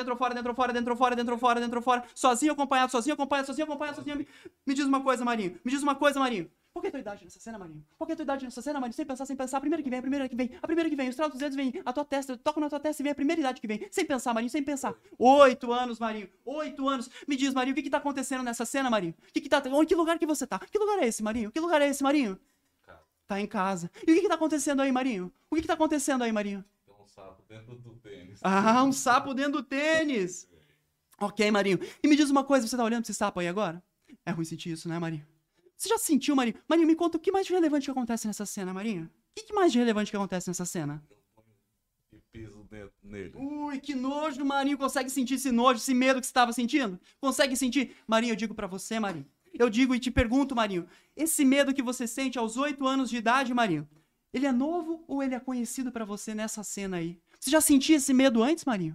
sozinho, acompanhado. Me diz uma coisa, Marinho. Por que tua idade nessa cena, Marinho? Por que tua idade nessa cena, Marinho? Sem pensar. A primeira que vem, a primeira que vem. Os tralos dos dedos vem, a tua testa, toca na tua testa e vem a primeira idade que vem. Sem pensar, Marinho, sem pensar. 8 anos, Marinho. 8 anos. Me diz, Marinho, o que tá acontecendo nessa cena, Marinho? Que lugar que você tá? Que lugar é esse, Marinho? Que lugar é esse, Marinho? Tá em casa. E o que tá acontecendo aí, Marinho? O que tá acontecendo aí, Marinho? Tem um sapo dentro do tênis. Ah, um sapo dentro do tênis. Ok, Marinho. E me diz uma coisa, você tá olhando pra esse sapo aí agora? É ruim sentir isso, né, Marinho? Você já sentiu, Marinho? Marinho, me conta o que mais de relevante que acontece nessa cena, Marinho? O que mais de relevante que acontece nessa cena? E piso nele. Ui, que nojo, Marinho. Consegue sentir esse nojo, esse medo que você estava sentindo? Consegue sentir? Marinho, eu digo pra você, Marinho. Eu digo e te pergunto, Marinho. Esse medo que você sente aos 8 anos de idade, Marinho, ele é novo ou ele é conhecido pra você nessa cena aí? Você já sentiu esse medo antes, Marinho?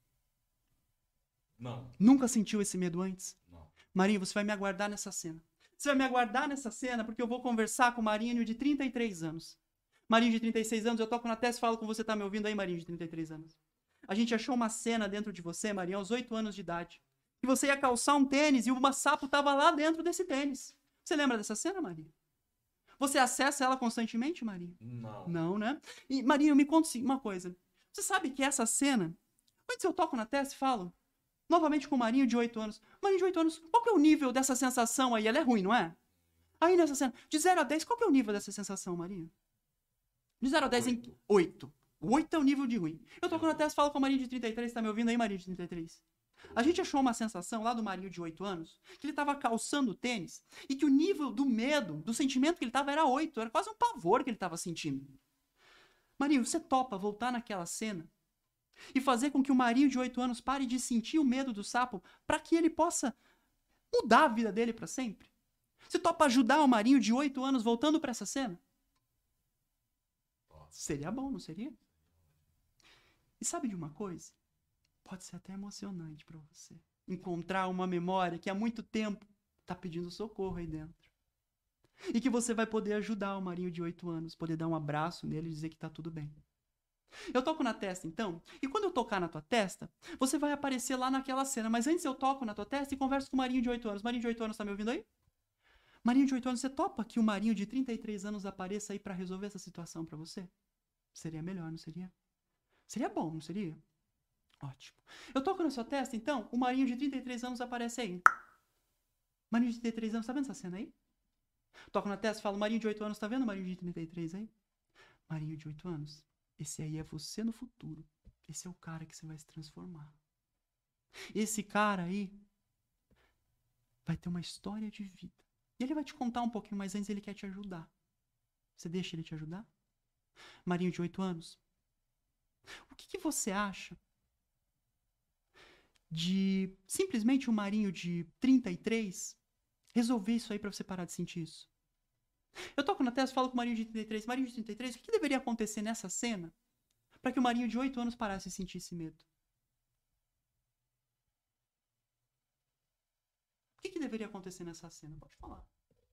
Não. Nunca sentiu esse medo antes? Não. Marinho, você vai me aguardar nessa cena. Você vai me aguardar nessa cena porque eu vou conversar com o Marinho de 33 anos. Marinho de 36 anos, eu toco na testa e falo com você, tá me ouvindo aí, Marinho de 33 anos? A gente achou uma cena dentro de você, Marinho, aos 8 anos de idade. Que você ia calçar um tênis e uma sapo tava lá dentro desse tênis. Você lembra dessa cena, Marinho? Você acessa ela constantemente, Marinho? Não. Não, né? E, Marinho, me conta uma coisa. Você sabe que essa cena, antes eu toco na testa e falo, novamente com o Marinho de 8 anos. Marinho de 8 anos, qual que é o nível dessa sensação aí? Ela é ruim, não é? Aí nessa cena, de 0 a 10, qual que é o nível dessa sensação, Marinho? De 0 a 10 em 8. 8 é o nível de ruim. Eu toco na testa e falo com o Marinho de 33, tá me ouvindo aí, Marinho de 33? A gente achou uma sensação lá do Marinho de 8 anos, que ele tava calçando tênis, e que o nível do medo, do sentimento que ele tava era 8, era quase um pavor que ele tava sentindo. Marinho, você topa voltar naquela cena e fazer com que o Marinho de 8 anos pare de sentir o medo do sapo para que ele possa mudar a vida dele para sempre? Você topa ajudar o Marinho de 8 anos voltando para essa cena? Seria bom, não seria? E sabe de uma coisa? Pode ser até emocionante para você encontrar uma memória que há muito tempo está pedindo socorro aí dentro. E que você vai poder ajudar o Marinho de 8 anos, poder dar um abraço nele e dizer que tá tudo bem. Eu toco na testa, então, e quando eu tocar na tua testa, você vai aparecer lá naquela cena. Mas antes eu toco na tua testa e converso com o Marinho de 8 anos. Marinho de 8 anos, tá me ouvindo aí? Marinho de 8 anos, você topa que o Marinho de 33 anos apareça aí pra resolver essa situação pra você? Seria melhor, não seria? Seria bom, não seria? Ótimo. Eu toco na sua testa, então, o Marinho de 33 anos aparece aí. Marinho de 33 anos, tá vendo essa cena aí? Toco na testa e falo, Marinho de 8 anos, tá vendo o Marinho de 33 aí? Marinho de 8 anos, esse aí é você no futuro. Esse é o cara que você vai se transformar. Esse cara aí vai ter uma história de vida. E ele vai te contar um pouquinho, mas antes ele quer te ajudar. Você deixa ele te ajudar? Marinho de 8 anos, o que você acha de simplesmente o Marinho de 33 resolver isso aí pra você parar de sentir isso? Eu toco na testa e falo com o Marinho de 33. Marinho de 33, o que deveria acontecer nessa cena para que o Marinho de 8 anos parasse de sentir esse medo? O que deveria acontecer nessa cena? Pode falar.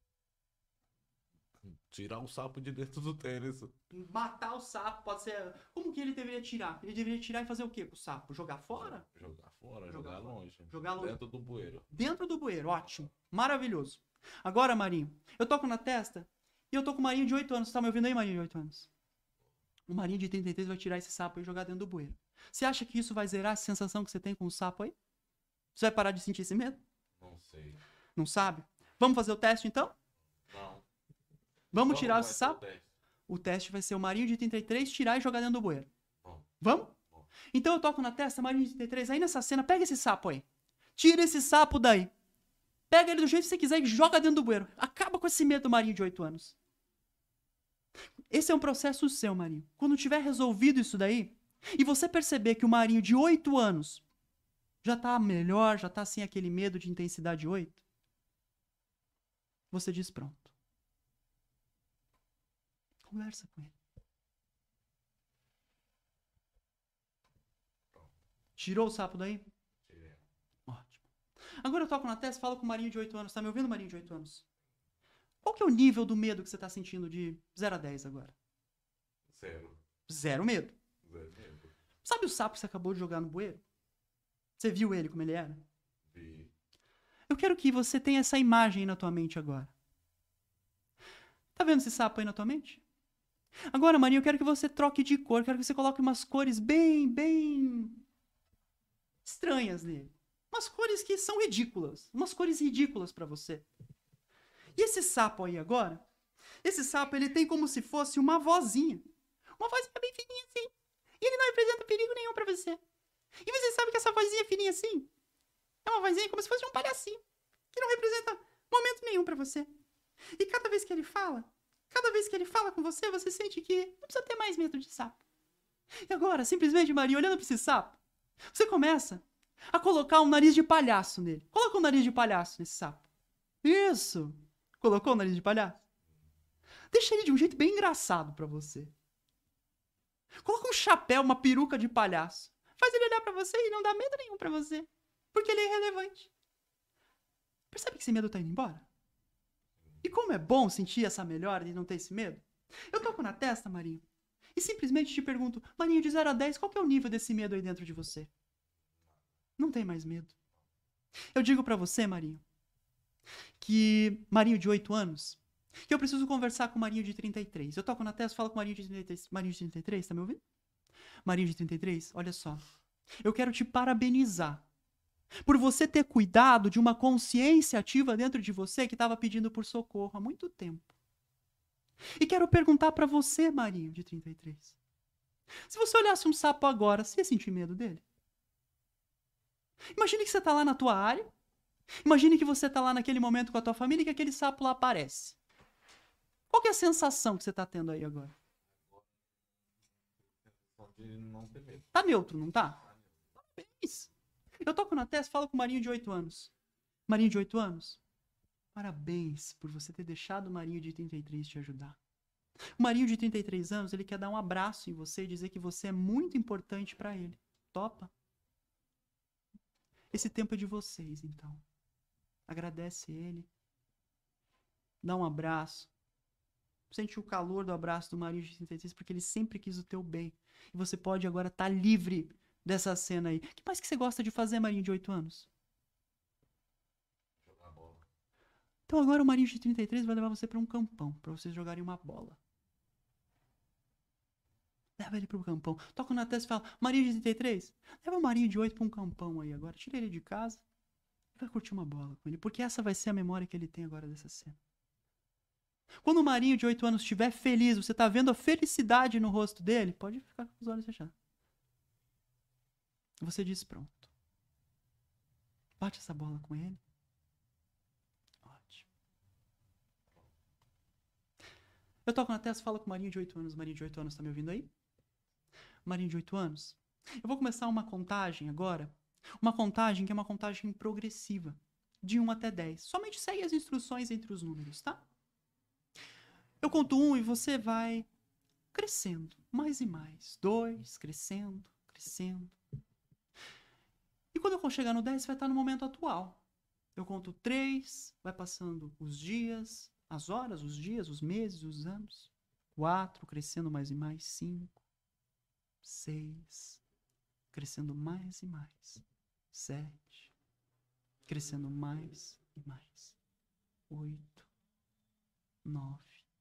Tirar o sapo de dentro do tênis. Matar o sapo, pode ser... Como que ele deveria tirar? Ele deveria tirar e fazer o quê com o sapo? Jogar fora? Jogar fora, jogar longe. Jogar longe. Dentro do bueiro. Dentro do bueiro, ótimo. Maravilhoso. Agora, Marinho, eu toco na testa e eu tô com o Marinho de 8 anos. Você tá me ouvindo aí, Marinho de 8 anos? O Marinho de 33 vai tirar esse sapo e jogar dentro do bueiro. Você acha que isso vai zerar a sensação que você tem com o sapo aí? Você vai parar de sentir esse medo? Não sei. Não sabe? Vamos fazer o teste, então? Não. Vamos tirar esse sapo? O teste vai ser o Marinho de 33 tirar e jogar dentro do bueiro. Vamos? Então eu toco na testa, Marinho de 33, aí nessa cena, pega esse sapo aí. Tira esse sapo daí. Pega ele do jeito que você quiser e joga dentro do bueiro. Acaba com esse medo do Marinho de 8 anos. Esse é um processo seu, Marinho. Quando tiver resolvido isso daí, e você perceber que o Marinho de 8 anos já tá melhor, já tá sem aquele medo de intensidade 8, você diz pronto. Conversa com ele. Tirou o sapo daí? Tirei. Ótimo. Agora eu toco na testa e falo com o Marinho de 8 anos. Tá me ouvindo, Marinho de 8 anos? Qual que é o nível do medo que você tá sentindo de 0 a 10 agora? 0. Zero medo. 0 medo. Sabe o sapo que você acabou de jogar no bueiro? Você viu ele como ele era? Vi. Eu quero que você tenha essa imagem aí na tua mente agora. Tá vendo esse sapo aí na tua mente? Agora, Marinho, eu quero que você troque de cor. Eu quero que você coloque umas cores bem estranhas nele. Umas cores que são ridículas. Umas cores ridículas pra você. E esse sapo aí agora, esse sapo ele tem como se fosse uma vozinha. Uma vozinha bem fininha assim. E ele não representa perigo nenhum pra você. E você sabe que essa vozinha fininha assim é uma vozinha como se fosse um palhacinho. Que não representa momento nenhum pra você. E cada vez que ele fala com você, você sente que não precisa ter mais medo de sapo. E agora, simplesmente, Maria, olhando pra esse sapo, você começa a colocar um nariz de palhaço nele. Coloca um nariz de palhaço nesse sapo. Isso! Colocou o nariz de palhaço? Deixa ele de um jeito bem engraçado pra você. Coloca um chapéu, uma peruca de palhaço. Faz ele olhar pra você e não dá medo nenhum pra você. Porque ele é irrelevante. Percebe que esse medo tá indo embora? E como é bom sentir essa melhora e não ter esse medo? Eu toco na testa, Marinho, e simplesmente te pergunto, Marinho, de 0 a 10, qual que é o nível desse medo aí dentro de você? Não tem mais medo. Eu digo pra você, Marinho, que Marinho de 8 anos, que eu preciso conversar com o Marinho de 33. Eu toco na testa, falo com o Marinho de 33. Marinho de 33, tá me ouvindo? Marinho de 33, olha só. Eu quero te parabenizar por você ter cuidado de uma consciência ativa dentro de você que estava pedindo por socorro há muito tempo. E quero perguntar pra você, Marinho de 33. Se você olhasse um sapo agora, você ia sentir medo dele? Imagine que você tá lá na tua área. Imagine que você tá lá naquele momento com a tua família e que aquele sapo lá aparece. Qual que é a sensação que você tá tendo aí agora? Tá neutro, não tá? Parabéns. Eu toco na testa e falo com o Marinho de 8 anos. Marinho de 8 anos, parabéns por você ter deixado o Marinho de 33 te ajudar. O Marinho de 33 anos, ele quer dar um abraço em você e dizer que você é muito importante pra ele. Topa? Esse tempo é de vocês, então. Agradece ele. Dá um abraço. Sente o calor do abraço do Marinho de 33, porque ele sempre quis o teu bem. E você pode agora estar livre dessa cena aí. O que mais que você gosta de fazer, Marinho de 8 anos? Jogar bola. Então agora o Marinho de 33 vai levar você pra um campão, pra vocês jogarem uma bola. Leva ele pro campão. Toca na testa e fala, Marinho de 33, leva o Marinho de 8 pra um campão aí agora. Tira ele de casa e vai curtir uma bola com ele. Porque essa vai ser a memória que ele tem agora dessa cena. Quando o Marinho de 8 anos estiver feliz, você tá vendo a felicidade no rosto dele, pode ficar com os olhos fechados. Você diz, pronto. Bate essa bola com ele. Ótimo. Eu toco na testa e falo com o Marinho de 8 anos. Marinho de 8 anos, tá me ouvindo aí? Marinho de 8 anos. Eu vou começar uma contagem agora. Uma contagem que é uma contagem progressiva. De 1 até 10. Somente segue as instruções entre os números, tá? Eu conto 1 e você vai crescendo. Mais e mais. 2, crescendo, crescendo. E quando eu chegar no 10, vai estar no momento atual. Eu conto 3, vai passando os dias, as horas, os dias, os meses, os anos. 4, crescendo mais e mais. 5, 6, crescendo mais e mais. 7, crescendo mais e mais. 8, 9.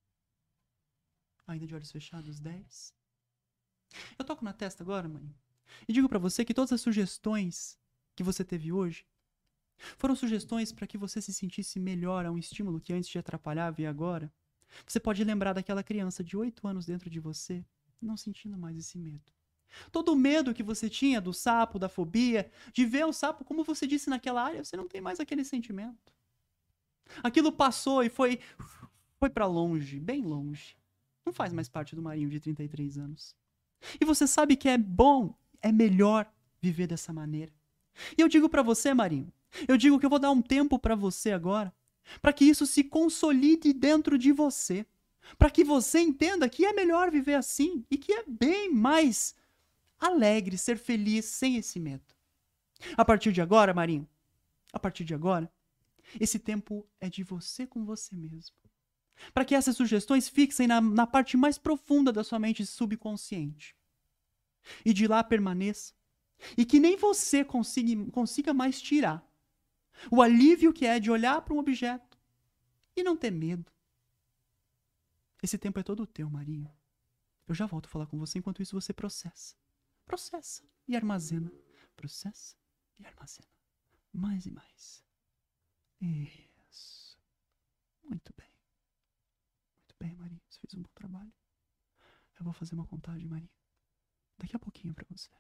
Ainda de olhos fechados, 10. Eu toco na testa agora, mãe. E digo pra você que todas as sugestões que você teve hoje foram sugestões para que você se sentisse melhor a um estímulo que antes te atrapalhava e agora você pode lembrar daquela criança de 8 anos dentro de você não sentindo mais esse medo. Todo o medo que você tinha do sapo, da fobia, de ver o sapo, como você disse naquela área, você não tem mais aquele sentimento. Aquilo passou e foi para longe, bem longe. Não faz mais parte do Marinho de 33 anos. E você sabe que é bom, é melhor viver dessa maneira. E eu digo pra você, Marinho, eu digo que eu vou dar um tempo pra você agora, para que isso se consolide dentro de você, para que você entenda que é melhor viver assim e que é bem mais alegre, ser feliz sem esse medo. A partir de agora, Marinho, a partir de agora, esse tempo é de você com você mesmo. Para que essas sugestões fixem na parte mais profunda da sua mente subconsciente. E de lá permaneça. E que nem você consiga mais tirar o alívio que é de olhar para um objeto e não ter medo. Esse tempo é todo teu, Marinho. Eu já volto a falar com você, enquanto isso você processa. Processa e armazena. Processa e armazena. Mais e mais. Isso. Muito bem. Muito bem, Marinho. Você fez um bom trabalho. Eu vou fazer uma contagem, Marinho. Daqui a pouquinho pra você.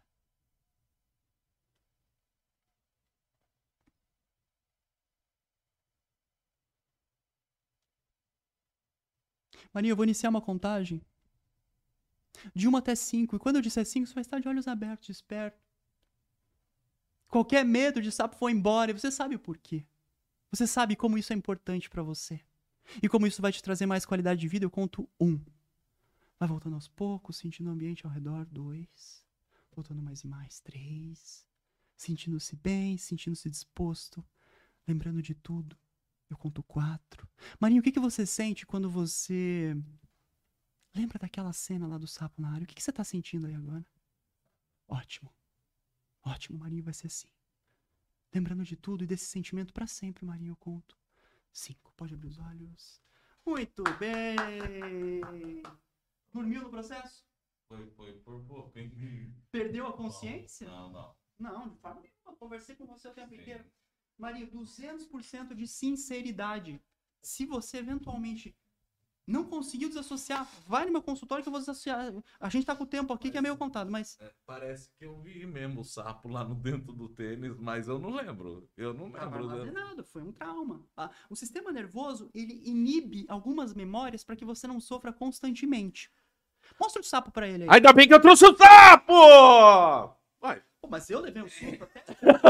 Marinho, eu vou iniciar uma contagem de 1 até 5. E quando eu disser 5, você vai estar de olhos abertos, esperto. Qualquer medo de sapo foi embora. E você sabe o porquê. Você sabe como isso é importante pra você. E como isso vai te trazer mais qualidade de vida. Eu conto 1. Vai voltando aos poucos, sentindo o ambiente ao redor. 2. Voltando mais e mais. 3. Sentindo-se bem, sentindo-se disposto. Lembrando de tudo. Eu conto 4. Marinho, o que você sente quando você lembra daquela cena lá do sapo na área? O que você tá sentindo aí agora? Ótimo. Ótimo, Marinho, vai ser assim. Lembrando de tudo e desse sentimento pra sempre, Marinho, eu conto 5. Pode abrir os olhos. Muito bem. Dormiu no processo? Foi por pouco. Perdeu a consciência? Não. Não, de forma nenhuma. Conversei com você o tempo inteiro. Marinho, 200% de sinceridade. Se você eventualmente não conseguiu desassociar, vai no meu consultório que eu vou desassociar. A gente tá com o tempo aqui que é meio contado, mas... Parece que eu vi mesmo o sapo lá no dentro do tênis, mas eu não lembro. Eu não lembro. Não é nada, foi um trauma. O sistema nervoso, ele inibe algumas memórias para que você não sofra constantemente. Mostra o sapo pra ele aí. Ainda bem que eu trouxe o sapo! Vai. Pô, mas eu levei um susto até...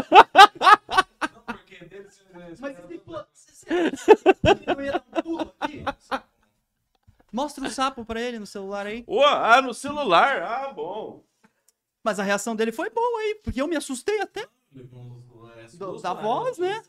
Mas você não ia dar um pulo aqui? Mostra o sapo pra ele no celular aí. No celular? Ah, bom. Mas a reação dele foi boa aí, porque eu me assustei até. Da voz, né?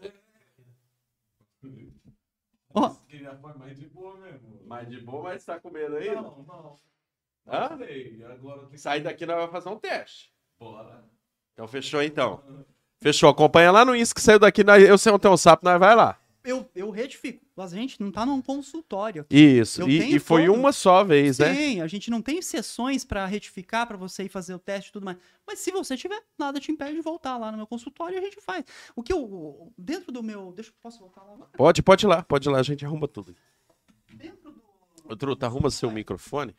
Ó. Mais de boa mesmo. Mais de boa, mas tá com medo aí? Não. Hã? Agora Sair daqui nós vamos fazer um teste. Bora. Então fechou então. Fechou, acompanha lá no Insta que saiu daqui, eu sei onde tem um sapo, nós vai lá. Eu retifico. A gente não tá num consultório aqui. Isso, e foi uma só vez, né? Sim, a gente não tem sessões pra retificar, pra você ir fazer o teste e tudo mais. Mas se você tiver, nada te impede de voltar lá no meu consultório e a gente faz. O que eu, dentro do meu... Posso voltar lá? Pode ir lá, a gente arruma tudo. Dentro do... Ô, Truta, arruma seu microfone.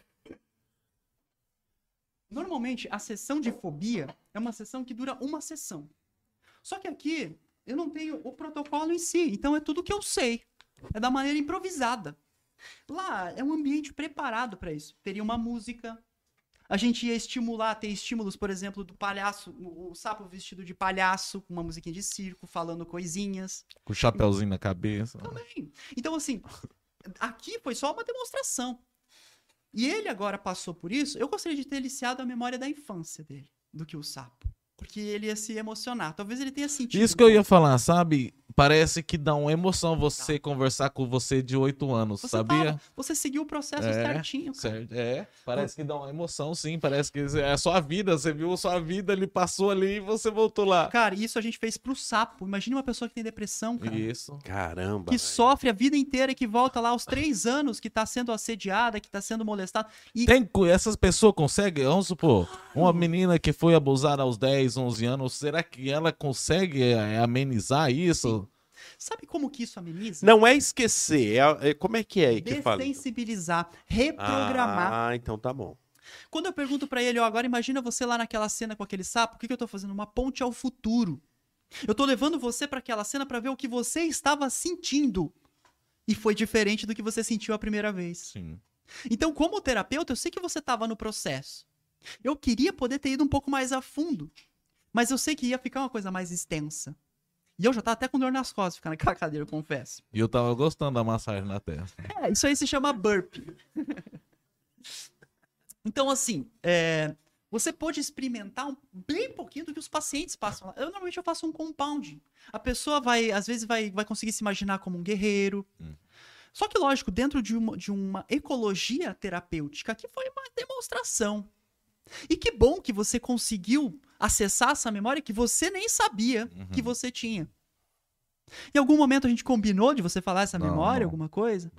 Normalmente, a sessão de fobia é uma sessão que dura uma sessão. Só que aqui, eu não tenho o protocolo em si, então é tudo que eu sei. É da maneira improvisada. Lá é um ambiente preparado para isso. Teria uma música. A gente ia estimular, ter estímulos, por exemplo, do palhaço, o sapo vestido de palhaço, com uma musiquinha de circo, falando coisinhas. Com o chapéuzinho na cabeça. Também. Então, assim, aqui foi só uma demonstração. E ele agora passou por isso, eu gostaria de ter eliciado a memória da infância dele, do que o sapo. Porque ele ia se emocionar. Talvez ele tenha sentido. Isso que eu ia falar, sabe? Parece que dá uma emoção você conversar com você de 8 anos, sabia? Você seguiu o processo certinho, cara. Certo. Parece que dá uma emoção, sim. Parece que é a sua vida. Você viu a sua vida, ele passou ali e você voltou lá. Cara, isso a gente fez pro sapo. Imagina uma pessoa que tem depressão, cara. Isso. Caramba. Que sofre a vida inteira e que volta lá aos 3 anos, que tá sendo assediada, que tá sendo molestada. E... Essas pessoas conseguem, vamos supor, uma menina que foi abusada aos 10, 11 anos, será que ela consegue amenizar isso? Sim. Sabe como que isso ameniza? Não é esquecer, como é que fala? Dessensibilizar, reprogramar. Ah, então tá bom. Quando eu pergunto pra ele, agora imagina você lá naquela cena com aquele sapo, o que eu tô fazendo? Uma ponte ao futuro. Eu tô levando você pra aquela cena pra ver o que você estava sentindo. E foi diferente do que você sentiu a primeira vez. Sim. Então, como terapeuta, eu sei que você tava no processo. Eu queria poder ter ido um pouco mais a fundo. Mas eu sei que ia ficar uma coisa mais extensa. E eu já tava até com dor nas costas, ficar naquela cadeira, eu confesso. E eu tava gostando da massagem na testa. Isso aí se chama burpee. Então, assim, você pode experimentar bem pouquinho do que os pacientes passam lá. Normalmente eu faço um compound. A pessoa às vezes vai conseguir se imaginar como um guerreiro. Só que, lógico, dentro de uma ecologia terapêutica, que foi uma demonstração. E que bom que você conseguiu acessar essa memória que você nem sabia que você tinha. Em algum momento a gente combinou de você falar essa memória, alguma coisa? Não.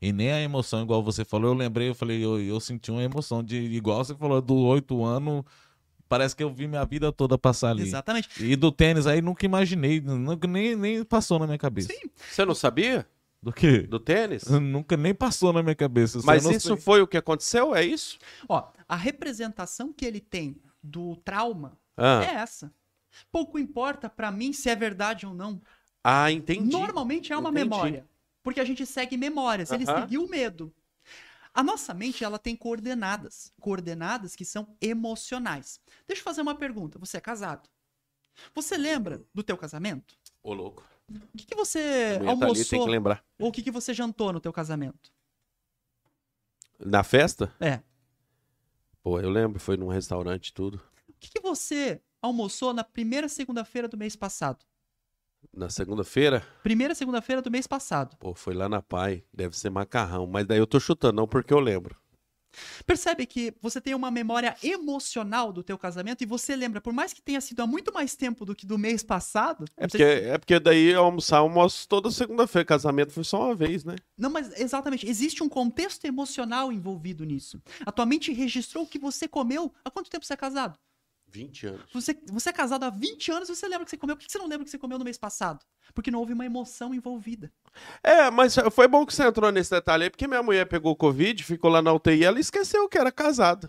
E nem a emoção, igual você falou, eu lembrei, eu falei, eu senti uma emoção de, igual você falou, dos 8 anos, parece que eu vi minha vida toda passar ali. Exatamente. E do tênis aí, nunca imaginei, nem passou na minha cabeça. Sim. Você não sabia Do quê? do tênis? Nunca nem passou na minha cabeça. Mas eu não isso sei. foi o que aconteceu? É isso? Ó, a representação que ele tem do trauma Ah, é essa. Pouco importa pra mim se é verdade ou não. Entendi. Normalmente é uma Entendi. memória. Porque a gente segue memórias. Ele Aham. seguiu o medo. A nossa mente, ela tem coordenadas. Coordenadas que são emocionais. Deixa eu fazer uma pergunta. Você é casado? Você lembra do teu casamento? Ô, louco. O que você A mulher tá ali, tem almoçou que lembrar. ou o que você jantou no teu casamento? Na festa? É. Pô, eu lembro, foi num restaurante e tudo. O que você almoçou na primeira segunda-feira do mês passado? Na segunda-feira, Primeira segunda-feira do mês passado. pô, foi lá na Pai. Deve ser macarrão. Mas daí eu tô chutando, não porque eu lembro. Percebe que você tem uma memória emocional do teu casamento e você lembra, por mais que tenha sido há muito mais tempo do que do mês passado. É porque daí eu almoço toda segunda-feira. Casamento foi só uma vez, né? Não, mas exatamente, existe um contexto emocional envolvido nisso. A tua mente registrou o que você comeu. Há quanto tempo você é casado? 20 anos. Você é casado há 20 anos e você lembra o que você comeu. Por que você não lembra o que você comeu no mês passado? Porque não houve uma emoção envolvida. Mas foi bom que você entrou nesse detalhe aí, porque minha mulher pegou Covid, ficou lá na UTI e ela esqueceu que era casada.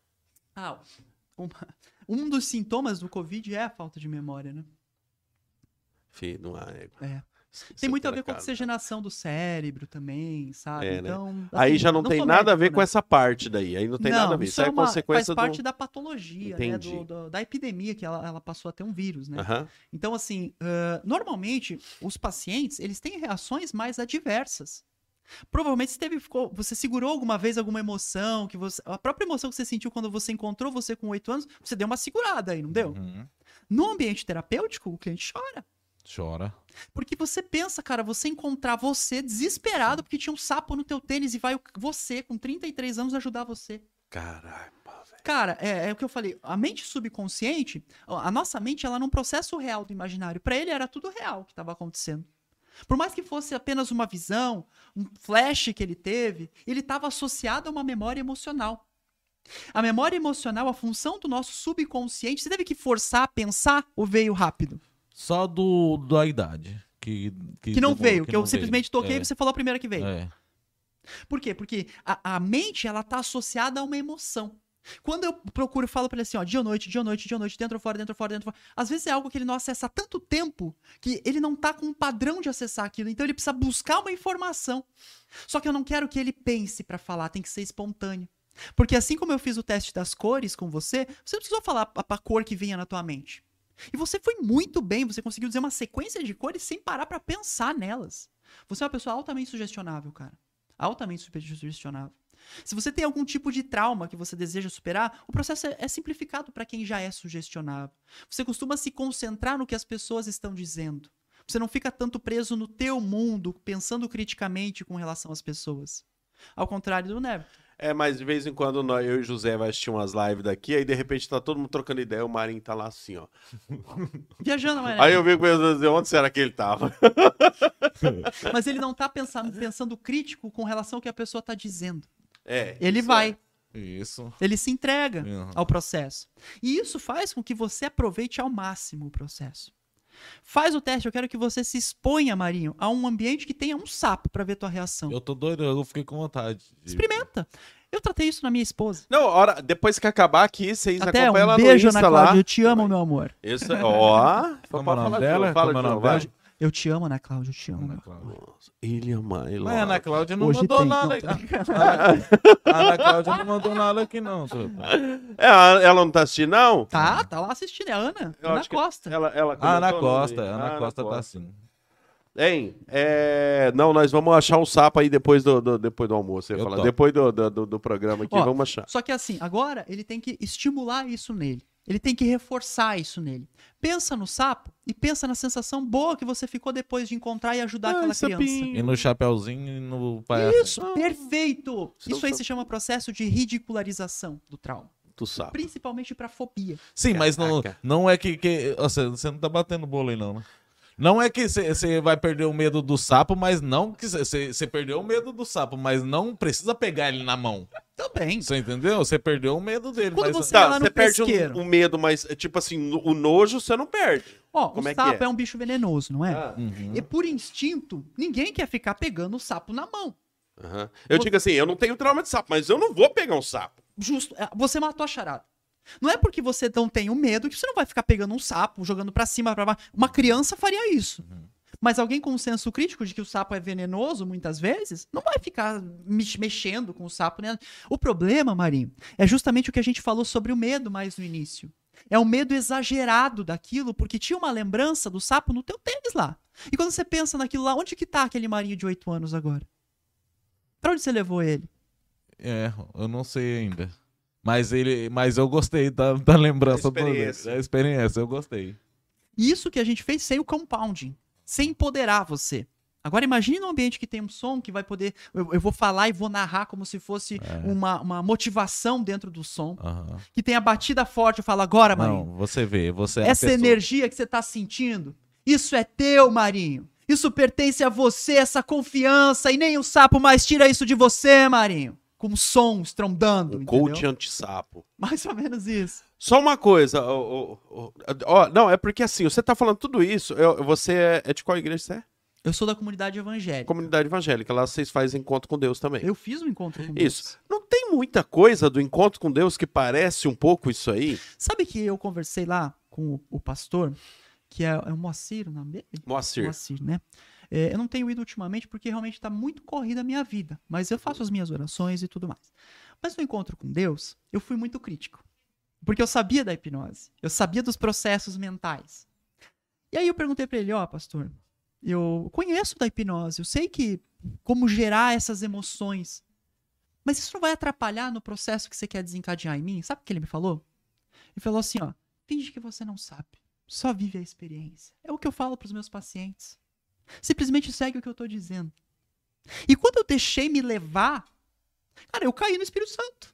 Um dos sintomas do Covid é a falta de memória, né? Filho, não é. É. Tem muito a ver com a oxigenação do cérebro também, sabe? É, né? Então, Aí já não tem sou nada a ver médico, com né? essa parte daí. Aí não tem nada a ver. Isso é consequência faz parte da patologia, né? Entendi. Da epidemia, que ela passou a ter um vírus, né? Aham. Então, assim, normalmente, os pacientes, eles têm reações mais adversas. Provavelmente você segurou alguma vez alguma emoção, a própria emoção que você sentiu quando você encontrou você com 8 anos, você deu uma segurada aí, não deu? Uhum. No ambiente terapêutico, o cliente chora. Chora. Porque você pensa, cara, você encontrar você desesperado porque tinha um sapo no teu tênis e vai você, com 33 anos, ajudar você. Caralho, velho. Cara, é o que eu falei. A mente subconsciente, a nossa mente, ela não processa o real do imaginário. Pra ele era tudo real que estava acontecendo. Por mais que fosse apenas uma visão, um flash que ele teve, ele estava associado a uma memória emocional. A memória emocional, a função do nosso subconsciente, você teve que forçar a pensar ou veio rápido? Só da idade. Que não veio, que que eu não simplesmente veio. toquei e você falou a primeira que veio. É. Por quê? Porque a mente, ela tá associada a uma emoção. Quando eu procuro, falo pra ele assim, ó, dia ou noite, dia ou noite, dia ou noite, dentro ou fora, dentro ou fora, dentro ou fora. Às vezes é algo que ele não acessa há tanto tempo que ele não tá com um padrão de acessar aquilo. Então ele precisa buscar uma informação. Só que eu não quero que ele pense pra falar, tem que ser espontâneo. Porque assim como eu fiz o teste das cores com você não precisou falar a cor que vinha na tua mente. E você foi muito bem, você conseguiu dizer uma sequência de cores sem parar pra pensar nelas. Você é uma pessoa altamente sugestionável, cara. Altamente sugestionável. Se você tem algum tipo de trauma que você deseja superar, o processo é simplificado para quem já é sugestionável. Você costuma se concentrar no que as pessoas estão dizendo. Você não fica tanto preso no teu mundo, pensando criticamente com relação às pessoas. Ao contrário do Neverton. Mas de vez em quando eu e o José vai assistir umas lives daqui, aí de repente tá todo mundo trocando ideia, o Marinho tá lá assim, ó. Viajando, mas Aí eu fico pensando, onde será que ele tava? Mas ele não tá pensando crítico com relação ao que a pessoa tá dizendo. Ele isso vai. Isso. Ele se entrega Uhum. ao processo. E isso faz com que você aproveite ao máximo o processo. Faz o teste, eu quero que você se exponha, Marinho, a um ambiente que tenha um sapo pra ver tua reação. Eu tô doido, eu fiquei com vontade. Experimenta. Eu tratei isso na minha esposa. Não, depois que acabar aqui, vocês Até acompanham um ela no beijo, Insta Ana Cláudia. lá. Eu te amo, meu amor. Isso, ó. Como é o nome dela? Fala Como é o de nome novo, vai. dela? Eu te amo, Ana Cláudia. Eu te amo. Ana meu. Cláudia. Ele ama ele. Mas a Ana Cláudia não Hoje mandou tem, nada. não, A Ana Cláudia não mandou nada aqui, não. Ela não tá assistindo, não? Tá lá assistindo. É a Ana. Eu Ana acho que Costa. Ela A Ana comentou, não, Costa. né? A Ana Costa tá assim. Hein? Não, nós vamos achar um sapo aí depois do almoço. Eu ia Eu falar. topo. Depois do programa aqui, Ó, vamos achar. Só que assim, agora ele tem que estimular isso nele. Ele tem que reforçar isso nele. Pensa no sapo e pensa na sensação boa que você ficou depois de encontrar e ajudar aquela criança. E no chapeuzinho e no palhaço. Isso, perfeito! Seu Isso aí sapo. se chama processo de ridicularização do trauma. Tu sabe. Principalmente pra fobia. Sim, mas Caraca. não é que você não tá batendo bolo aí, não, né? Não é que você vai perder o medo do sapo, mas não que você perdeu o medo do sapo, mas não precisa pegar ele na mão. Também. Você entendeu? Você perdeu o medo dele. Quando mas... você vai lá no você perde pesqueiro. o medo, mas, tipo assim, o nojo você não perde. Ó, Como o é que sapo é? um bicho venenoso, não é? Uhum. E por instinto, ninguém quer ficar pegando o sapo na mão. Uhum. Eu digo assim, eu não tenho trauma de sapo, mas eu não vou pegar um sapo. Justo. Você matou a charada. Não é porque você não tem o medo que você não vai ficar pegando um sapo, jogando pra cima, pra baixo. Uma criança faria isso. Mas alguém com um senso crítico de que o sapo é venenoso, muitas vezes, não vai ficar mexendo com o sapo, né? O problema, Marinho, é justamente o que a gente falou sobre o medo mais no início. É um medo exagerado daquilo, porque tinha uma lembrança do sapo no teu tênis lá. E quando você pensa naquilo lá, onde que tá aquele Marinho de 8 anos agora? Pra onde você levou ele? Eu não sei ainda. Mas eu gostei da lembrança da experiência, eu gostei. Isso que a gente fez sem o compounding, sem empoderar você. Agora imagine num ambiente que tem um som que vai poder... Eu vou falar e vou narrar como se fosse uma motivação dentro do som. Que tem a batida forte, eu falo agora, Marinho. Não, você vê, você é essa energia que você tá sentindo, isso é teu, Marinho. Isso pertence a você, essa confiança, e nem o sapo mais tira isso de você, Marinho. Com som estrondando, Coach anti-sapo. Mais ou menos isso. Só uma coisa, não, é porque assim, você tá falando tudo isso, você é de qual igreja você é? Eu sou da comunidade evangélica. Comunidade evangélica, lá vocês fazem encontro com Deus também. Eu fiz um encontro com Deus. Isso. Não tem muita coisa do encontro com Deus que parece um pouco isso aí? Sabe que eu conversei lá com o pastor, que é o Moacir, o nome dele? Moacir, né? Eu não tenho ido ultimamente porque realmente está muito corrida a minha vida, mas eu faço as minhas orações e tudo mais. Mas no encontro com Deus, eu fui muito crítico, porque eu sabia da hipnose, eu sabia dos processos mentais. E aí eu perguntei para ele, pastor, eu conheço da hipnose, eu sei como gerar essas emoções, mas isso não vai atrapalhar no processo que você quer desencadear em mim? Sabe o que ele me falou? Ele falou assim, finge que você não sabe, só vive a experiência. É o que eu falo para os meus pacientes. Simplesmente segue o que eu tô dizendo. E quando eu deixei me levar, cara, eu caí no Espírito Santo.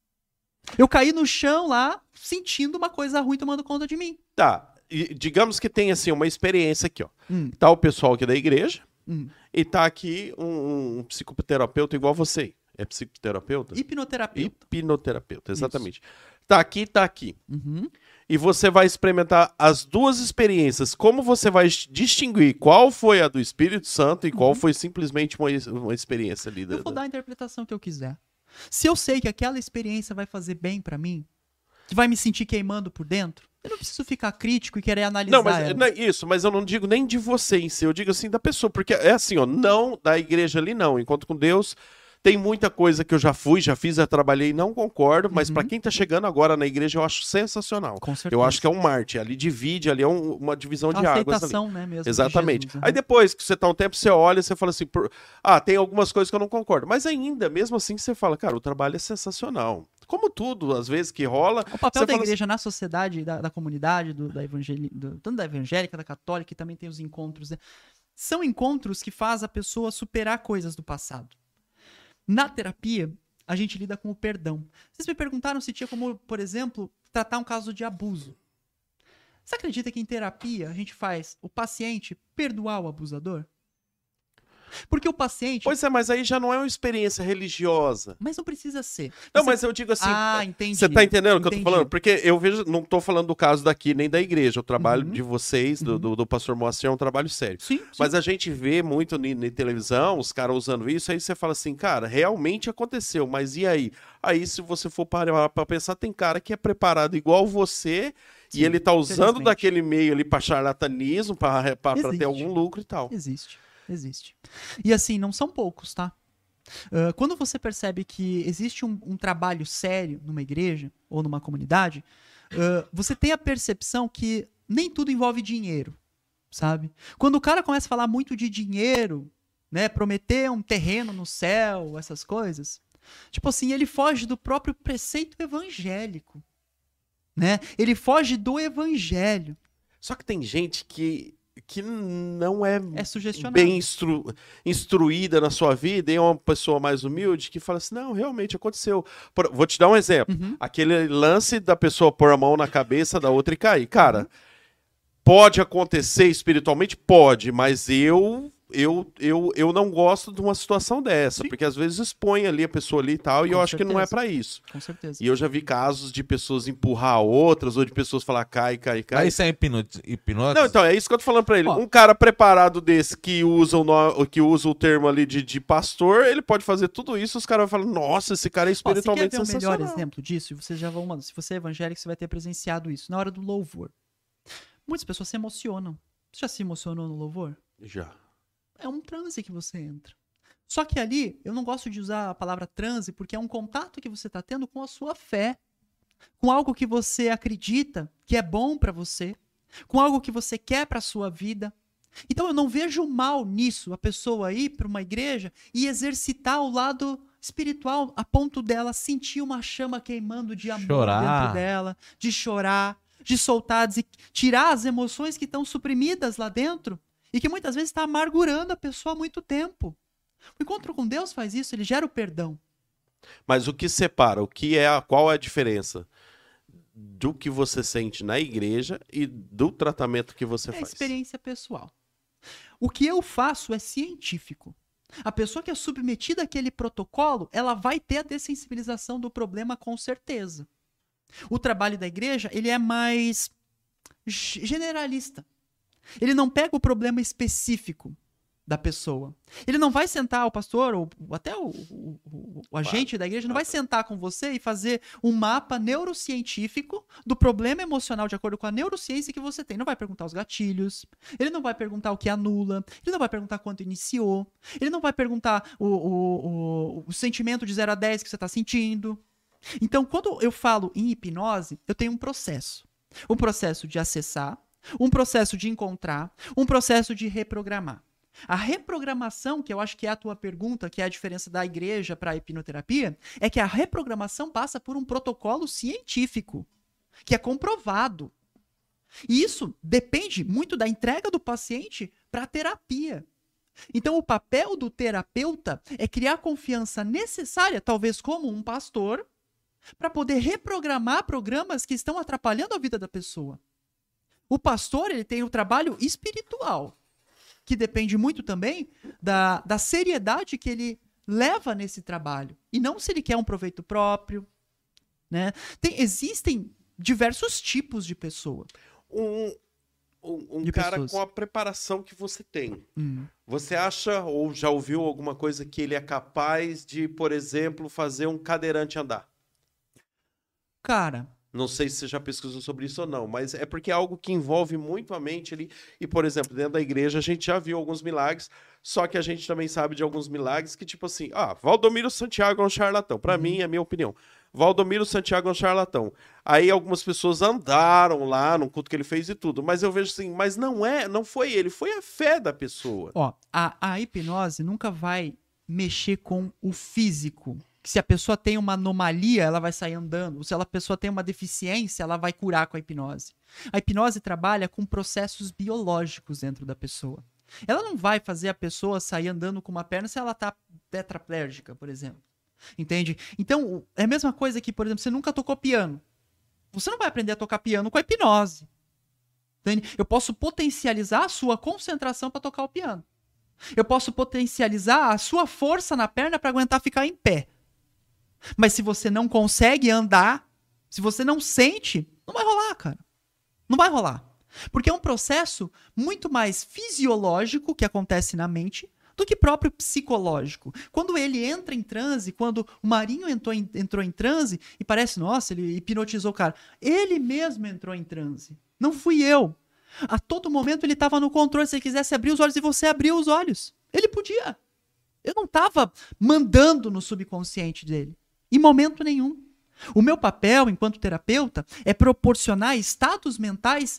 Eu caí no chão lá, sentindo uma coisa ruim tomando conta de mim. Tá, e digamos que tem assim uma experiência aqui, ó. Tá o pessoal aqui da igreja e tá aqui um psicoterapeuta igual você. É psicoterapeuta? Hipnoterapeuta, exatamente. Isso. Tá aqui. E você vai experimentar as duas experiências. Como você vai distinguir qual foi a do Espírito Santo e qual foi simplesmente uma experiência ali? Eu vou dar a interpretação que eu quiser. Se eu sei que aquela experiência vai fazer bem pra mim, que vai me sentir queimando por dentro, eu não preciso ficar crítico e querer analisar. Não, isso, mas eu não digo nem de você em si, eu digo assim da pessoa, porque é assim, não da igreja ali não, encontro com Deus. Tem muita coisa que eu já fiz, já trabalhei, não concordo, mas pra quem tá chegando agora na igreja, eu acho sensacional. Com certeza. Eu acho que é um Marte, ali divide, ali é uma divisão de águas. Aceitação, né, mesmo. Exatamente. Jesus, Aí depois que você tá um tempo, você olha e você fala assim, tem algumas coisas que eu não concordo. Mas ainda, mesmo assim, você fala, cara, o trabalho é sensacional. Como tudo, às vezes, que rola... O papel da igreja na sociedade, da comunidade, tanto da evangélica, da católica, que também tem os encontros, né? São encontros que faz a pessoa superar coisas do passado. Na terapia, a gente lida com o perdão. Vocês me perguntaram se tinha como, por exemplo, tratar um caso de abuso. Você acredita que em terapia a gente faz o paciente perdoar o abusador? Porque o paciente... Pois é, mas aí já não é uma experiência religiosa. Mas não precisa ser. Não, mas eu digo assim... entendi. Você tá entendendo o que eu tô falando? Porque eu vejo, não tô falando do caso daqui, nem da igreja. O trabalho de vocês, do pastor Moacir, é um trabalho sério. Sim. Mas a gente vê muito na televisão, os caras usando isso, aí você fala assim, cara, realmente aconteceu, mas e aí? Aí, se você for parar pra pensar, tem cara que é preparado igual você... Sim, e ele tá usando daquele meio ali pra charlatanismo, pra ter algum lucro e tal. Existe. E assim, não são poucos, tá? Quando você percebe que existe um trabalho sério numa igreja ou numa comunidade, você tem a percepção que nem tudo envolve dinheiro, sabe? Quando o cara começa a falar muito de dinheiro, né, prometer um terreno no céu, essas coisas, tipo assim, ele foge do próprio preceito evangélico, né? Ele foge do evangelho. Só que tem gente que não é bem instruída na sua vida e é uma pessoa mais humilde que fala assim, não, realmente aconteceu. Vou te dar um exemplo. Aquele lance da pessoa pôr a mão na cabeça da outra e cair. Cara, Pode acontecer espiritualmente? Pode, mas eu não gosto de uma situação dessa, Sim. Porque às vezes expõe ali a pessoa ali e tal, e eu acho que não é pra isso. Com certeza. E eu já vi casos de pessoas empurrar outras, ou de pessoas falar cai. Aí isso é hipnose? Não, então, é isso que eu tô falando pra ele. Ó. Um cara preparado desse que usa o termo ali de pastor, ele pode fazer tudo isso, os caras vão falar, nossa, esse cara é espiritualmente Você quer ver o melhor sensacional. exemplo disso? E você já vão, se você é evangélico, você vai ter presenciado isso. Na hora do louvor. Muitas pessoas se emocionam. Você já se emocionou no louvor? Já. É um transe que você entra. Só que ali, eu não gosto de usar a palavra transe, porque é um contato que você está tendo com a sua fé. Com algo que você acredita que é bom para você. Com algo que você quer para a sua vida. Então eu não vejo mal nisso, a pessoa ir para uma igreja e exercitar o lado espiritual, a ponto dela sentir uma chama queimando de amor dentro dela, de chorar, de soltar, de tirar as emoções que estão suprimidas lá dentro e que muitas vezes está amargurando a pessoa há muito tempo. O encontro com Deus faz isso, ele gera o perdão. Mas o que separa, qual é a diferença do que você sente na igreja e do tratamento que você É faz? experiência pessoal. O que eu faço é científico. A pessoa que é submetida àquele protocolo, ela vai ter a dessensibilização do problema com certeza. O trabalho da igreja, ele é mais generalista. Ele não pega o problema específico da pessoa. Ele não vai sentar, o pastor, ou até o agente da igreja, não vai sentar com você e fazer um mapa neurocientífico do problema emocional de acordo com a neurociência que você tem. Não vai perguntar os gatilhos, ele não vai perguntar o que anula, ele não vai perguntar quanto iniciou, ele não vai perguntar o sentimento de 0 a 10 que você está sentindo. Então, quando eu falo em hipnose, eu tenho um processo. Um processo de acessar, um processo de encontrar, um processo de reprogramar. A reprogramação, que eu acho que é a tua pergunta, que é a diferença da igreja para a hipnoterapia, é que a reprogramação passa por um protocolo científico, que é comprovado. E isso depende muito da entrega do paciente para a terapia. Então, o papel do terapeuta é criar a confiança necessária, talvez como um pastor, para poder reprogramar programas que estão atrapalhando a vida da pessoa. O pastor, ele tem o trabalho espiritual, que depende muito também da seriedade que ele leva nesse trabalho. E não se ele quer um proveito próprio. Né? Existem diversos tipos de pessoa. Um cara pessoas. Com a preparação que você tem. Você acha ou já ouviu alguma coisa que ele é capaz de, por exemplo, fazer um cadeirante andar? Cara... Não sei se você já pesquisou sobre isso ou não, mas é porque é algo que envolve muito a mente ali. E, por exemplo, dentro da igreja a gente já viu alguns milagres, só que a gente também sabe de alguns milagres que, tipo assim, Valdomiro Santiago é um charlatão. Pra mim, é a minha opinião. Valdomiro Santiago é um charlatão. Aí algumas pessoas andaram lá no culto que ele fez e tudo, mas eu vejo assim, mas não foi ele, foi a fé da pessoa. A hipnose nunca vai mexer com o físico. Se a pessoa tem uma anomalia, ela vai sair andando. Se a pessoa tem uma deficiência, ela vai curar com a hipnose. A hipnose trabalha com processos biológicos dentro da pessoa. Ela não vai fazer a pessoa sair andando com uma perna se ela está tetraplégica, por exemplo. Entende? Então, é a mesma coisa que, por exemplo, você nunca tocou piano. Você não vai aprender a tocar piano com a hipnose. Entende? Eu posso potencializar a sua concentração para tocar o piano. Eu posso potencializar a sua força na perna para aguentar ficar em pé. Mas se você não consegue andar, se você não sente, não vai rolar, cara. Não vai rolar. Porque é um processo muito mais fisiológico que acontece na mente do que próprio psicológico. Quando ele entra em transe, quando o Marinho entrou em transe e parece, nossa, ele hipnotizou o cara. Ele mesmo entrou em transe. Não fui eu. A todo momento ele estava no controle. Se ele quisesse abrir os olhos e você abriu os olhos. Ele podia. Eu não estava mandando no subconsciente dele. Em momento nenhum. O meu papel, enquanto terapeuta, é proporcionar estados mentais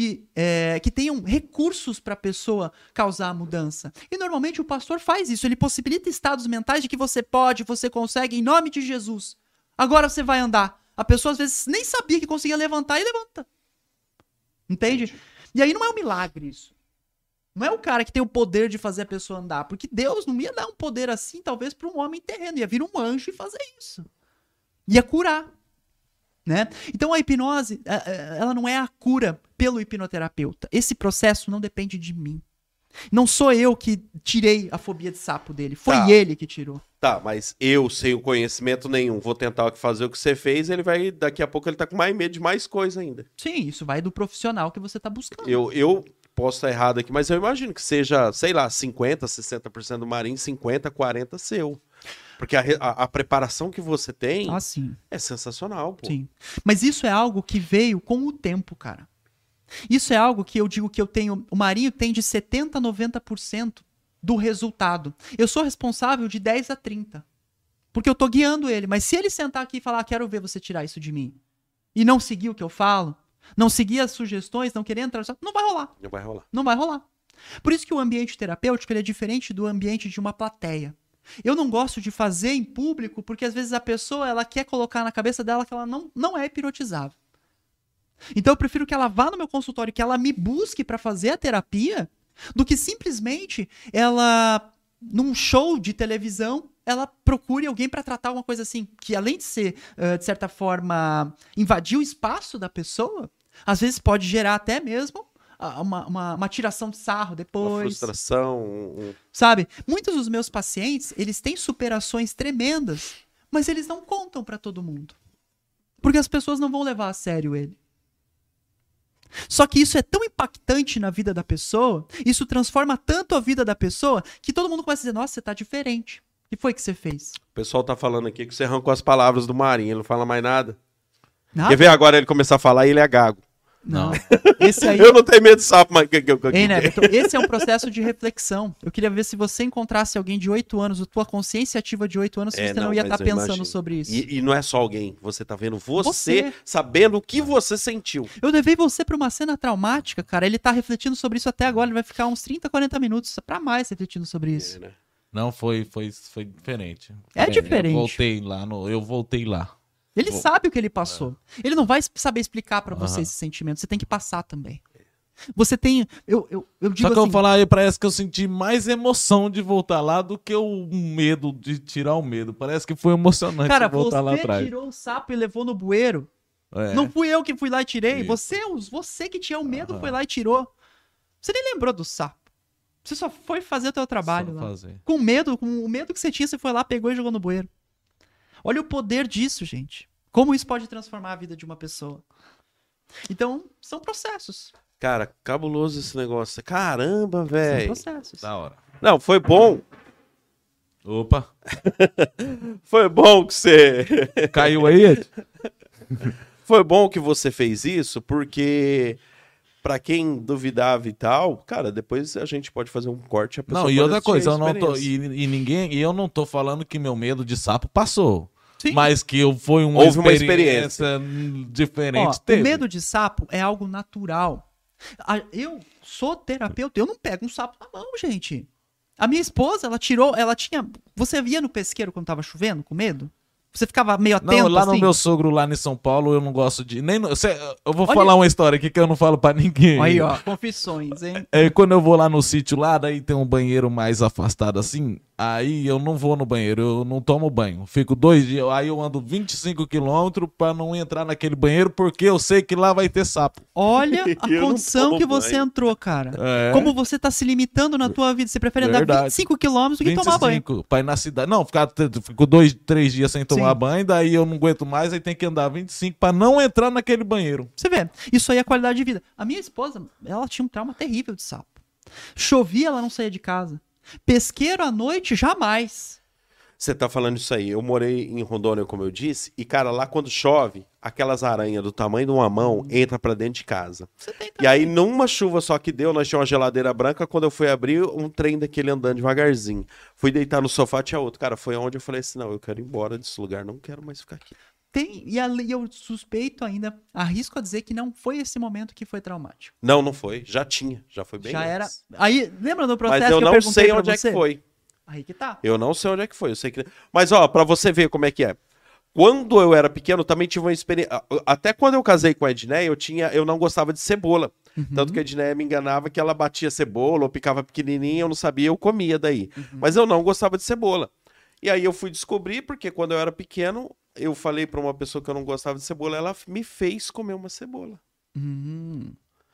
que tenham recursos para a pessoa causar a mudança. E normalmente o pastor faz isso. Ele possibilita estados mentais de que você consegue, em nome de Jesus. Agora você vai andar. A pessoa às vezes nem sabia que conseguia levantar e levanta. Entende? E aí não é um milagre isso. Não é o cara que tem o poder de fazer a pessoa andar. Porque Deus não ia dar um poder assim, talvez, para um homem terreno. Ia vir um anjo e fazer isso. Ia curar. Né? Então a hipnose, ela não é a cura pelo hipnoterapeuta. Esse processo não depende de mim. Não sou eu que tirei a fobia de sapo dele. Foi ele que tirou. Tá, mas eu, sem o conhecimento nenhum, vou tentar fazer o que você fez, ele vai, daqui a pouco ele tá com mais medo de mais coisa ainda. Sim, isso vai do profissional que você tá buscando. Eu posso estar errado aqui, mas eu imagino que seja, sei lá, 50%, 60% do Marinho, 50%, 40% seu. Porque a preparação que você tem é sensacional, pô. Sim. Mas isso é algo que veio com o tempo, cara. Isso é algo que eu digo que eu tenho... O Marinho tem de 70% a 90% do resultado. Eu sou responsável de 10% a 30%. Porque eu tô guiando ele. Mas se ele sentar aqui e falar, quero ver você tirar isso de mim, e não seguir o que eu falo, não seguir as sugestões, não querer entrar... Não vai rolar. Não vai rolar. Não vai rolar. Por isso que o ambiente terapêutico ele é diferente do ambiente de uma plateia. Eu não gosto de fazer em público porque às vezes a pessoa ela quer colocar na cabeça dela que ela não é hipnotizável. Então eu prefiro que ela vá no meu consultório, que ela me busque para fazer a terapia, do que simplesmente ela, num show de televisão, ela procure alguém para tratar uma coisa assim, que além de ser, de certa forma, invadir o espaço da pessoa, às vezes pode gerar até mesmo uma tiração de sarro depois. Uma frustração. Sabe? Muitos dos meus pacientes, eles têm superações tremendas, mas eles não contam pra todo mundo. Porque as pessoas não vão levar a sério ele. Só que isso é tão impactante na vida da pessoa, isso transforma tanto a vida da pessoa, que todo mundo começa a dizer, nossa, você tá diferente. O que foi que você fez? O pessoal tá falando aqui que você arrancou as palavras do Marinho, ele não fala mais nada. Nada? Quer ver agora ele começar a falar e ele é gago. Não. Esse aí... Eu não tenho medo de sapo, mas... Ei, Neverton, esse é um processo de reflexão. Eu queria ver se você encontrasse alguém de 8 anos, a tua consciência ativa de 8 anos, se você não ia estar pensando imagino. Sobre isso. E não é só alguém, você tá vendo você sabendo o que você sentiu. Eu levei você pra uma cena traumática, cara. Ele tá refletindo sobre isso até agora, ele vai ficar uns 30, 40 minutos pra mais refletindo sobre isso. Né? Não, foi diferente. É diferente. Eu voltei lá. Ele sabe o que ele passou. Ele não vai saber explicar pra você esse sentimento. Você tem que passar também. Você tem... Eu digo Só que assim, eu vou falar aí, parece que eu senti mais emoção de voltar lá do que o medo de tirar o medo. Parece que foi emocionante voltar lá atrás. Você tirou o sapo e levou no bueiro. Não fui eu que fui lá e tirei. Você que tinha o medo foi lá e tirou. Você nem lembrou do sapo. Você só foi fazer o teu trabalho lá. Com o medo que você tinha, você foi lá, pegou e jogou no bueiro. Olha o poder disso, gente. Como isso pode transformar a vida de uma pessoa. Então, são processos. Cara, cabuloso esse negócio. Caramba, velho. São processos. Da hora. Não, foi bom. Opa. Foi bom que você... Caiu aí, Ed? Foi bom que você fez isso, porque... Pra quem duvidava e tal, cara, depois a gente pode fazer um corte. Não, e outra coisa, eu não tô, e eu não tô falando que meu medo de sapo passou. Sim. Mas que foi uma experiência diferente. O medo de sapo é algo natural. Eu sou terapeuta, eu não pego um sapo na mão, gente. A minha esposa, ela tinha... Você via no pesqueiro quando tava chovendo, com medo? Você ficava meio atento, não, lá assim? No meu sogro, lá em São Paulo, eu não gosto de... eu vou falar uma história aqui que eu não falo pra ninguém. Aí, ó, confissões, hein? Quando eu vou lá no sítio lá, daí tem um banheiro mais afastado assim, aí eu não vou no banheiro, eu não tomo banho. Fico 2 dias, aí eu ando 25 quilômetros pra não entrar naquele banheiro, porque eu sei que lá vai ter sapo. Olha a condição que você entrou, cara. Como você tá se limitando na tua vida. Você prefere andar 25 quilômetros do que tomar banho. Pra ir na cidade. Não, fico 2, 3 dias sem tomar banho, daí eu não aguento mais, aí tem que andar 25 pra não entrar naquele banheiro. Você vê, isso aí é qualidade de vida. A minha esposa, ela tinha um trauma terrível de sapo. Chovia, ela não saía de casa. Pesqueiro à noite, jamais. Você tá falando isso aí. Eu morei em Rondônia, como eu disse, e, cara, lá quando chove, aquelas aranhas do tamanho de uma mão entram pra dentro de casa. E aí, numa chuva só que deu, nós tínhamos uma geladeira branca, quando eu fui abrir, um trem daquele andando devagarzinho. Fui deitar no sofá, tinha outro. Cara, foi onde eu falei assim, não, eu quero ir embora desse lugar, não quero mais ficar aqui. E eu suspeito ainda, arrisco a dizer que não foi esse momento que foi traumático. Não foi. Já foi bem Já antes. era. Aí, lembra do processo que eu perguntei não sei onde é que foi. Aí que tá. Eu não sei onde é que foi. Eu sei que... Mas, ó, pra você ver como é que é. Quando eu era pequeno, eu também tive uma experiência... Até quando eu casei com a Edneia, eu não gostava de cebola. Tanto que a Edneia me enganava que ela batia cebola ou picava pequenininha, eu não sabia, eu comia daí. Mas eu não gostava de cebola. E aí eu fui descobrir, porque quando eu era pequeno, eu falei pra uma pessoa que eu não gostava de cebola, ela me fez comer uma cebola.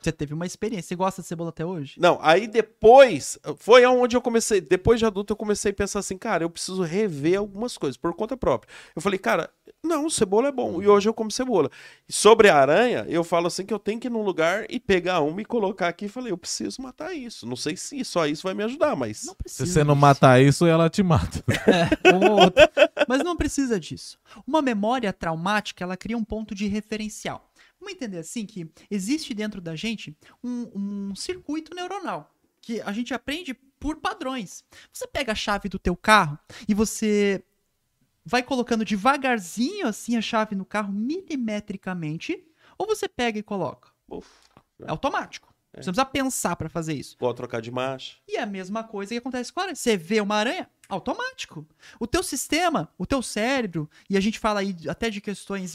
Você teve uma experiência. Você gosta de cebola até hoje? Não, aí depois, foi onde eu comecei, depois de adulto eu comecei a pensar assim, cara, eu preciso rever algumas coisas por conta própria. Eu falei, cara, não, cebola é bom, e hoje eu como cebola. E sobre a aranha, eu falo assim que eu tenho que ir num lugar e pegar uma e colocar aqui e falei, eu preciso matar isso. Não sei se só isso vai me ajudar, mas... Não precisa Se você não disso. matar isso, ela te mata. Um ou outro. Mas não precisa disso. Uma memória traumática, ela cria um ponto de referencial. Vamos entender assim que existe dentro da gente um circuito neuronal que a gente aprende por padrões. Você pega a chave do teu carro e você vai colocando devagarzinho assim a chave no carro milimetricamente, ou você pega e coloca? Uf, É automático. Você não precisa pensar para fazer isso. vou trocar de marcha. E é a mesma coisa que acontece com a aranha. Você vê uma aranha, automático. O teu sistema, o teu cérebro, e a gente fala aí até de questões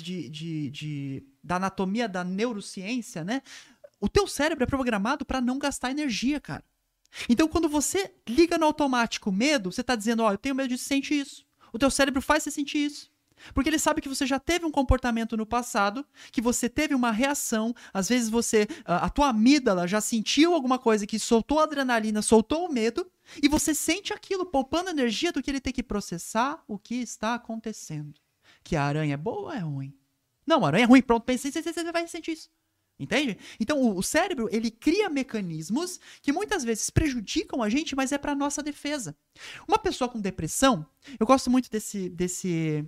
da anatomia da neurociência, né? O teu cérebro é programado para não gastar energia, cara. Então, quando você liga no automático medo, você tá dizendo, ó, eu tenho medo de sentir isso. O teu cérebro faz você sentir isso. Porque ele sabe que você já teve um comportamento no passado, que você teve uma reação, às vezes a tua amígdala já sentiu alguma coisa que soltou a adrenalina, soltou o medo, e você sente aquilo, poupando energia do que ele tem que processar o que está acontecendo. Que a aranha é boa ou é ruim? Não, a aranha é ruim, pronto, pensei, você vai sentir isso. Entende? Então, o cérebro, ele cria mecanismos que muitas vezes prejudicam a gente, mas é para nossa defesa. Uma pessoa com depressão, eu gosto muito desse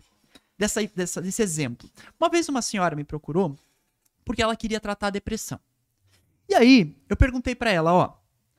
exemplo. Uma vez uma senhora me procurou porque ela queria tratar a depressão. E aí, eu perguntei pra ela, ó,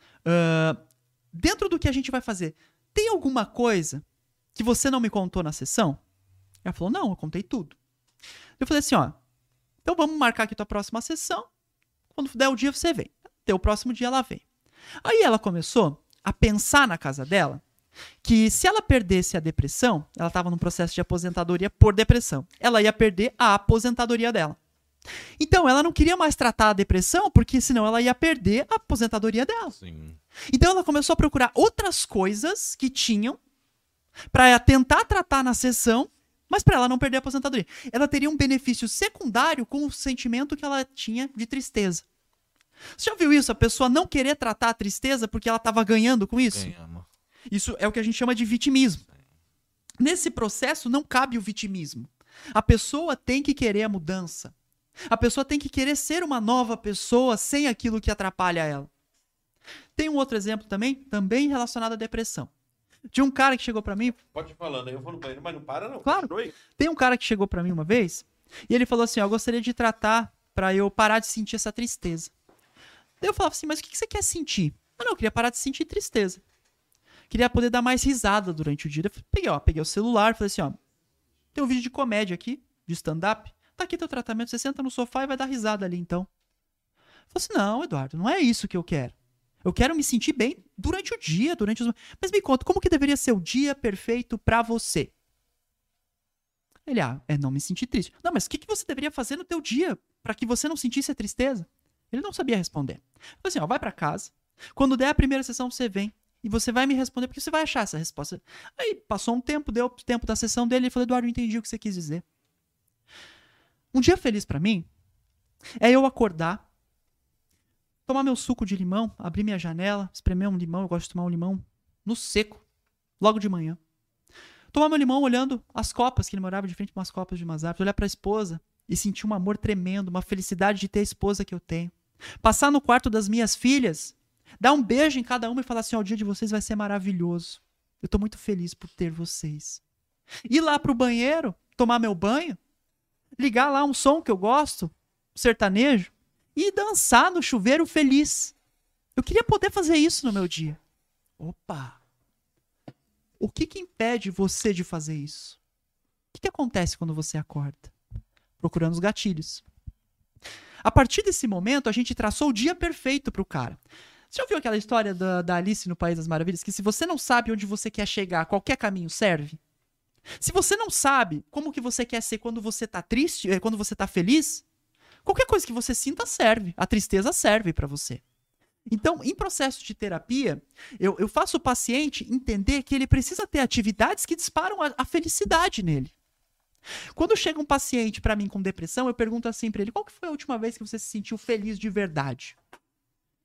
dentro do que a gente vai fazer, tem alguma coisa que você não me contou na sessão? Ela falou, não, eu contei tudo. Eu falei assim, ó, então vamos marcar aqui tua próxima sessão, quando der o dia você vem. Até o próximo dia ela vem. Aí ela começou a pensar na casa dela, que se ela perdesse a depressão, ela estava num processo de aposentadoria por depressão, ela ia perder a aposentadoria dela. Então, ela não queria mais tratar a depressão, porque senão ela ia perder a aposentadoria dela. Sim. Então, ela começou a procurar outras coisas que tinham para tentar tratar na sessão, mas para ela não perder a aposentadoria. Ela teria um benefício secundário com o sentimento que ela tinha de tristeza. Você já viu isso? A pessoa não querer tratar a tristeza porque ela estava ganhando com isso? Quem ama? Isso é o que a gente chama de vitimismo. Nesse processo não cabe o vitimismo. A pessoa tem que querer a mudança. A pessoa tem que querer ser uma nova pessoa sem aquilo que atrapalha ela. Tem um outro exemplo também relacionado à depressão. Tinha um cara que chegou pra mim... Pode ir falando, eu vou no banheiro, mas não para não. Claro. Tem um cara que chegou pra mim uma vez e ele falou assim, ó, eu gostaria de tratar pra eu parar de sentir essa tristeza. Daí eu falava assim, mas o que você quer sentir? Ah, não, eu queria parar de sentir tristeza. Queria poder dar mais risada durante o dia. Eu peguei o celular, falei assim, ó, tem um vídeo de comédia aqui, de stand-up. Tá aqui teu tratamento, você senta no sofá e vai dar risada ali, então. Eu falei assim, não, Eduardo, não é isso que eu quero. Eu quero me sentir bem durante o dia, Mas me conta, como que deveria ser o dia perfeito pra você? Ele, é não me sentir triste. Não, mas o que você deveria fazer no teu dia pra que você não sentisse a tristeza? Ele não sabia responder. Eu falei assim, ó, vai pra casa. Quando der a primeira sessão, você vem. E você vai me responder, porque você vai achar essa resposta. Aí passou um tempo, deu o tempo da sessão dele, ele falou, Eduardo, eu entendi o que você quis dizer. Um dia feliz pra mim é eu acordar, tomar meu suco de limão, abrir minha janela, espremer um limão, eu gosto de tomar um limão no seco, logo de manhã. Tomar meu limão olhando as copas, que ele morava de frente para umas copas de umas árvores, olhar pra esposa e sentir um amor tremendo, uma felicidade de ter a esposa que eu tenho. Passar no quarto das minhas filhas, dar um beijo em cada uma e falar assim, ó, o dia de vocês vai ser maravilhoso. Eu tô muito feliz por ter vocês. Ir lá pro banheiro, tomar meu banho, ligar lá um som que eu gosto, sertanejo, e dançar no chuveiro feliz. Eu queria poder fazer isso no meu dia. Opa! O que impede você de fazer isso? O que acontece quando você acorda? Procurando os gatilhos. A partir desse momento, a gente traçou o dia perfeito pro cara. Você já ouviu aquela história da Alice no País das Maravilhas? Que se você não sabe onde você quer chegar, qualquer caminho serve? Se você não sabe como que você quer ser quando você tá triste, quando você tá feliz, qualquer coisa que você sinta serve. A tristeza serve pra você. Então, em processo de terapia, eu faço o paciente entender que ele precisa ter atividades que disparam a felicidade nele. Quando chega um paciente pra mim com depressão, eu pergunto assim pra ele, qual que foi a última vez que você se sentiu feliz de verdade?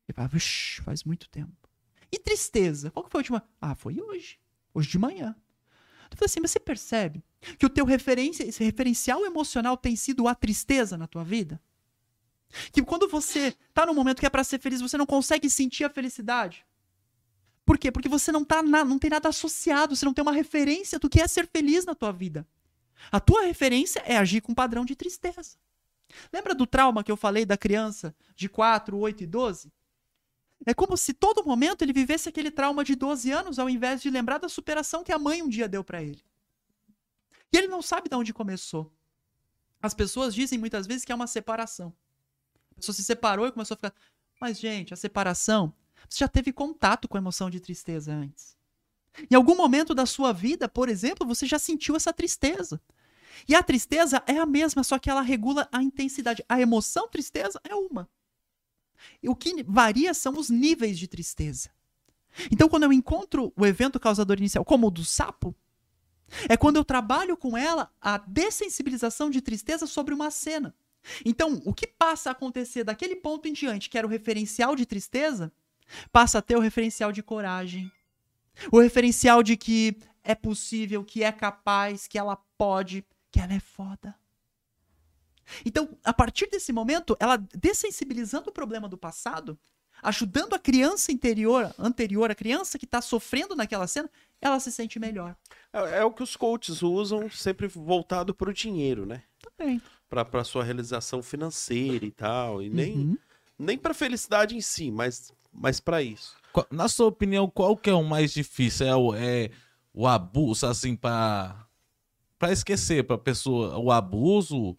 Ele fala, faz muito tempo. E tristeza? Qual que foi a última? Foi hoje. Hoje de manhã. Eu falei assim, mas você percebe que o teu esse referencial emocional tem sido a tristeza na tua vida? Que quando você tá num momento que é pra ser feliz, você não consegue sentir a felicidade? Por quê? Porque você não tem nada associado, você não tem uma referência do que é ser feliz na tua vida. A tua referência é agir com um padrão de tristeza. Lembra do trauma que eu falei da criança de 4, 8 e 12? É como se todo momento ele vivesse aquele trauma de 12 anos ao invés de lembrar da superação que a mãe um dia deu pra ele. E ele não sabe de onde começou. As pessoas dizem muitas vezes que é uma separação. A pessoa se separou e começou a ficar... Mas, gente, a separação... Você já teve contato com a emoção de tristeza antes. Em algum momento da sua vida, por exemplo, você já sentiu essa tristeza. E a tristeza é a mesma, só que ela regula a intensidade. A emoção tristeza é uma. E o que varia são os níveis de tristeza. Então, quando eu encontro o evento causador inicial, como o do sapo, é quando eu trabalho com ela a dessensibilização de tristeza sobre uma cena. Então, o que passa a acontecer daquele ponto em diante, que era o referencial de tristeza, passa a ter o referencial de coragem, o referencial de que é possível, que é capaz, que ela pode, que ela é foda. Então, a partir desse momento, ela dessensibilizando o problema do passado, ajudando a criança anterior, a criança que está sofrendo naquela cena, ela se sente melhor. É o que os coaches usam, sempre voltado para o dinheiro, né? Também. Para sua realização financeira e tal, e nem para felicidade em si, mas para isso. Na sua opinião, qual que é o mais difícil? É o abuso, assim, para esquecer para a pessoa, o abuso,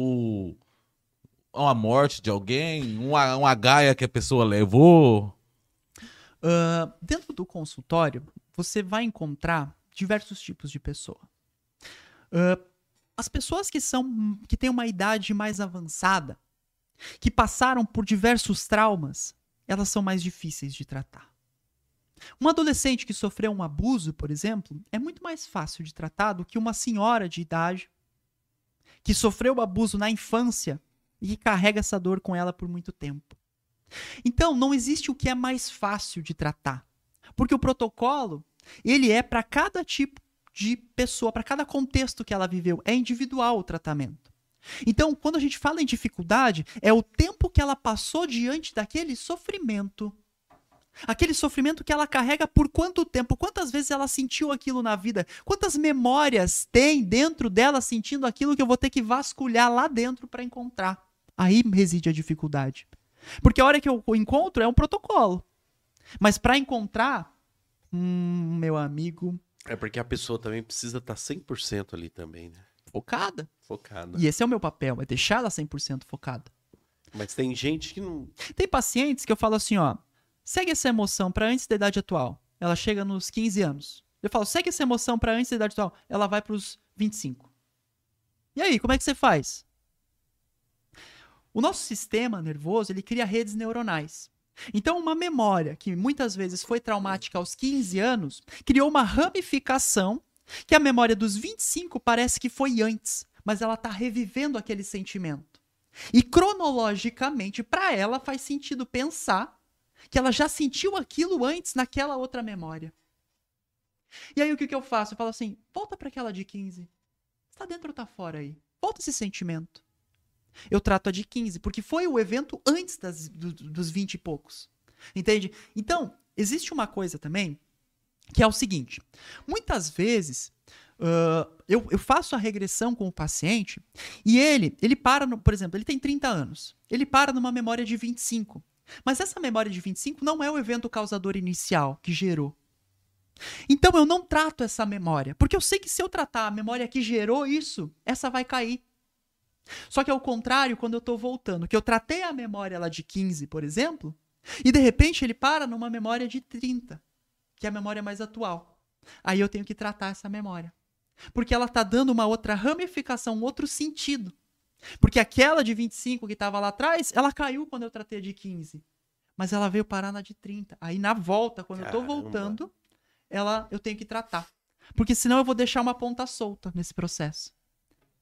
uma morte de alguém, uma gaia que a pessoa levou? Dentro do consultório, você vai encontrar diversos tipos de pessoa. As pessoas que têm uma idade mais avançada, que passaram por diversos traumas, elas são mais difíceis de tratar. Um adolescente que sofreu um abuso, por exemplo, é muito mais fácil de tratar do que uma senhora de idade que sofreu o abuso na infância e que carrega essa dor com ela por muito tempo. Então, não existe o que é mais fácil de tratar, porque o protocolo, ele é para cada tipo de pessoa, para cada contexto que ela viveu, é individual o tratamento. Então, quando a gente fala em dificuldade, é o tempo que ela passou diante daquele sofrimento. Aquele sofrimento que ela carrega por quanto tempo, quantas vezes ela sentiu aquilo na vida, quantas memórias tem dentro dela sentindo aquilo que eu vou ter que vasculhar lá dentro para encontrar. Aí reside a dificuldade. Porque a hora que eu encontro é um protocolo. Mas para encontrar, meu amigo... É porque a pessoa também precisa estar 100% ali também, né? Focada. Focada. E esse é o meu papel, é deixar ela 100% focada. Mas tem gente que não... Tem pacientes que eu falo assim, ó, segue essa emoção para antes da idade atual. Ela chega nos 15 anos. Eu falo, segue essa emoção para antes da idade atual. Ela vai para os 25. E aí, como é que você faz? O nosso sistema nervoso, ele cria redes neuronais. Então, uma memória que muitas vezes foi traumática aos 15 anos, criou uma ramificação que a memória dos 25 parece que foi antes, mas ela está revivendo aquele sentimento. E cronologicamente, para ela, faz sentido pensar que ela já sentiu aquilo antes naquela outra memória. E aí o que eu faço? Eu falo assim, volta para aquela de 15. Está dentro ou está fora aí? Volta esse sentimento. Eu trato a de 15, porque foi o evento antes dos 20 e poucos. Entende? Então, existe uma coisa também, que é o seguinte. Muitas vezes, eu faço a regressão com o paciente e ele para, por exemplo, ele tem 30 anos. Ele para numa memória de 25. Mas essa memória de 25 não é o evento causador inicial que gerou. Então eu não trato essa memória, porque eu sei que se eu tratar a memória que gerou isso, essa vai cair. Só que ao contrário, quando eu estou voltando, que eu tratei a memória lá de 15, por exemplo, e de repente ele para numa memória de 30, que é a memória mais atual. Aí eu tenho que tratar essa memória. Porque ela está dando uma outra ramificação, um outro sentido. Porque aquela de 25 que estava lá atrás, ela caiu quando eu tratei a de 15. Mas ela veio parar na de 30. Aí na volta, quando eu estou voltando, eu tenho que tratar. Porque senão eu vou deixar uma ponta solta nesse processo.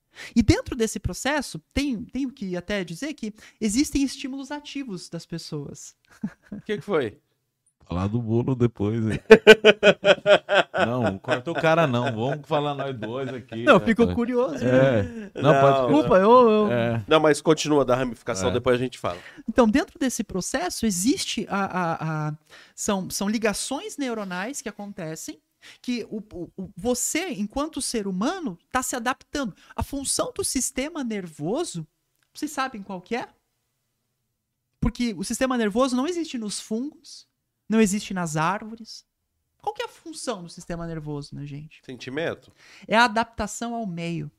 E dentro desse processo, tenho que até dizer que existem estímulos ativos das pessoas. O que foi? Falar do bolo depois, hein? Não, corta o cara não. Vamos falar nós dois aqui. Não, eu fico curioso. Não, pode... Desculpa, Não, mas continua da ramificação, depois a gente fala. Então, dentro desse processo, existe são ligações neuronais que acontecem, que você, enquanto ser humano, está se adaptando. A função do sistema nervoso, vocês sabem qual que é? Porque o sistema nervoso não existe nos fungos, não existe nas árvores. Qual que é a função do sistema nervoso, né, gente? Sentimento? É a adaptação ao meio.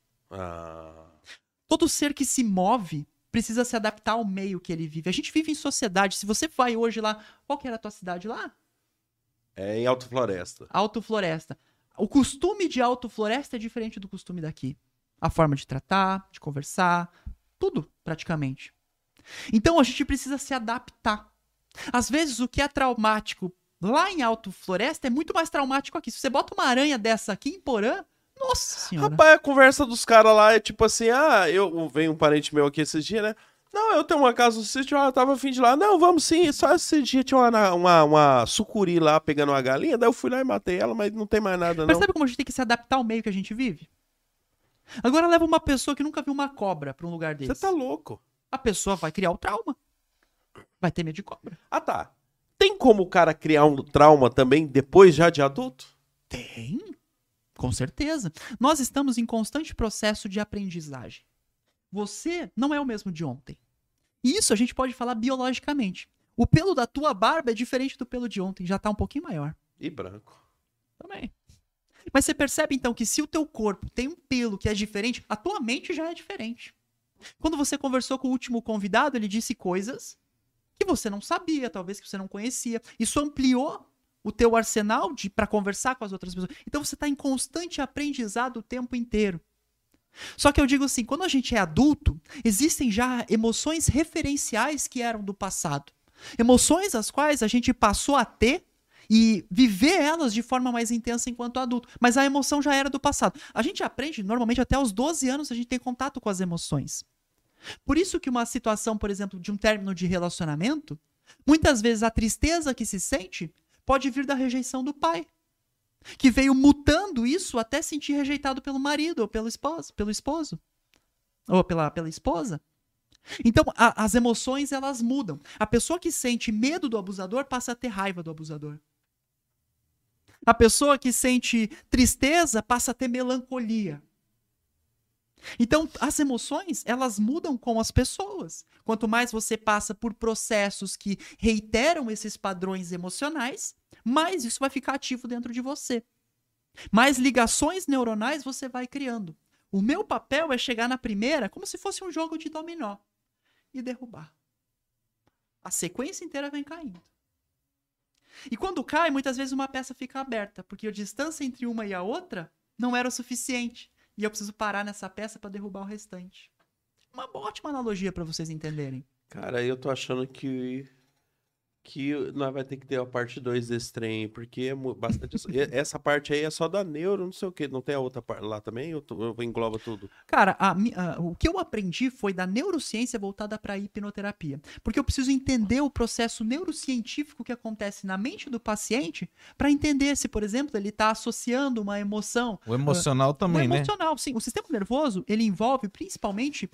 Todo ser que se move precisa se adaptar ao meio que ele vive. A gente vive em sociedade. Se você vai hoje lá... Qual que era a tua cidade lá? É em Alto Floresta. Alto Floresta. O costume de Alto Floresta é diferente do costume daqui. A forma de tratar, de conversar, tudo, praticamente. Então, a gente precisa se adaptar. Às vezes, o que é traumático lá em Alto Floresta é muito mais traumático aqui. Se você bota uma aranha dessa aqui em Porã, nossa senhora. Rapaz, a conversa dos caras lá é tipo assim, veio um parente meu aqui esses dias, né? Não, eu tenho uma casa no sítio, eu tava a fim de ir lá. Não, vamos sim, só esse dia tinha uma sucuri lá pegando uma galinha, daí eu fui lá e matei ela, mas não tem mais nada não. Percebe como a gente tem que se adaptar ao meio que a gente vive? Agora leva uma pessoa que nunca viu uma cobra pra um lugar desse. Você tá louco. A pessoa vai criar o trauma. Vai ter medo de cobra. Ah, tá. Tem como o cara criar um trauma também depois já de adulto? Tem. Com certeza. Nós estamos em constante processo de aprendizagem. Você não é o mesmo de ontem. E isso a gente pode falar biologicamente. O pelo da tua barba é diferente do pelo de ontem. Já tá um pouquinho maior. E branco. Também. Mas você percebe então que se o teu corpo tem um pelo que é diferente, a tua mente já é diferente. Quando você conversou com o último convidado, ele disse coisas que você não sabia, talvez que você não conhecia. Isso ampliou o teu arsenal para conversar com as outras pessoas. Então você está em constante aprendizado o tempo inteiro. Só que eu digo assim, quando a gente é adulto, existem já emoções referenciais que eram do passado. Emoções as quais a gente passou a ter e viver elas de forma mais intensa enquanto adulto. Mas a emoção já era do passado. A gente aprende, normalmente, até aos 12 anos a gente tem contato com as emoções. Por isso que uma situação, por exemplo, de um término de relacionamento, muitas vezes a tristeza que se sente pode vir da rejeição do pai, que veio mutando isso até sentir rejeitado pelo marido ou pelo esposo ou pela esposa. Então, as emoções, elas mudam. A pessoa que sente medo do abusador passa a ter raiva do abusador. A pessoa que sente tristeza passa a ter melancolia. Então, as emoções, elas mudam com as pessoas. Quanto mais você passa por processos que reiteram esses padrões emocionais, mais isso vai ficar ativo dentro de você. Mais ligações neuronais você vai criando. O meu papel é chegar na primeira como se fosse um jogo de dominó e derrubar. A sequência inteira vem caindo. E quando cai, muitas vezes uma peça fica aberta, porque a distância entre uma e a outra não era o suficiente. E eu preciso parar nessa peça para derrubar o restante. Uma ótima analogia para vocês entenderem. Cara, eu tô achando que nós vai ter que ter a parte 2 desse trem, porque é bastante... Essa parte aí é só da neuro, não sei o quê. Não tem a outra parte lá também? Eu engloba tudo? Cara, o que eu aprendi foi da neurociência voltada para a hipnoterapia. Porque eu preciso entender o processo neurocientífico que acontece na mente do paciente para entender se, por exemplo, ele está associando uma emoção... O emocional também, né? O emocional, sim. O sistema nervoso, ele envolve principalmente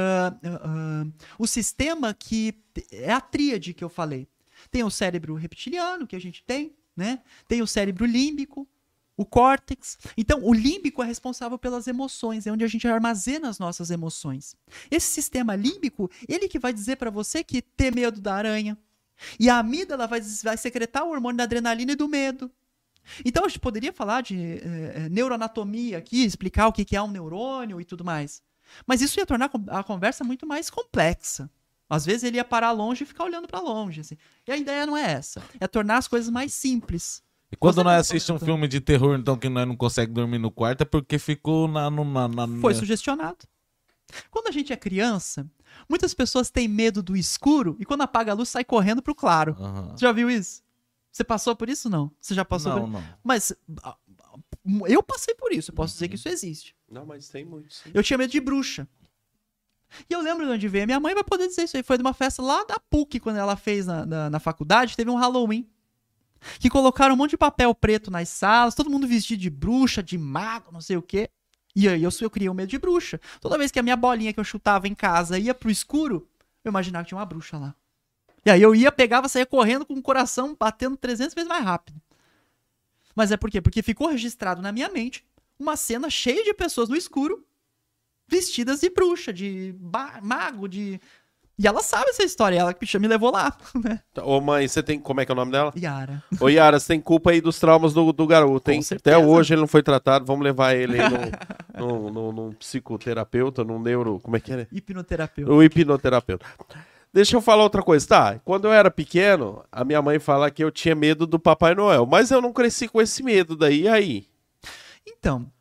o sistema que é a tríade que eu falei. Tem o cérebro reptiliano, que a gente tem, né? Tem o cérebro límbico, o córtex. Então, o límbico é responsável pelas emoções, é onde a gente armazena as nossas emoções. Esse sistema límbico, ele que vai dizer para você que ter medo da aranha. E a amígdala vai secretar o hormônio da adrenalina e do medo. Então, a gente poderia falar de neuroanatomia aqui, explicar o que é um neurônio e tudo mais. Mas isso ia tornar a conversa muito mais complexa. Às vezes ele ia parar longe e ficar olhando para longe. Assim. E a ideia não é essa. É tornar as coisas mais simples. E quando nós assistimos um filme de terror, então, que nós não conseguimos dormir no quarto, é porque ficou Foi sugestionado. Quando a gente é criança, muitas pessoas têm medo do escuro e quando apaga a luz sai correndo pro claro. Uhum. Você já viu isso? Você passou por isso, não? Você já passou por isso? Não. Mas eu passei por isso. Eu posso dizer que isso existe. Não, mas tem muito, sim. Eu tinha medo de bruxa. E eu lembro de onde veio. Minha mãe vai poder dizer isso aí. Foi de uma festa lá da PUC, quando ela fez na faculdade, teve um Halloween. Que colocaram um monte de papel preto nas salas, todo mundo vestido de bruxa, de mago, não sei o quê. E aí eu criei um medo de bruxa. Toda vez que a minha bolinha que eu chutava em casa ia pro escuro, eu imaginava que tinha uma bruxa lá. E aí eu ia, pegava, saía correndo com o coração batendo 300 vezes mais rápido. Mas é por quê? Porque ficou registrado na minha mente uma cena cheia de pessoas no escuro, vestidas de bruxa, de mago, de... E ela sabe essa história, ela que me levou lá, né? Ô mãe, você tem... Como é que é o nome dela? Yara. Ô Yara, você tem culpa aí dos traumas do garoto, hein? Com certeza. Até hoje ele não foi tratado, vamos levar ele aí num psicoterapeuta, num neuro... Como é que é? Hipnoterapeuta. O hipnoterapeuta. Deixa eu falar outra coisa, tá? Quando eu era pequeno, a minha mãe fala que eu tinha medo do Papai Noel, mas eu não cresci com esse medo daí, e aí? Então,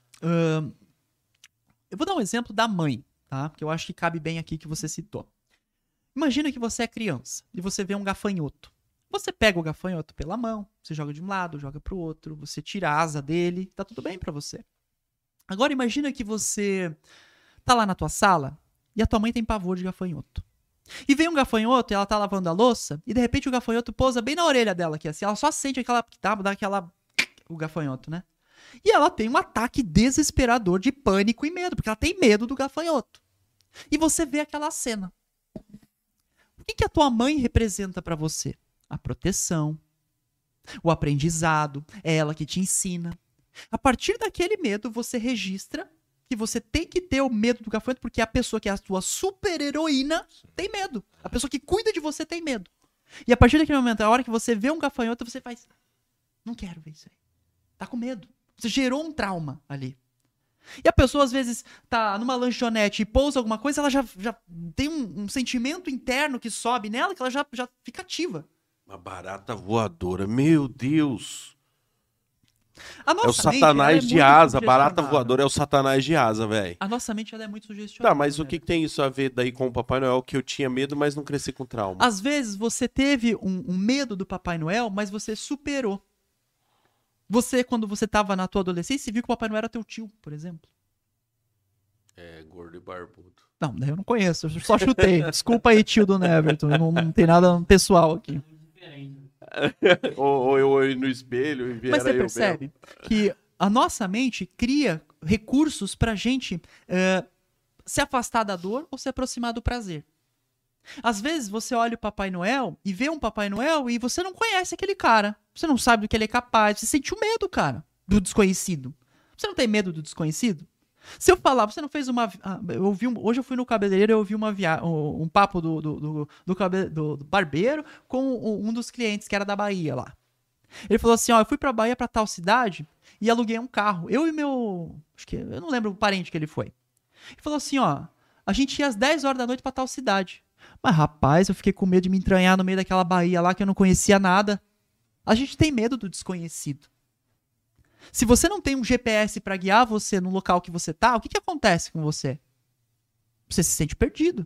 eu vou dar um exemplo da mãe, tá? Porque eu acho que cabe bem aqui que você citou. Imagina que você é criança e você vê um gafanhoto. Você pega o gafanhoto pela mão, você joga de um lado, joga pro outro, você tira a asa dele, tá tudo bem pra você. Agora imagina que você tá lá na tua sala e a tua mãe tem pavor de gafanhoto. E vem um gafanhoto e ela tá lavando a louça e de repente o gafanhoto pousa bem na orelha dela aqui, assim, ela só sente aquela... dá aquela... o gafanhoto, né? E ela tem um ataque desesperador de pânico e medo, porque ela tem medo do gafanhoto. E você vê aquela cena. O que a tua mãe representa pra você? A proteção, o aprendizado, é ela que te ensina. A partir daquele medo, você registra que você tem que ter o medo do gafanhoto, porque a pessoa que é a tua super-heroína tem medo. A pessoa que cuida de você tem medo. E a partir daquele momento, a hora que você vê um gafanhoto, você faz... Não quero ver isso aí. Tá com medo. Você gerou um trauma ali. E a pessoa, às vezes, tá numa lanchonete e pousa alguma coisa, ela já tem um sentimento interno que sobe nela, que ela já fica ativa. Uma barata voadora, meu Deus. A nossa É o satanás mente, de ela é muito asa, barata sugestionável. voadora é o satanás de asa, velho. A nossa mente ela é muito sugestionável. Tá, mas o né? que tem isso a ver daí com o Papai Noel, que eu tinha medo, mas não cresci com trauma? Às vezes você teve um medo do Papai Noel, mas você superou. Você, quando você tava na tua adolescência, viu que o Papai Noel era teu tio, por exemplo. É, gordo e barbudo. Não, eu não conheço, eu só chutei. Desculpa aí, tio do Neverton, não tem nada pessoal aqui. ou eu no espelho e vier Mas você eu percebe que a nossa mente cria recursos pra gente se afastar da dor ou se aproximar do prazer. Às vezes você olha o Papai Noel e vê um Papai Noel e você não conhece aquele cara. Você não sabe do que ele é capaz. Você sente o medo, cara, do desconhecido. Você não tem medo do desconhecido? Se eu falar, você não fez uma... hoje eu fui no cabeleireiro e eu ouvi um papo do barbeiro com um dos clientes que era da Bahia lá. Ele falou assim, ó, eu fui pra Bahia pra tal cidade e aluguei um carro. Eu e meu... eu não lembro o parente que ele foi. Ele falou assim, ó, a gente ia às 10 horas da noite pra tal cidade. Mas, rapaz, eu fiquei com medo de me entranhar no meio daquela Bahia lá que eu não conhecia nada. A gente tem medo do desconhecido. Se você não tem um GPS pra guiar você no local que você tá, o que acontece com você? Você se sente perdido.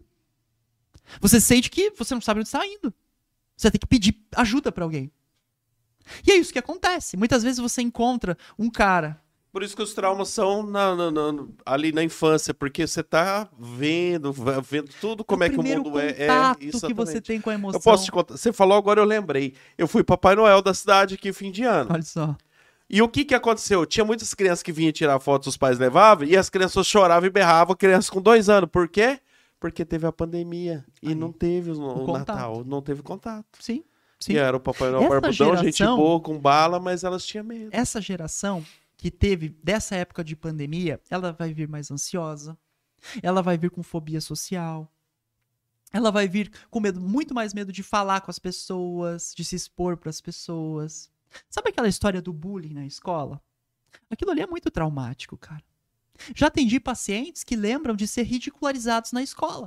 Você sente que você não sabe onde está indo. Você tem que pedir ajuda pra alguém. E é isso que acontece. Muitas vezes você encontra um cara... Por isso que os traumas são ali na infância, porque você tá vendo tudo como é que o mundo é. O contato que você tem com a emoção. Eu posso te contar. Você falou agora, eu lembrei. Eu fui Papai Noel da cidade aqui fim de ano. Olha só. E o que aconteceu? Tinha muitas crianças que vinham tirar fotos, os pais levavam, e as crianças choravam e berravam, crianças com 2 anos. Por quê? Porque teve a pandemia. E Aí, não teve o contato. Natal. Não teve contato. Sim. E era o Papai Noel Essa barbudão, gente geração- boa, com bala, mas elas tinham medo. Essa geração que teve dessa época de pandemia, ela vai vir mais ansiosa, ela vai vir com fobia social, ela vai vir com medo, muito mais medo de falar com as pessoas, de se expor para as pessoas. Sabe aquela história do bullying na escola? Aquilo ali é muito traumático, cara. Já atendi pacientes que lembram de ser ridicularizados na escola.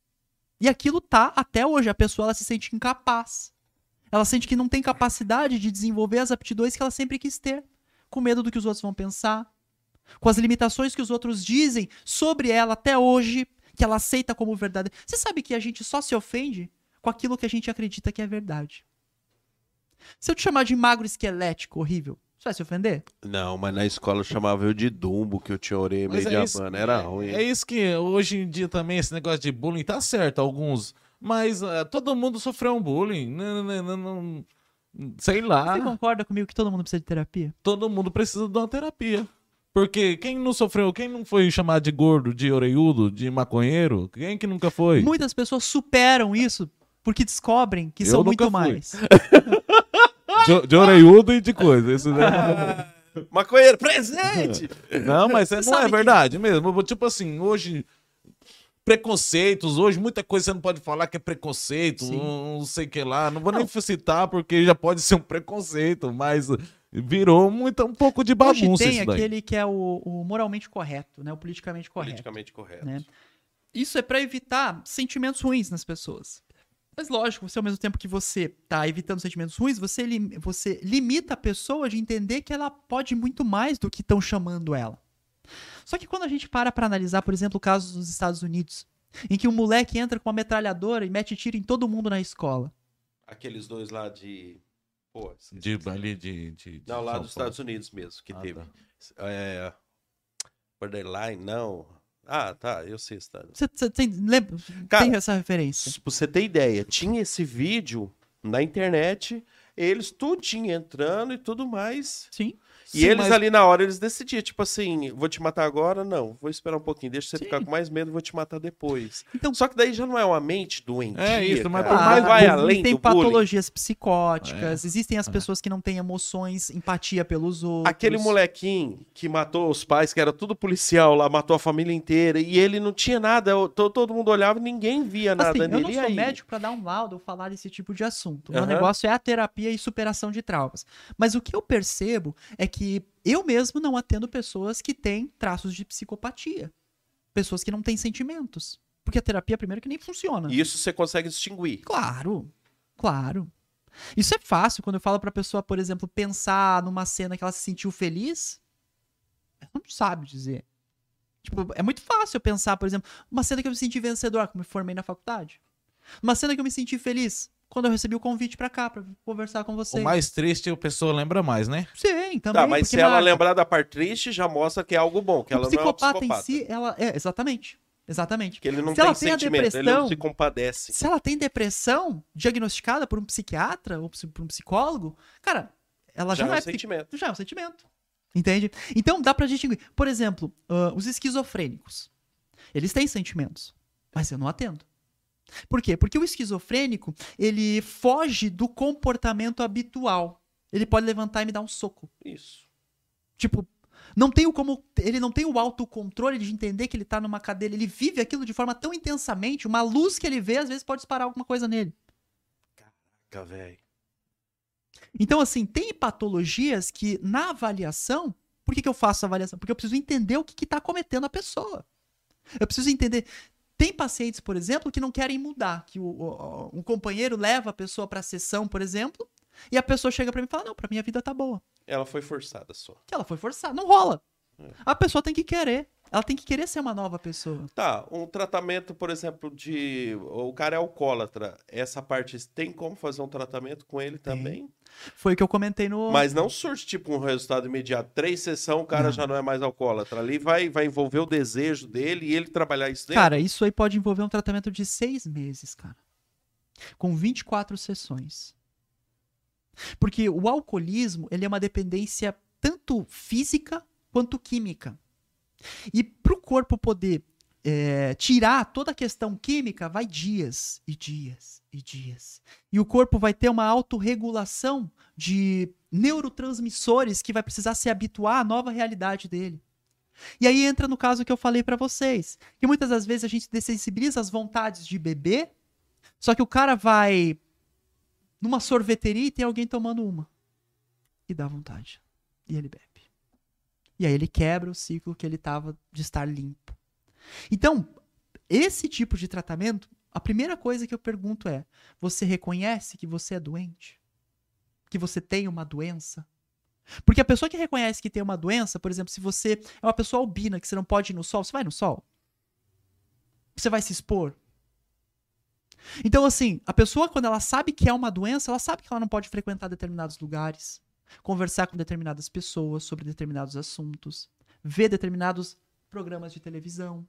E aquilo tá até hoje, a pessoa ela se sente incapaz. Ela sente que não tem capacidade de desenvolver as aptidões que ela sempre quis ter. Com medo do que os outros vão pensar, com as limitações que os outros dizem sobre ela até hoje, que ela aceita como verdade. Você sabe que a gente só se ofende com aquilo que a gente acredita que é verdade. Se eu te chamar de magro esquelético horrível, Você vai se ofender? Não, mas na escola eu chamava eu de Dumbo, que eu tinha orelha meio diabana. Era ruim. É isso que hoje em dia também, esse negócio de bullying, tá certo, alguns. Mas todo mundo sofreu um bullying. Não, sei lá. Você concorda comigo que todo mundo precisa de terapia? Todo mundo precisa de uma terapia. Porque quem não sofreu, quem não foi chamado de gordo, de orelhudo, de maconheiro, quem que nunca foi? Muitas pessoas superam isso porque descobrem que são muito mais. De orelhudo e de coisa. Isso Maconheiro, presente! Não, mas não é sabe verdade mesmo. Tipo assim, hoje... Preconceitos, hoje muita coisa você não pode falar que é preconceito, não sei o que lá. Não vou nem citar porque já pode ser um preconceito, mas virou um pouco de bagunça hoje tem isso daí. aquele que é o moralmente correto, né? O politicamente correto. Politicamente correto. Né? Isso é pra evitar sentimentos ruins nas pessoas. Mas lógico, você ao mesmo tempo que você tá evitando sentimentos ruins, você limita a pessoa de entender que ela pode muito mais do que estão chamando ela. Só que quando a gente para analisar, por exemplo, o caso dos Estados Unidos, em que um moleque entra com uma metralhadora e mete tiro em todo mundo na escola. Aqueles dois lá de... Pô, Não, lá dos Estados Unidos mesmo, que teve. Tá. Borderline, não. Ah, tá, eu sei. Você lembra? Cara, tem essa referência. Pra você ter ideia, tinha esse vídeo na internet, eles tudinho entrando e tudo mais. Sim. E Sim, eles ali na hora, eles decidiam, tipo assim, vou te matar agora? Não, vou esperar um pouquinho, deixa você ficar com mais medo, vou te matar depois. Então, só que daí já não é uma mente doentia, é isso, mas cara. por mais vai além tem do bullying. patologias psicóticas, existem as pessoas que não têm emoções, empatia pelos outros. Aquele molequinho que matou os pais, que era tudo policial lá, matou a família inteira, e ele não tinha nada, todo mundo olhava e ninguém via nada assim, nele. eu não E sou aí? médico pra dar um laudo ou falar desse tipo de assunto. O meu negócio é a terapia e superação de traumas. Mas o que eu percebo é que eu mesmo não atendo pessoas que têm traços de psicopatia. Pessoas que não têm sentimentos. Porque a terapia, primeiro, que nem funciona. E isso você consegue distinguir. Claro, claro. Isso é fácil. Quando eu falo pra pessoa, por exemplo, pensar numa cena que ela se sentiu feliz, ela não sabe dizer. Tipo, é muito fácil eu pensar, por exemplo, uma cena que eu me senti vencedor, quando me formei na faculdade. Uma cena que eu me senti feliz, quando eu recebi o convite pra cá, pra conversar com vocês. O mais triste a pessoa lembra mais, né? Sim, também. Tá, mas se ela lembrar da parte triste, já mostra que é algo bom, que ela não é uma psicopata. em si, ela... exatamente. Exatamente. Que ele não se tem ela tem sentimento, ele não se compadece. Se ela tem depressão diagnosticada por um psiquiatra ou por um psicólogo, cara, ela já não é sentimento. Já é um sentimento. Entende? Então dá pra distinguir. Por exemplo, os esquizofrênicos. Eles têm sentimentos, mas eu não atendo. Por quê? Porque o esquizofrênico, ele foge do comportamento habitual. Ele pode levantar e me dar um soco. Isso. Tipo, ele não tem o autocontrole de entender que ele tá numa cadeira. Ele vive aquilo de forma tão intensamente, uma luz que ele vê, às vezes pode disparar alguma coisa nele. Caraca, velho. Então, assim, tem patologias que, na avaliação... Por que eu faço a avaliação? Porque eu preciso entender o que tá cometendo a pessoa. Eu preciso entender... Tem pacientes, por exemplo, que não querem mudar. Que um companheiro leva a pessoa pra sessão, por exemplo, e a pessoa chega pra mim e fala, não, pra mim a vida tá boa. Ela foi forçada só. Que ela foi forçada. Não rola. A pessoa tem que querer. Ela tem que querer ser uma nova pessoa. Tá, um tratamento, por exemplo, o cara é alcoólatra. Essa parte, tem como fazer um tratamento com ele também? Foi o que eu comentei no... Mas não surge, tipo, um resultado imediato. 3 sessões, o cara já não é mais alcoólatra. Ali vai envolver o desejo dele e ele trabalhar isso dentro. Cara, isso aí pode envolver um tratamento de 6 meses, cara. Com 24 sessões. Porque o alcoolismo, ele é uma dependência tanto física quanto química. E pro corpo poder tirar toda a questão química, vai dias e dias e dias. E o corpo vai ter uma autorregulação de neurotransmissores que vai precisar se habituar à nova realidade dele. E aí entra no caso que eu falei pra vocês, que muitas das vezes a gente dessensibiliza as vontades de beber, só que o cara vai numa sorveteria e tem alguém tomando uma. E dá vontade. E ele bebe. E aí ele quebra o ciclo que ele tava de estar limpo. Então, esse tipo de tratamento, a primeira coisa que eu pergunto é, você reconhece que você é doente? Que você tem uma doença? Porque a pessoa que reconhece que tem uma doença, por exemplo, se você é uma pessoa albina, que você não pode ir no sol, você vai no sol? Você vai se expor? Então, assim, a pessoa, quando ela sabe que é uma doença, ela sabe que ela não pode frequentar determinados lugares. conversar com determinadas pessoas sobre determinados assuntos, ver determinados programas de televisão.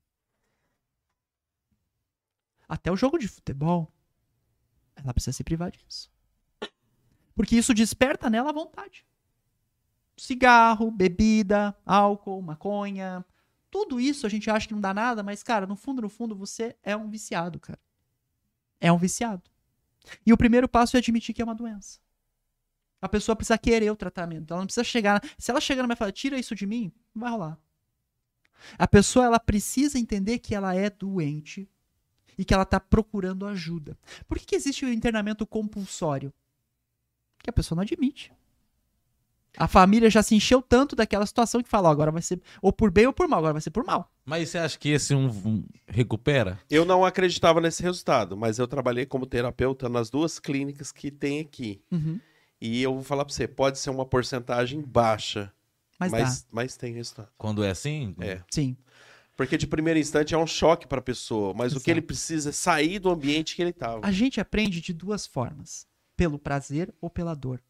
Até o jogo de futebol, ela precisa se privar disso. Porque isso desperta nela a vontade. Cigarro, bebida, álcool, maconha, tudo isso a gente acha que não dá nada, mas, cara, no fundo, você é um viciado, cara. É um viciado. E o primeiro passo é admitir que é uma doença. A pessoa precisa querer o tratamento. Ela não precisa chegar... Se ela chegar na minha fala, tira isso de mim, não vai rolar. A pessoa, ela precisa entender que ela é doente e que ela está procurando ajuda. Por que existe o internamento compulsório? Porque a pessoa não admite. A família já se encheu tanto daquela situação que fala, ó, agora vai ser ou por bem ou por mal, agora vai ser por mal. Mas você acha que esse recupera? Eu não acreditava nesse resultado, mas eu trabalhei como terapeuta nas 2 clínicas que tem aqui. Uhum. E eu vou falar pra você, pode ser uma porcentagem baixa, mas tem resultado. Quando é assim? É. Sim. Porque de primeiro instante é um choque pra pessoa, mas o que ele precisa é sair do ambiente que ele estava. A gente aprende de 2 formas, pelo prazer ou pela dor.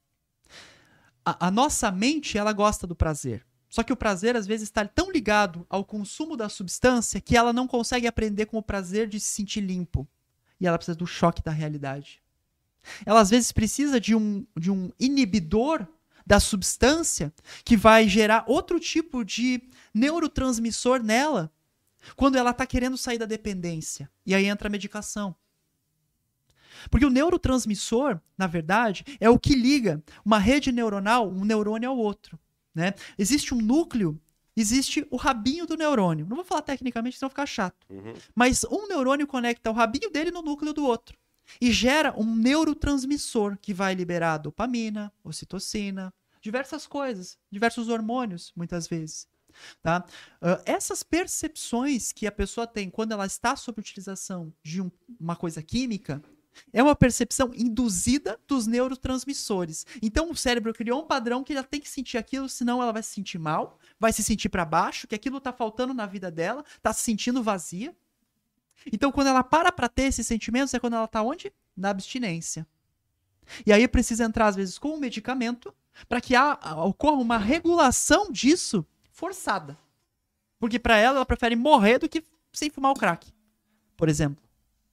A nossa mente, ela gosta do prazer. Só que o prazer, às vezes, está tão ligado ao consumo da substância que ela não consegue aprender com o prazer de se sentir limpo. E ela precisa do choque da realidade. Ela, às vezes, precisa de um inibidor da substância que vai gerar outro tipo de neurotransmissor nela quando ela está querendo sair da dependência. E aí entra a medicação. Porque o neurotransmissor, na verdade, é o que liga uma rede neuronal, um neurônio ao outro. Né? Existe um núcleo, existe o rabinho do neurônio. Não vou falar tecnicamente, senão ficar chato. Uhum. Mas um neurônio conecta o rabinho dele no núcleo do outro. E gera um neurotransmissor que vai liberar dopamina, ocitocina, diversas coisas, diversos hormônios, muitas vezes. Tá? Essas percepções que a pessoa tem quando ela está sob utilização de uma coisa química é uma percepção induzida dos neurotransmissores. Então o cérebro criou um padrão que ela tem que sentir aquilo, senão ela vai se sentir mal, vai se sentir para baixo, que aquilo está faltando na vida dela, está se sentindo vazia. Então quando ela para ter esses sentimentos é quando ela está onde? Na abstinência. E aí precisa entrar às vezes com um medicamento para que ocorra uma regulação disso forçada. Porque para ela prefere morrer do que sem fumar o crack, por exemplo.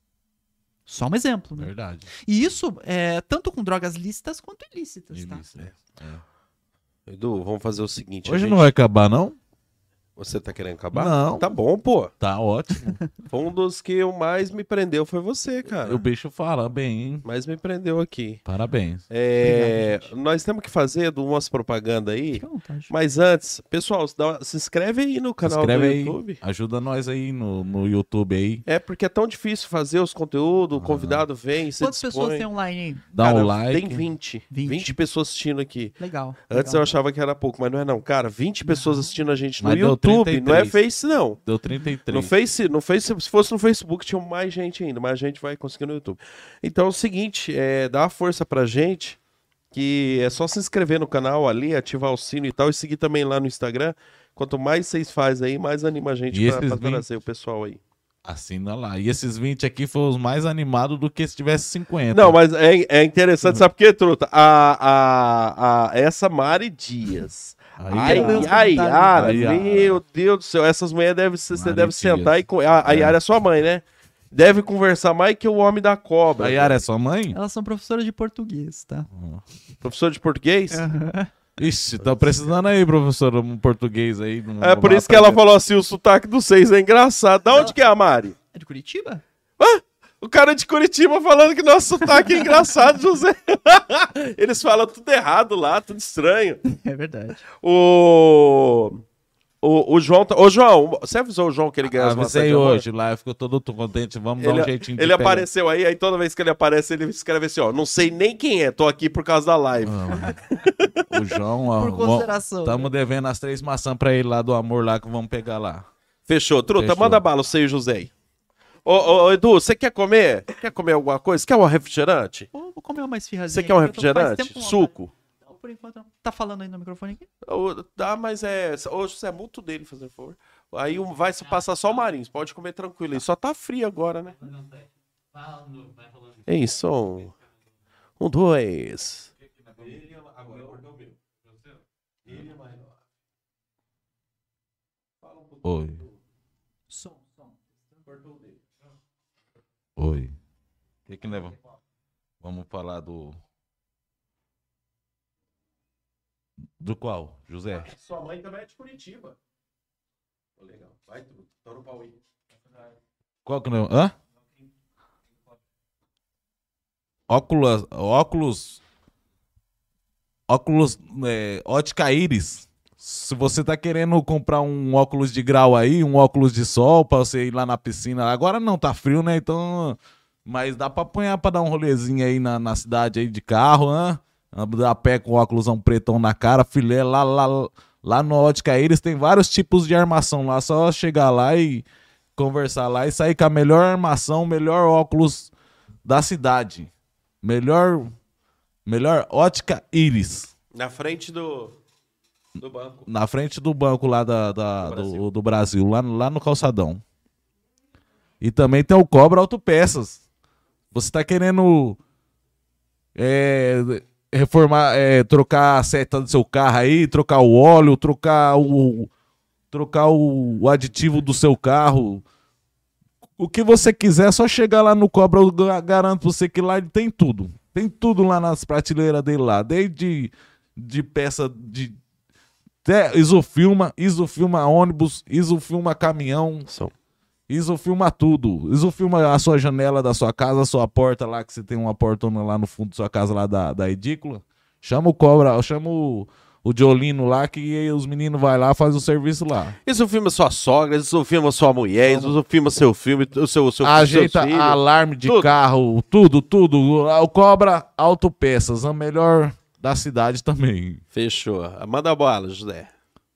Só um exemplo, né? Verdade. E isso é tanto com drogas lícitas quanto ilícitas, tá? Edu, vamos fazer o seguinte. Hoje não vai acabar, não? Você tá querendo acabar? Não. Tá bom, pô. Tá ótimo. Foi um dos que mais me prendeu, foi você, cara. O bicho fala bem, hein? Mais me prendeu aqui. Parabéns. Obrigado, nós temos que fazer umas propagandas aí. Fica à vontade. Mas antes, pessoal, se inscreve aí no canal do YouTube. Aí, ajuda nós aí no YouTube aí. É, porque é tão difícil fazer os conteúdos, o convidado vem, se Quantas dispõe. pessoas tem online aí? Dá um like. Tem 20 pessoas assistindo aqui. Legal. Antes eu achava que era pouco, mas não é não. Cara, 20 pessoas assistindo a gente no Mas deu YouTube, 33. não é Face não. Deu 33. No Face, se fosse no Facebook, tinha mais gente ainda, mas a gente vai conseguir no YouTube. Então é o seguinte, dá uma força pra gente, que é só se inscrever no canal ali, ativar o sino e tal, e seguir também lá no Instagram. Quanto mais vocês fazem aí, mais anima a gente pra trazer o pessoal aí. Assina lá. E esses 20 aqui foram os mais animados do que se tivesse 50. Não, mas é interessante, sabe por quê, truta? Essa Mari Dias... Yara, meu Deus do céu, essas mulheres você deve sentar e... A Yara é sua mãe, né? Deve conversar mais que o homem da cobra. A Yara é sua mãe? Elas são professoras de português, tá? Professor de português? Ixi, tá precisando aí, professor, um português aí. É por isso que ela falou assim, o sotaque dos 6 é engraçado. Da onde que é a Mari? É de Curitiba? O cara de Curitiba falando que nosso sotaque é engraçado, José. Eles falam tudo errado lá, tudo estranho. É verdade. O João... Ô, João, você avisou o João que ele ganhou as maçãs de amor? Hoje lá, eu fico todo contente, vamos dar um jeitinho de Ele apareceu aí toda vez que ele aparece, ele escreve assim, ó, não sei nem quem é, tô aqui por causa da live. O João, ó, por consideração. Estamos devendo as 3 maçãs pra ele lá do amor lá, que vamos pegar lá. Fechou. Truta, manda bala, você e o José. Ô, Edu, você quer comer? Quer comer alguma coisa? Quer um refrigerante? Vou comer uma esfirrazinha. Você quer um refrigerante? Suco? Não, por enquanto não. Tá falando aí no microfone aqui? Tá, mas hoje você é muito dele, fazer favor. Aí vai passar só o Marins, pode comer tranquilo. Ele só tá frio agora, né? É isso. 1, 2. Ele agora cortou o meu. Ele é mais 9. Fala um pouquinho. Oi. Som. Cortou o dele. Oi. O que leva? Vamos falar do qual, José? Sua mãe também é de Curitiba. Legal. Vai tudo. Tô no pau aí. Qual que não? Hã? Óculos Ótica Íris. Se você tá querendo comprar um óculos de grau aí, um óculos de sol pra você ir lá na piscina. Agora não, tá frio, né? Então, mas dá pra apanhar pra dar um rolezinho aí na cidade aí de carro, né? A pé com óculosão pretão na cara, filé. Lá no Ótica Íris tem vários tipos de armação lá. Só chegar lá e conversar lá e sair com a melhor armação, melhor óculos da cidade. Melhor Ótica Íris. Na frente do banco. Na frente do banco lá do Brasil, lá no calçadão. E também tem o Cobra Autopeças. Você tá querendo reformar, trocar a seta do seu carro aí, trocar o óleo, trocar o aditivo do seu carro. O que você quiser, é só chegar lá no Cobra, eu garanto pra você que lá ele tem tudo. Tem tudo lá nas prateleiras dele lá, desde de peça de até isofilma ônibus, isofilma caminhão, isofilma tudo. Isofilma a sua janela da sua casa, a sua porta lá, que você tem uma portona lá no fundo da sua casa lá da edícula. Chama o Cobra, chama o Diolino lá, que os meninos vai lá, faz o serviço lá. Isofilma sua sogra, isofilma sua mulher, isofilma seu filme, o seu ajeita alarme de tudo. Carro, tudo. O Cobra Autopeças, a melhor da cidade também. Fechou. Manda a bola, José.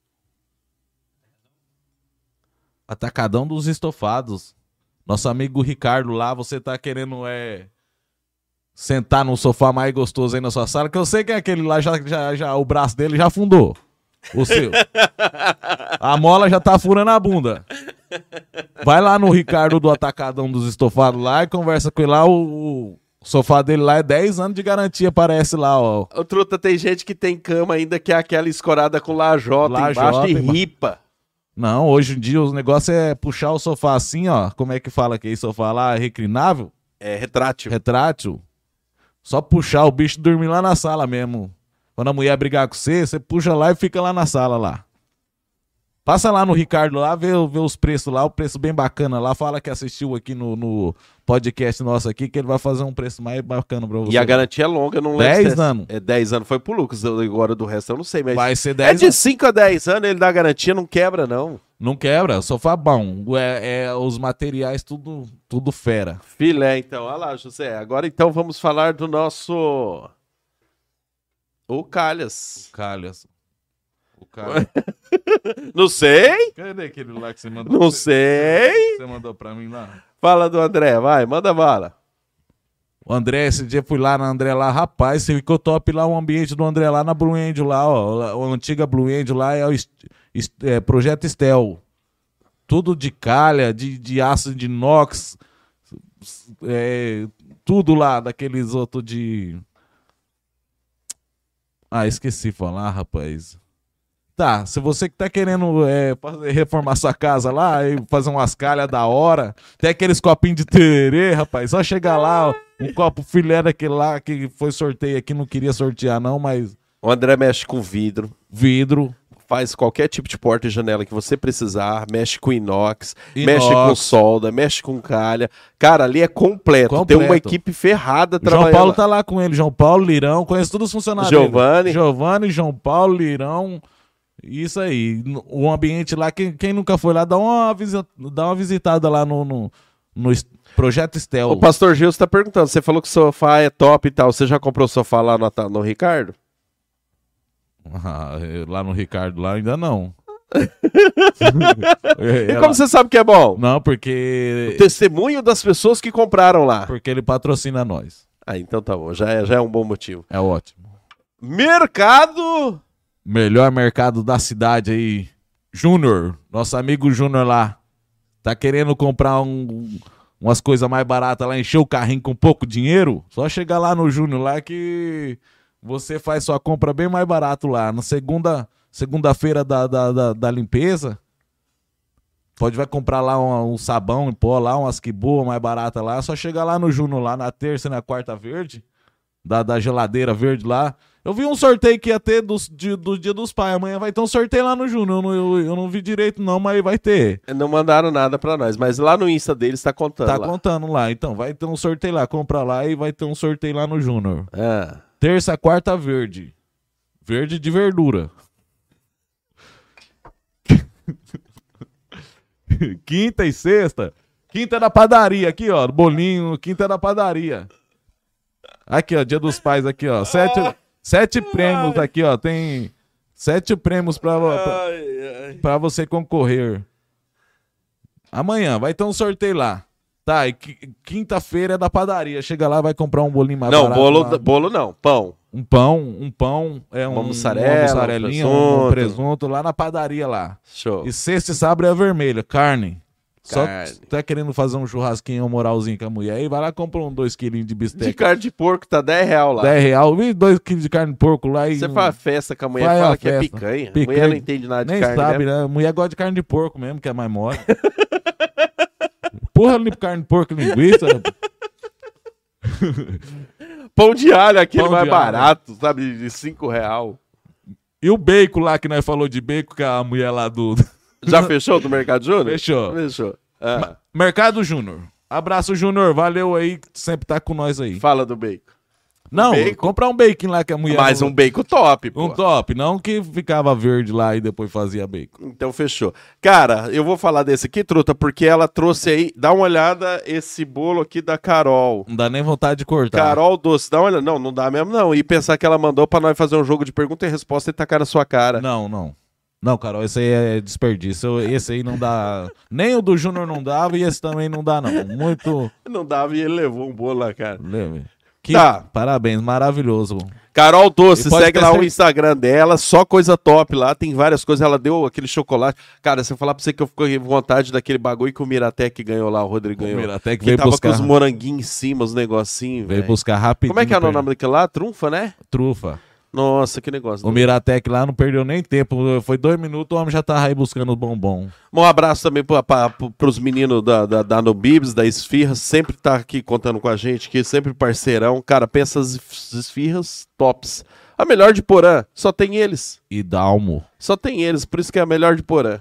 Atacadão dos Estofados. Nosso amigo Ricardo lá, você tá querendo sentar num sofá mais gostoso aí na sua sala, que eu sei que é aquele lá, já o braço dele já afundou. O seu. A mola já tá furando a bunda. Vai lá no Ricardo do Atacadão dos Estofados lá e conversa com ele lá. O sofá dele lá é 10 anos de garantia, parece lá, ó. Ô, Truta, tem gente que tem cama ainda que é aquela escorada com lajota embaixo e ripa. Não, hoje em dia o negócio é puxar o sofá assim, ó. Como é que fala aquele sofá lá? Reclinável? É, retrátil. Retrátil. Só puxar o bicho dormir lá na sala mesmo. Quando a mulher brigar com você, você puxa lá e fica lá na sala lá. Passa lá no Ricardo lá, vê os preços lá, o preço bem bacana lá. Fala que assistiu aqui no podcast nosso aqui, que ele vai fazer um preço mais bacana pra você. E a garantia é longa, não lembro. 10 anos. É 10 anos, foi pro Lucas, agora do resto eu não sei. Mas vai ser 10 anos. É de 5 a 10 anos, ele dá garantia, não quebra não. Não quebra, sofá bom. Os materiais tudo fera. Filé, então. Olha lá, José. Agora então vamos falar do nosso... O Calhas. O Calhas. Não sei. Cadê aquele lá que você mandou? Não sei. Você mandou pra mim lá? Fala do André, vai, manda bala. O André, esse dia fui lá na André lá, rapaz, você ficou top lá o ambiente do André lá na Blue Angel lá, ó. A antiga Blue Angel lá é o Projeto Estel. Tudo de calha, de aço de inox, tudo lá, daqueles outros de... Ah, esqueci de falar, rapaz. Tá, se você que tá querendo reformar sua casa lá e fazer umas calhas da hora, tem aqueles copinhos de tererê, rapaz, só chegar lá, ó, um copo filé daquele lá que foi sorteio aqui, não queria sortear não, mas... O André mexe com vidro. Faz qualquer tipo de porta e janela que você precisar, mexe com inox, mexe com solda, mexe com calha. Cara, ali é completo. Tem uma equipe ferrada trabalhando. João Paulo tá lá com ele, João Paulo, Lirão, conheço todos os funcionários. Giovanni, João Paulo, Lirão, isso aí. O ambiente lá, quem nunca foi lá, dá uma visitada lá no Projeto Estel. O Pastor Gilson tá perguntando, você falou que o sofá é top e tal, você já comprou o sofá lá no Ricardo? Lá no Ricardo, lá ainda não. E como você sabe que é bom? Não, porque... O testemunho das pessoas que compraram lá. Porque ele patrocina nós. Ah, então tá bom. Já é um bom motivo. É ótimo. Mercado! Melhor mercado da cidade aí. Júnior. Nosso amigo Júnior lá. Tá querendo comprar umas coisas mais baratas lá, encher o carrinho com pouco dinheiro? Só chegar lá no Júnior lá que... você faz sua compra bem mais barato lá. Na segunda-feira da limpeza, vai comprar lá um sabão em pó lá, umas que boa, mais barata lá. Só chega lá no Júnior, lá na terça e na quarta verde, da geladeira verde lá. Eu vi um sorteio que ia ter do Dia dos Pais. Amanhã vai ter um sorteio lá no Júnior. Eu não vi direito não, mas vai ter. Não mandaram nada pra nós, mas lá no Insta deles tá contando lá. Tá contando lá. Então, vai ter um sorteio lá. Compra lá e vai ter um sorteio lá no Júnior. Ah. Terça, quarta, verde. Verde de verdura. Quinta e sexta. Quinta é da padaria. Aqui, ó. Bolinho. Quinta é da padaria. Aqui, ó. Dia dos Pais aqui, ó. 7 prêmios aqui, ó. Tem 7 prêmios pra você concorrer. Amanhã vai ter um sorteio lá. Tá, e quinta-feira é da padaria. Chega lá, vai comprar um bolinho mais barato. Não, bolo não, pão. Um pão, uma mussarelinha, um presunto lá na padaria lá. Show. E sexta e sábado é vermelho, carne. Só tá querendo fazer um churrasquinho, um moralzinho com a mulher aí, vai lá e compra 2 quilinhos de bisteca. De carne de porco tá R$10 lá. R$10, e 2 quilos de carne de porco lá. Você faz festa com a mulher, fala que é picanha. A mulher não entende nada de nem carne. Nem sabe, né? A mulher gosta de carne de porco mesmo, que é mais mole. Porra, carne de porco e linguiça. Pão de alho, aquele mais barato, sabe? De R$5. E o bacon lá, que nós falou de bacon, que a mulher lá do... Já fechou do Mercado Júnior? Fechou. Mercado Júnior. Abraço, Júnior. Valeu aí, que sempre tá com nós aí. Fala do bacon. Não, comprar um bacon lá que a mulher... Mas um bacon top, pô. Um top, não que ficava verde lá e depois fazia bacon. Então fechou. Cara, eu vou falar desse aqui, truta, porque ela trouxe aí... Dá uma olhada esse bolo aqui da Carol. Não dá nem vontade de cortar. Carol Doce, dá uma olhada. Não dá mesmo não. E pensar que ela mandou pra nós fazer um jogo de pergunta e resposta e tacar na sua cara. Não, Carol, esse aí é desperdício. Esse aí não dá... Nem o do Júnior não dava e esse também não dá, não. Muito... Não dava e ele levou um bolo lá, cara. Parabéns, maravilhoso. Carol Doce, segue lá o Instagram dela, só coisa top lá, tem várias coisas. Ela deu aquele chocolate. Cara, se eu falar pra você que eu fiquei com vontade daquele bagulho que o Miratec ganhou lá, o Rodrigo ganhou. O Miratec veio buscar. Com os moranguinhos em cima, os negocinhos. Veio buscar rapidinho. Como é que é o nome daquele lá? Trunfa, né? Trufa. Nossa, que negócio. O Miratec lá não perdeu nem tempo. Foi 2 minutos, o homem já tá aí buscando o bombom. Um abraço também pros meninos da Nobibs, da Esfirras. Sempre tá aqui contando com a gente, que sempre parceirão. Cara, pensa as esfirras tops. A melhor de Porã, só tem eles. E Dalmo. Só tem eles, por isso que é a melhor de Porã.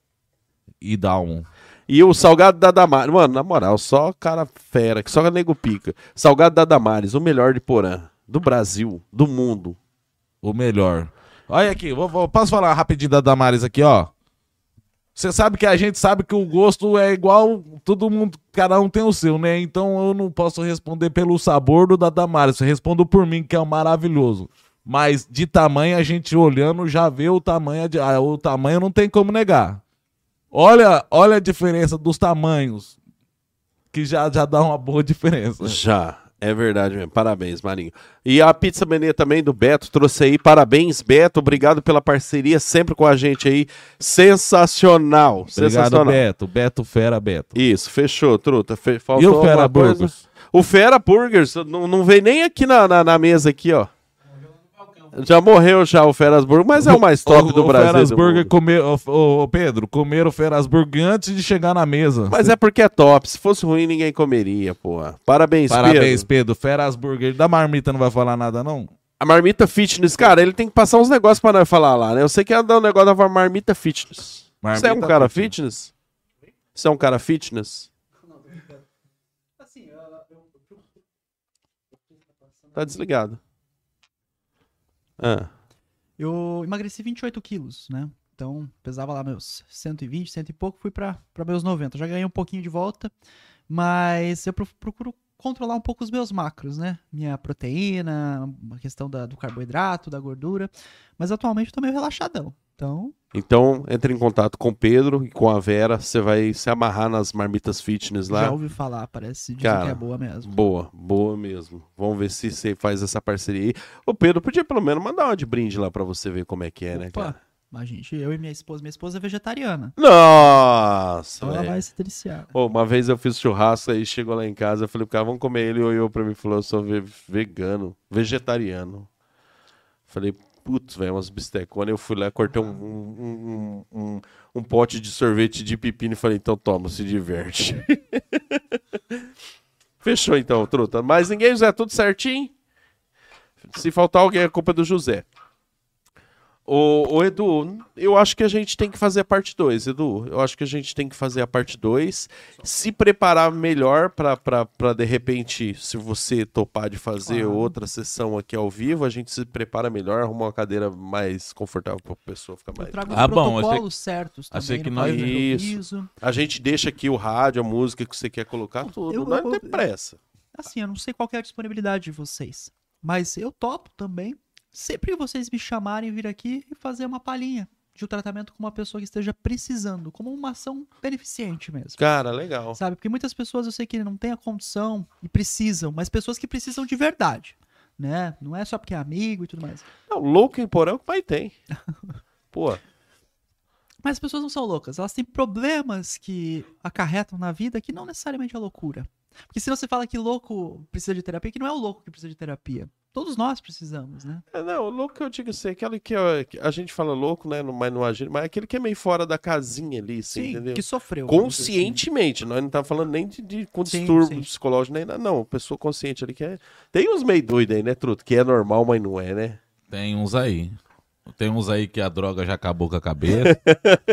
E Dalmo. E o salgado da Damares. Mano, na moral, só cara fera, que só nego pica. Salgado da Damares, o melhor de Porã. Do Brasil, do mundo. O melhor. Olha aqui, posso falar rapidinho da Damares aqui, ó? Você sabe que a gente sabe que o gosto é igual, todo mundo, cada um tem o seu, né? Então eu não posso responder pelo sabor do da Damares, eu respondo por mim, que é o maravilhoso. Mas de tamanho, a gente olhando já vê o tamanho, o tamanho não tem como negar. Olha a diferença dos tamanhos, que já dá uma boa diferença. Já. É verdade mesmo. Parabéns, Marinho. E a Pizza Benê também do Beto trouxe aí. Parabéns, Beto. Obrigado pela parceria sempre com a gente aí. Sensacional. Obrigado, sensacional. Beto. Beto Fera Beto. Isso, fechou, truta. Faltou e o Fera Burgers? O Fera Burgers não veio nem aqui na mesa aqui, ó. Já morreu já o Ferasburg, mas é o mais top do Brasil. O Ferasburg Pedro, comeram o Ferasburg antes de chegar na mesa. Mas é porque é top. Se fosse ruim, ninguém comeria, pô. Parabéns, Pedro. Ferasburg. Da marmita não vai falar nada, não? A marmita fitness, cara, ele tem que passar uns negócios pra nós falar lá, né? Eu sei que é um negócio da marmita fitness. Você é um cara fitness? Você é um cara fitness? Tá desligado. Eu emagreci 28 quilos, né? Então, pesava lá meus 120, 100 e pouco, fui pra meus 90. Já ganhei um pouquinho de volta, mas eu procuro controlar um pouco os meus macros, né? Minha proteína, a questão do carboidrato, da gordura. Mas atualmente eu tô meio relaxadão. Então, entre em contato com o Pedro e com a Vera, você vai se amarrar nas marmitas fitness lá. Já ouvi falar, parece que é boa mesmo. Boa mesmo. Vamos ver se você faz essa parceria aí. O Pedro podia pelo menos mandar uma de brinde lá pra você ver como é que é, né, cara? Mas, gente, eu e minha esposa é vegetariana. Nossa, então ela vai se deliciar. Uma vez eu fiz churrasco, aí chegou lá em casa, eu falei, cara, vamos comer. Ele olhou pra mim e falou, eu sou vegano, vegetariano. Falei, putz, velho, umas bisteconas. Eu fui lá, cortei um pote de sorvete de pepino e falei, então toma, se diverte. Fechou então, truta. Mas ninguém, José, tudo certinho? Se faltar alguém, é culpa do José. Ô Edu, eu acho que a gente tem que fazer a parte 2, Edu. Eu acho que a gente tem que fazer a parte 2. Se preparar melhor pra de repente, se você topar de fazer outra sessão aqui ao vivo, a gente se prepara melhor, arruma uma cadeira mais confortável pra pessoa ficar mais... Eu trago os protocolos certos também. Achei que nós... Isso. A gente deixa aqui o rádio, a música que você quer colocar, tudo. Não tem pressa. Assim, eu não sei qual que é a disponibilidade de vocês, mas eu topo também. Sempre que vocês me chamarem, vir aqui e fazer uma palhinha de um tratamento com uma pessoa que esteja precisando, como uma ação beneficente mesmo. Cara, legal. Sabe? Porque muitas pessoas eu sei que não têm a condição e precisam, mas pessoas que precisam de verdade, né? Não é só porque é amigo e tudo mais. Não, louco em porão que o pai tem. Pô. Mas as pessoas não são loucas, elas têm problemas que acarretam na vida que não necessariamente é loucura. Porque se você fala que louco precisa de terapia, que não é o louco que precisa de terapia. Todos nós precisamos, né? Não, o louco que eu digo assim, aquele que a gente fala louco, né? Mas não agir, mas aquele que é meio fora da casinha ali, assim, Sim, entendeu? que sofreu. Conscientemente, nós não estamos falando nem com distúrbio psicológico, nem nada, não. Pessoa consciente ali que é. Tem uns meio doidos aí, né, Truto? Que é normal, mas não é, né? Tem uns aí. Tem uns aí que a droga já acabou com a cabeça.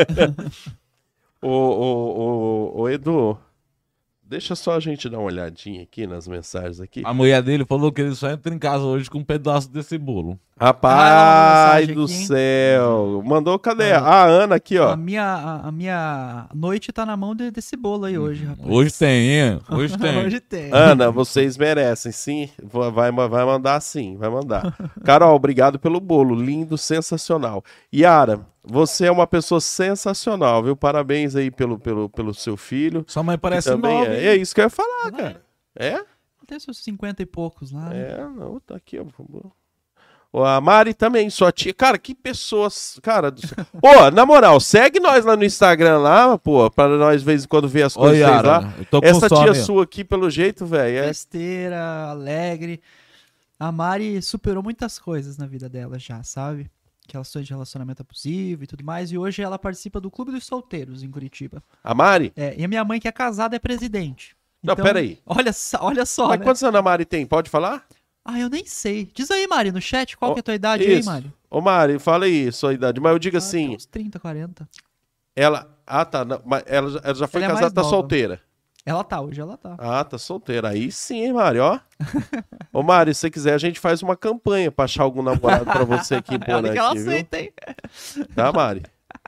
Ô, Edu. Deixa só a gente dar uma olhadinha aqui nas mensagens aqui. A mulher dele falou que ele só entra em casa hoje com um pedaço desse bolo. Rapaz do céu. Mandou, cadê? A Ana aqui, ó. A minha noite tá na mão desse bolo aí hoje, rapaz. Hoje tem, hein? Hoje tem. Hoje tem. Ana, vocês merecem, sim. Vai mandar sim, vai mandar. Carol, obrigado pelo bolo. Lindo, sensacional. Yara, você é uma pessoa sensacional, viu? Parabéns aí pelo seu filho. Sua mãe parece também nova. é isso que eu ia falar, cara. É? Tem seus 50 e poucos lá. Né? Não, tá aqui, ó. A Mari também, sua tia. Cara, que pessoas. Cara, pô, na moral, segue nós lá no Instagram lá, pô, pra nós de vez em quando ver as coisas lá. Essa tia sua aqui, pelo jeito, velho. Festeira, alegre. A Mari superou muitas coisas na vida dela já, sabe? Questões de relacionamento abusivo e tudo mais. E hoje ela participa do Clube dos Solteiros em Curitiba. A Mari? E a minha mãe, que é casada, é presidente. Não, então, peraí. Olha só. Mas né? quantos anos a Mari tem? Pode falar? Eu nem sei. Diz aí, Mari, no chat, qual que é a tua idade aí, Mari? Ô, Mari, fala aí sua idade. Mas eu digo assim... Uns 30, 40. Ela... tá. Não, mas ela já foi casada, tá solteira. Hoje ela tá. Tá solteira. Aí sim, hein, Mari, ó. Ô, Mari, se você quiser, a gente faz uma campanha pra achar algum namorado pra você aqui em Porã, que ela aceita, hein? Tá, Mari?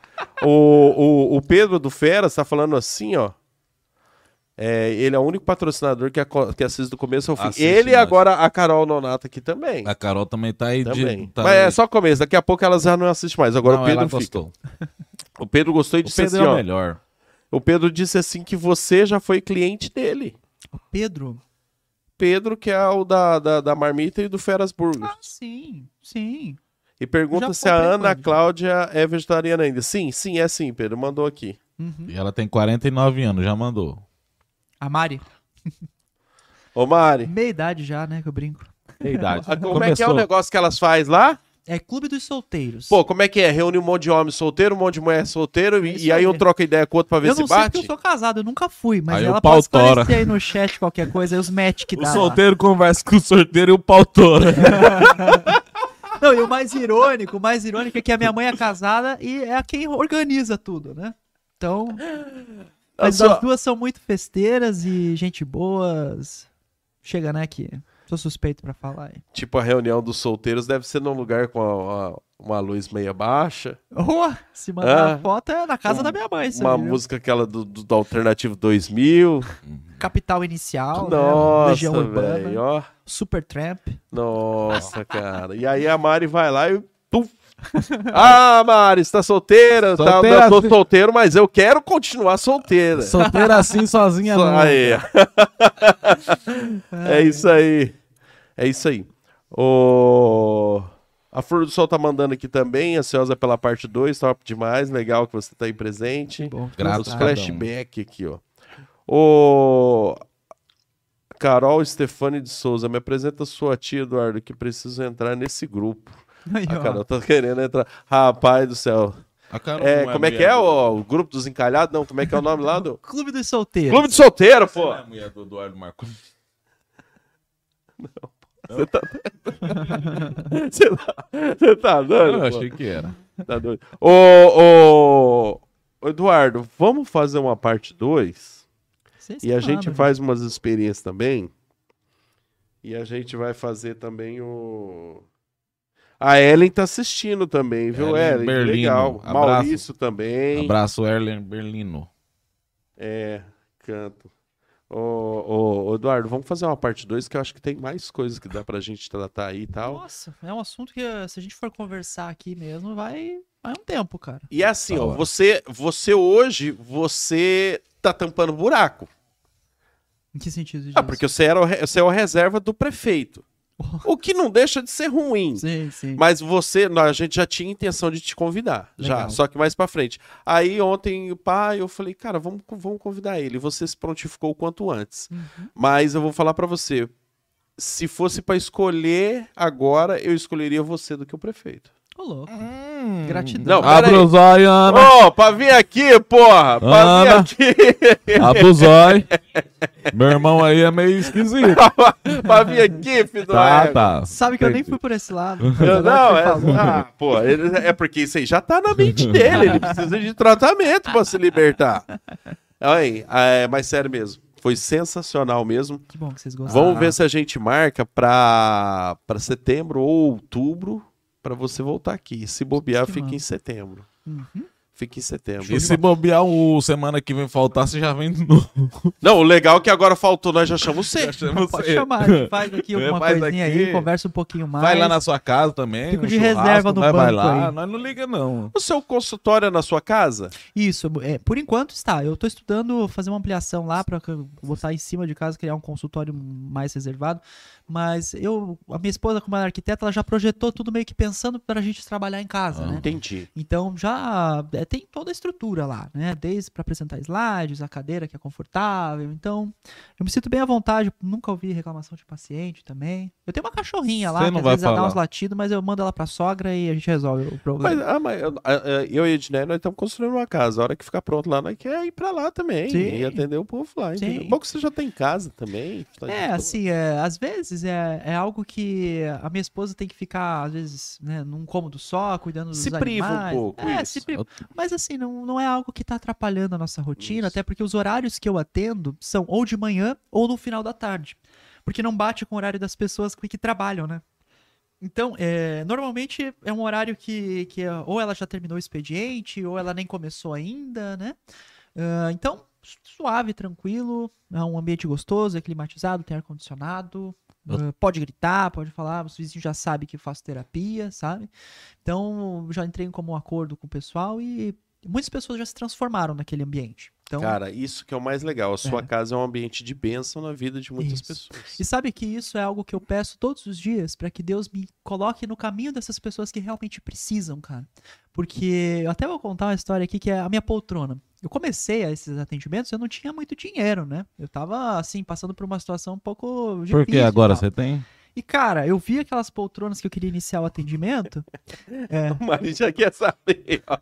O Pedro do Feras tá falando assim, ó. Ele é o único patrocinador que assiste do começo ao fim. Ele e agora a Carol Nonato aqui também. A Carol também tá aí. Mas é só começo. Daqui a pouco elas já não assistem mais. Agora não, o Pedro ela gostou. O Pedro gostou e disse assim, é o melhor. O Pedro disse assim que você já foi cliente dele. O Pedro? Pedro, que é o da Marmita e do Feras Burgers. Sim. E pergunta se a Ana Cláudia é vegetariana ainda. Sim, é sim, Pedro. Mandou aqui. Uhum. E ela tem 49 anos, já mandou. A Mari? Ô, Mari. Meia idade já, né, que eu brinco. Meia idade. Como é que é o negócio que elas fazem lá? É Clube dos Solteiros. Pô, como é que é? Reúne um monte de homem solteiro, um monte de mulher solteiro e aí um troca ideia com o outro pra ver se bate? Eu não sei porque eu sou casado, eu nunca fui, mas aí ela pode esclarecer aí no chat qualquer coisa, aí os match que dá. O solteiro conversa com o sorteiro e o pau tora. Não, e o mais irônico é que a minha mãe é casada e é quem organiza tudo, né? Então... Mas as duas são muito festeiras e gente boas. Chega, né, que sou suspeito pra falar. Tipo, a reunião dos solteiros deve ser num lugar com uma luz meia baixa. Se mandar a foto é na casa da minha mãe. Uma música aquela do Alternativo 2000. Capital Inicial, nossa, né? Legião Urbana. Ó. Super Tramp. Nossa, cara. E aí a Mari vai lá e... Mari, você tá solteira? Solteira eu tô solteiro, mas eu quero continuar solteira. Solteira assim, sozinha não. Aí. É isso aí. A Flor do Sol tá mandando aqui também, ansiosa pela parte 2, top demais, legal que você tá aí presente. Bom, os flashback aqui, ó. Carol Stefani de Souza, me apresenta sua tia, Eduardo, que preciso entrar nesse grupo. Aí, A ó. Carol tá querendo entrar. Rapaz do céu. A Carol não Como é que é o grupo dos encalhados? Não, como é que é o nome lá do... Clube dos Solteiros. Clube de solteiro, pô. Não é a mulher do Eduardo Marconi. Você tá doido? Eu pô? achei que era. Tá doido. Ô, Eduardo, vamos fazer uma parte 2? Vocês E a que gente mandam, faz umas experiências também. E a gente vai fazer também o... A Ellen tá assistindo também, viu, Ellen Ellen? Berlino. Legal. Abraço. Maurício também. Abraço, Erlen Berlino. Canto. Ô, Eduardo, vamos fazer uma parte 2 que eu acho que tem mais coisas que dá pra gente tratar aí e tal. Nossa, é um assunto que se a gente for conversar aqui mesmo, vai um tempo, cara. E é assim, Da ó, hora. você hoje, você tá tampando buraco. Em que sentido disso? Ah, porque você é o reserva do prefeito. O que não deixa de ser ruim. Sim, sim. Mas a gente já tinha intenção de te convidar, já, Legal. só que mais pra frente. Aí ontem, eu falei, cara, vamos convidar ele. Você se prontificou o quanto antes. Mas eu vou falar pra você, se fosse pra escolher agora, eu escolheria você do que o prefeito. Ô, louco. Gratidão. Não, pera Abre aí. o zóio, Ana. Ô, pra vir aqui, porra! Pra vir Ana. aqui! Abre o zóio. Meu irmão aí é meio esquisito. Pra vir aqui, filho do Tá, ego. tá. Sabe que eu nem fui por esse lado. Eu, Agora que você falou. pô, é porque isso aí já tá na mente dele, ele precisa de tratamento pra se libertar. Aí, mas sério mesmo, foi sensacional mesmo. Que bom que vocês gostaram. Vamos ver se a gente marca pra setembro ou outubro pra você voltar aqui. Se bobear, Que fica em massa. setembro. Fica em setembro. E se bobear semana que vem faltar, você já vem de novo. Não, o legal é que agora faltou, nós já chamamos você. Pode chamar, a gente faz aqui alguma Faz coisinha aqui. aí, conversa um pouquinho mais. Vai lá na sua casa também. Fico no de churrasco, reserva no nós vai banco lá. aí. Nós não liga, não. O seu consultório é na sua casa? Isso, por enquanto está. Eu tô estudando fazer uma ampliação lá para botar em cima de casa, criar um consultório mais reservado. Mas a minha esposa, como ela é arquiteta, ela já projetou tudo meio que pensando para a gente trabalhar em casa, né? Entendi. Então já tem toda a estrutura lá, né? Desde para apresentar slides, a cadeira que é confortável. Então eu me sinto bem à vontade. Nunca ouvi reclamação de paciente também. Eu tenho uma cachorrinha lá, Você que não às vai vezes ela dá falar. uns latidos, mas eu mando ela pra sogra e a gente resolve o problema. Mas eu e a Ednei, nós estamos construindo uma casa. A hora que ficar pronto lá, nós quer ir pra lá também. Sim. E atender o povo lá. Sim. Entendeu? Bom que você já tem casa também. Tá de boa. Assim, às vezes é algo que a minha esposa tem que ficar, às vezes, né, num cômodo só, cuidando dos Se priva um animais. pouco, isso. Se priva. Mas assim, não é algo que tá atrapalhando a nossa rotina, até porque os horários que eu atendo são ou de manhã ou no final da tarde. Porque não bate com o horário das pessoas que trabalham, né? Então, normalmente é um horário que ou ela já terminou o expediente, ou ela nem começou ainda, né? Então, suave, tranquilo, é um ambiente gostoso, é climatizado, tem ar-condicionado, pode gritar, pode falar, os vizinhos já sabem que eu faço terapia, sabe? Então, já entrei em comum acordo com o pessoal e muitas pessoas já se transformaram naquele ambiente. Então, Cara, isso que é o mais legal. A sua É. casa é um ambiente de bênção na vida de muitas Isso. pessoas. e sabe que isso é algo que eu peço todos os dias para que Deus me coloque no caminho dessas pessoas que realmente precisam, cara. Porque eu até vou contar uma história aqui que é a minha poltrona. Eu comecei a esses atendimentos, eu não tinha muito dinheiro, né? Eu tava, assim, passando por uma situação um pouco difícil. Por que e agora tal. você tem? E, cara, eu vi aquelas poltronas que eu queria iniciar o atendimento. O marido já quer saber. ó.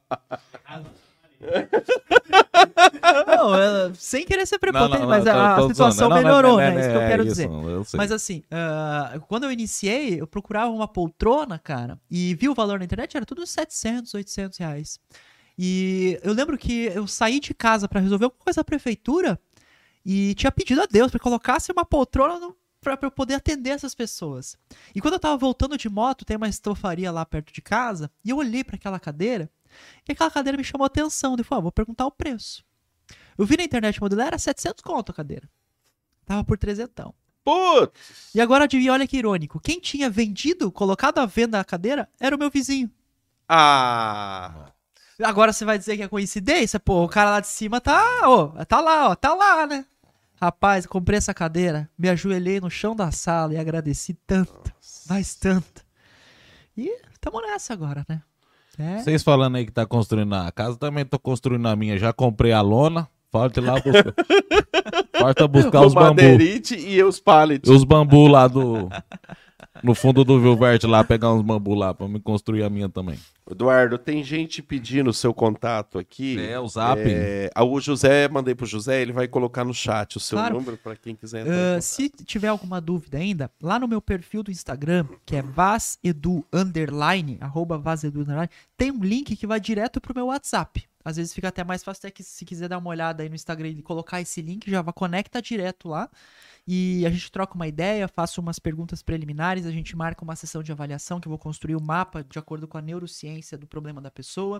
Não, sem querer ser prepotente, mas tô a zoando. situação Não, melhorou, é, né? Isso que eu quero dizer. eu sei. Mas assim, quando eu iniciei, eu procurava uma poltrona, cara, e vi o valor na internet, era tudo 700, 800 reais. E eu lembro que eu saí de casa pra resolver alguma coisa da prefeitura e tinha pedido a Deus pra que colocasse uma poltrona pra eu poder atender essas pessoas. E quando eu tava voltando de moto, tem uma estofaria lá perto de casa, e eu olhei pra aquela cadeira, e aquela cadeira me chamou a atenção. Eu falei, vou perguntar o preço. Eu vi na internet modelar, era 700 conto a cadeira. Tava por 300. Putz! E agora, adivinha, olha que irônico. Quem tinha vendido, colocado à venda a cadeira, era o meu vizinho. Ah! Agora você vai dizer que é coincidência? Pô, o cara lá de cima tá lá, né? Rapaz, eu comprei essa cadeira, me ajoelhei no chão da sala e agradeci tanto, mas tanto. E tamo nessa agora, né? Vocês falando aí que tá construindo a casa, também tô construindo a minha. Já comprei a lona. Falta ir lá buscar. Falta buscar O os bambus. madeirite e os pallets. Os bambus lá do no fundo do Vilverte lá, pegar uns bambu lá pra me construir a minha também. Eduardo, tem gente pedindo o seu contato aqui. O Zap. O José, mandei pro José, ele vai colocar no chat o seu número para quem quiser entrar. Se tiver alguma dúvida ainda, lá no meu perfil do Instagram, que é vazedu_, @vazedu_, tem um link que vai direto pro meu WhatsApp. Às vezes fica até mais fácil, até que se quiser dar uma olhada aí no Instagram e colocar esse link, já conecta direto lá. E a gente troca uma ideia, faço umas perguntas preliminares, a gente marca uma sessão de avaliação, que eu vou construir o mapa de acordo com a neurociência do problema da pessoa.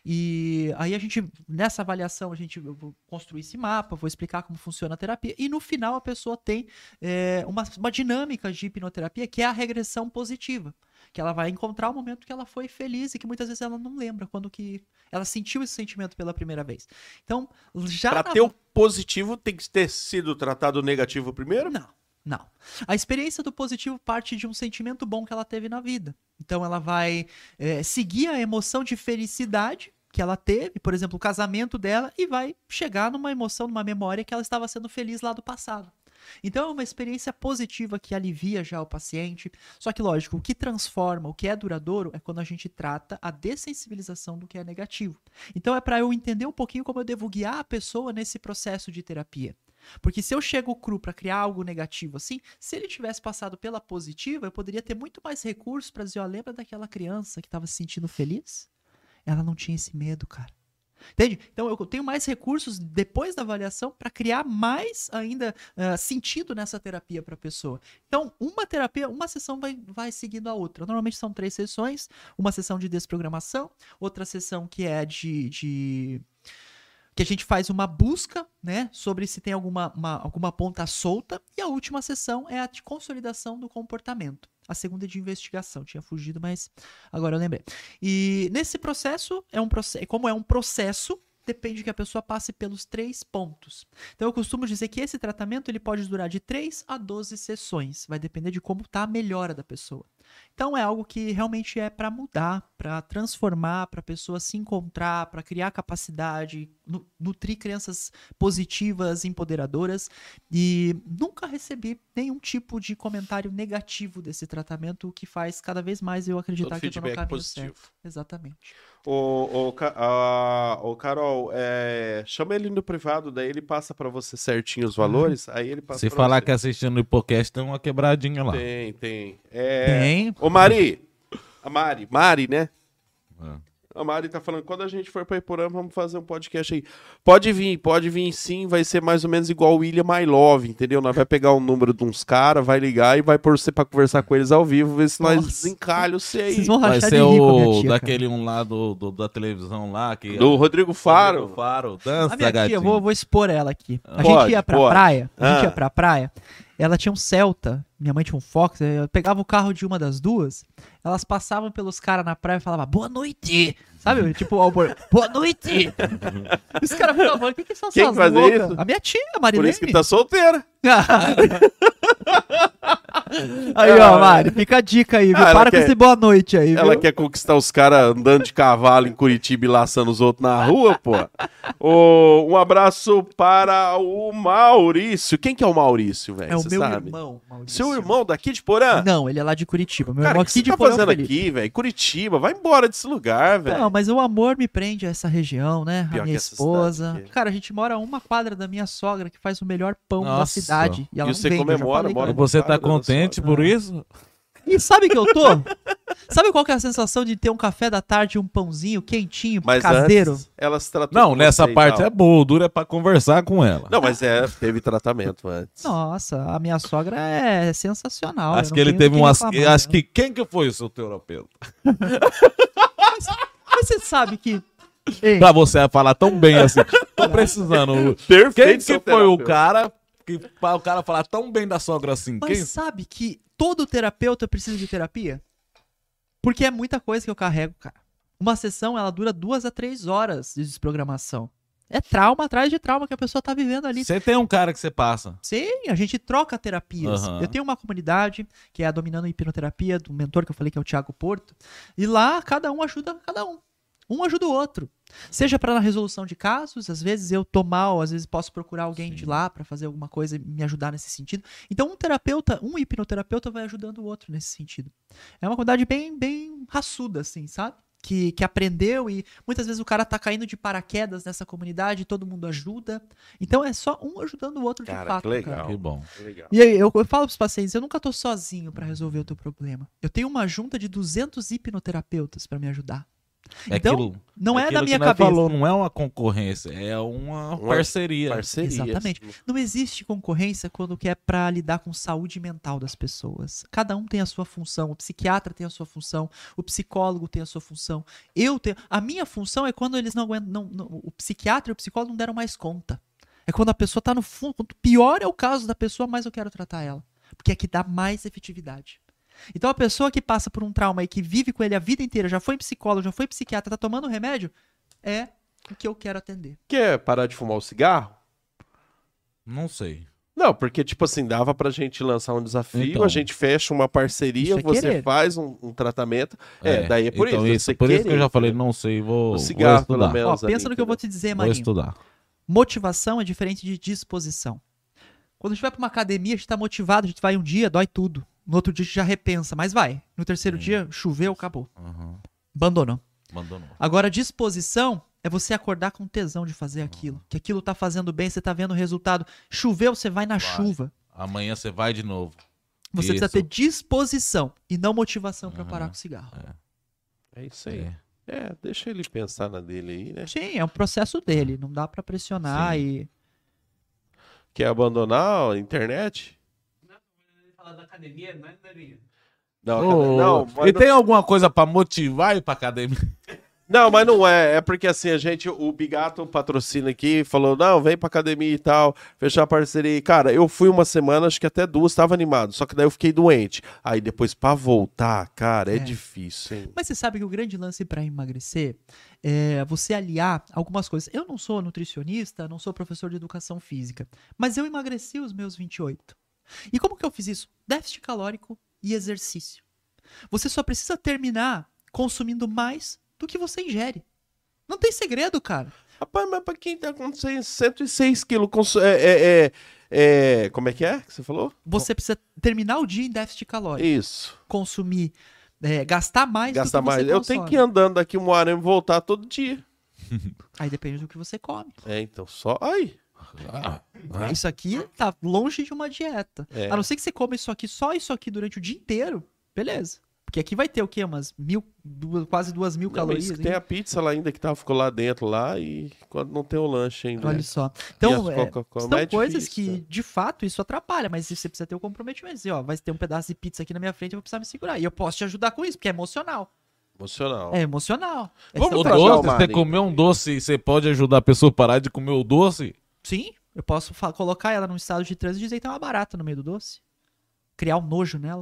E aí nessa avaliação, eu vou construir esse mapa, vou explicar como funciona a terapia. E no final a pessoa tem uma dinâmica de hipnoterapia, que é a regressão positiva. Que ela vai encontrar o momento que ela foi feliz e que muitas vezes ela não lembra quando que ela sentiu esse sentimento pela primeira vez. Então, Pra ter o positivo, tem que ter sido tratado o negativo primeiro? Não. A experiência do positivo parte de um sentimento bom que ela teve na vida. Então, ela vai seguir a emoção de felicidade que ela teve, por exemplo, o casamento dela, e vai chegar numa emoção, numa memória que ela estava sendo feliz lá do passado. Então é uma experiência positiva que alivia já o paciente. Só que, lógico, o que transforma, o que é duradouro, é quando a gente trata a dessensibilização do que é negativo. Então é para eu entender um pouquinho como eu devo guiar a pessoa nesse processo de terapia. Porque se eu chego cru para criar algo negativo assim, se ele tivesse passado pela positiva, eu poderia ter muito mais recursos para dizer, lembra daquela criança que estava se sentindo feliz? Ela não tinha esse medo, cara. Entende? Então eu tenho mais recursos depois da avaliação para criar mais ainda sentido nessa terapia para a pessoa. Então uma sessão vai seguindo a outra. Normalmente são 3 sessões, uma sessão de desprogramação, outra sessão que é que a gente faz uma busca, né, sobre se tem alguma ponta solta, e a última sessão é a de consolidação do comportamento. A segunda é de investigação, tinha fugido, mas agora eu lembrei. E nesse processo, como é um processo, depende que a pessoa passe pelos 3 pontos. Então eu costumo dizer que esse tratamento ele pode durar de 3 a 12 sessões, vai depender de como está a melhora da pessoa. Então é algo que realmente é para mudar, para transformar, para a pessoa se encontrar, para criar capacidade, nutrir crianças positivas, empoderadoras. E nunca recebi nenhum tipo de comentário negativo desse tratamento, o que faz cada vez mais eu acreditar que eu estou no caminho positivo. certo. Exatamente. Carol, chama ele no privado, daí ele passa pra você certinho os valores, aí ele passa. Se pra falar você. que assistindo o Hipocast tem uma quebradinha lá. Tem. Tem. Ô Mari, Mari, né? A Mari tá falando, quando a gente for pra Iporã, vamos fazer um podcast aí. Pode vir sim, vai ser mais ou menos igual o William My Love, entendeu? Nós vai pegar o número de uns caras, vai ligar e vai pôr você pra conversar com eles ao vivo, ver se nós desencalham você aí. Vocês vão Vai rachar ser de rir com a minha o tia, daquele um lá da televisão lá. Do Rodrigo Faro. Rodrigo Faro, dança, A minha tia, gatinho. vou expor ela aqui. A Pode, gente ia pra pode. praia, ela tinha um Celta, minha mãe tinha um Fox, eu pegava o carro de uma das duas, elas passavam pelos caras na praia e falavam, boa noite, sabe? Tipo, boa noite. Os caras ficavam falando, o que são Quem essas fazia loucas? isso? A minha tia, Por Marilene. isso que tá solteira. Aí, ó, Mari, fica a dica aí, viu? ela Para quer- com esse boa noite aí, viu? Ela quer conquistar os caras andando de cavalo em Curitiba e laçando os outros na rua, pô. Um abraço para o Maurício. Quem que é o Maurício, velho? É o Cê meu sabe? irmão, Maurício. Seu irmão daqui de Porã? Não, ele é lá de Curitiba. Meu Cara, irmão o que você aqui de tá Porão fazendo Feliz. aqui, velho? Curitiba, vai embora desse lugar, velho. Não, mas o amor me prende a essa região, né? Pior A que minha essa esposa. cidade aqui. Cara, a gente mora a 1 quadra da minha sogra, que faz o melhor pão da Nossa. cidade. E ela E não você vende, eu já comemora, falei com mora E ela. você tá Faro da contente sogra. por isso? E sabe que eu tô? Sabe qual que é a sensação de ter um café da tarde e um pãozinho quentinho, Mas caseiro? antes, ela se tratou Não, com nessa você e parte tal. é boa, o duro é pra conversar com ela. Não, mas teve tratamento antes. Nossa, a minha sogra é sensacional. eu Acho não que ele tenho teve do que umas. reclamar, Acho né? que quem que foi o seu terapeuta? Mas você sabe que... Ei, Pra você falar tão bem assim. Tô precisando. Perfeito, Quem seu que foi o terapeuta. cara que pra o cara falar tão bem da sogra assim? mas Quem? sabe que todo terapeuta precisa de terapia? Porque é muita coisa que eu carrego, cara. Uma sessão, ela dura 2 a 3 horas de desprogramação. É trauma atrás de trauma que a pessoa tá vivendo ali. Você tem um cara que você passa. Sim, a gente troca terapias. Aham. Eu tenho uma comunidade, que é a Dominando Hipnoterapia, do mentor que eu falei, que é o Thiago Porto. E lá, cada um ajuda cada um. Um ajuda o outro. Seja para resolução de casos, às vezes eu tô mal, às vezes posso procurar alguém de lá para fazer alguma coisa e me ajudar nesse sentido. Então um hipnoterapeuta vai ajudando o outro nesse sentido. É uma comunidade bem raçuda, assim, sabe? Que aprendeu e muitas vezes o cara tá caindo de paraquedas nessa comunidade, todo mundo ajuda. Então é só um ajudando o outro de fato. Que legal. Cara. Que bom. Legal. E aí eu falo pros pacientes, eu nunca tô sozinho para resolver o teu problema. Eu tenho uma junta de 200 hipnoterapeutas para me ajudar. Então, não é da minha cabeça. Falou, não é uma concorrência, é uma parceria. Exatamente. Não existe concorrência quando que é para lidar com saúde mental das pessoas. Cada um tem a sua função. O psiquiatra tem a sua função, o psicólogo tem a sua função. A minha função é quando eles não aguentam, o psiquiatra e o psicólogo não deram mais conta. É quando a pessoa tá no fundo. Quanto pior é o caso da pessoa, mais eu quero tratar ela. Porque é que dá mais efetividade. Então a pessoa que passa por um trauma e que vive com ele a vida inteira, já foi psicólogo, já foi psiquiatra, tá tomando remédio, é o que eu quero atender. Quer parar de fumar o cigarro? Não sei. Não, porque, tipo assim, dava pra gente lançar um desafio, Então, a gente fecha uma parceria, isso é você querer. faz um tratamento. Daí é por então isso. Por isso que eu já falei, não sei, vou o cigarro, estudar. pelo menos. Ó, pensa no que eu vou te dizer, Vou Marinho. estudar. Motivação é diferente de disposição. Quando a gente vai pra uma academia, a gente tá motivado, a gente vai um dia, dói tudo. No outro dia a gente já repensa, mas vai. No terceiro dia, choveu, acabou. Abandonou. Agora, disposição é você acordar com tesão de fazer aquilo. Que aquilo tá fazendo bem, você tá vendo o resultado. Choveu, você vai na chuva. Amanhã você vai de novo. Você precisa ter disposição e não motivação pra parar com o cigarro. É isso aí. Deixa ele pensar na dele aí, né? Sim, é um processo dele. Não dá pra pressionar e... Quer abandonar a internet? Falar da academia, não é Marinho? Não, e tem alguma coisa pra motivar ir pra academia? Não, mas não é. É porque assim, o Bigato patrocina aqui, falou, não, vem pra academia e tal, fechar a parceria. Cara, eu fui uma semana, acho que até 2, tava animado, só que daí eu fiquei doente. Aí depois pra voltar, cara, é difícil, hein? Mas você sabe que o grande lance pra emagrecer é você aliar algumas coisas. Eu não sou nutricionista, não sou professor de educação física, mas eu emagreci os meus 28. E como que eu fiz isso? Déficit calórico e exercício. Você só precisa terminar consumindo mais do que você ingere. Não tem segredo, cara. Rapaz, mas pra quem tá com 106 quilos, como é que você falou? Você precisa terminar o dia em déficit calórico. Isso. Consumir, gastar mais do que você consome. Eu tenho que ir andando daqui uma hora e voltar todo dia. Aí depende do que você come. Então só... Ai... Isso aqui tá longe de uma dieta. A não ser que você coma só isso aqui durante o dia inteiro, beleza. Porque aqui vai ter o quê? Quase 2.000 calorias. Tem a pizza lá ainda que ficou lá dentro lá e quando não tem o lanche ainda. Olha só. Então, são coisas difícil, que, de fato, isso atrapalha, mas você precisa ter o comprometimento. Dizer, ó, vai ter um pedaço de pizza aqui na minha frente, eu vou precisar me segurar. E eu posso te ajudar com isso, porque é emocional. É emocional. O doce, você comer um doce e você pode ajudar a pessoa a parar de comer o doce? Sim, eu posso colocar ela num estado de transe e dizer que tem uma barata no meio do doce. Criar um nojo nela.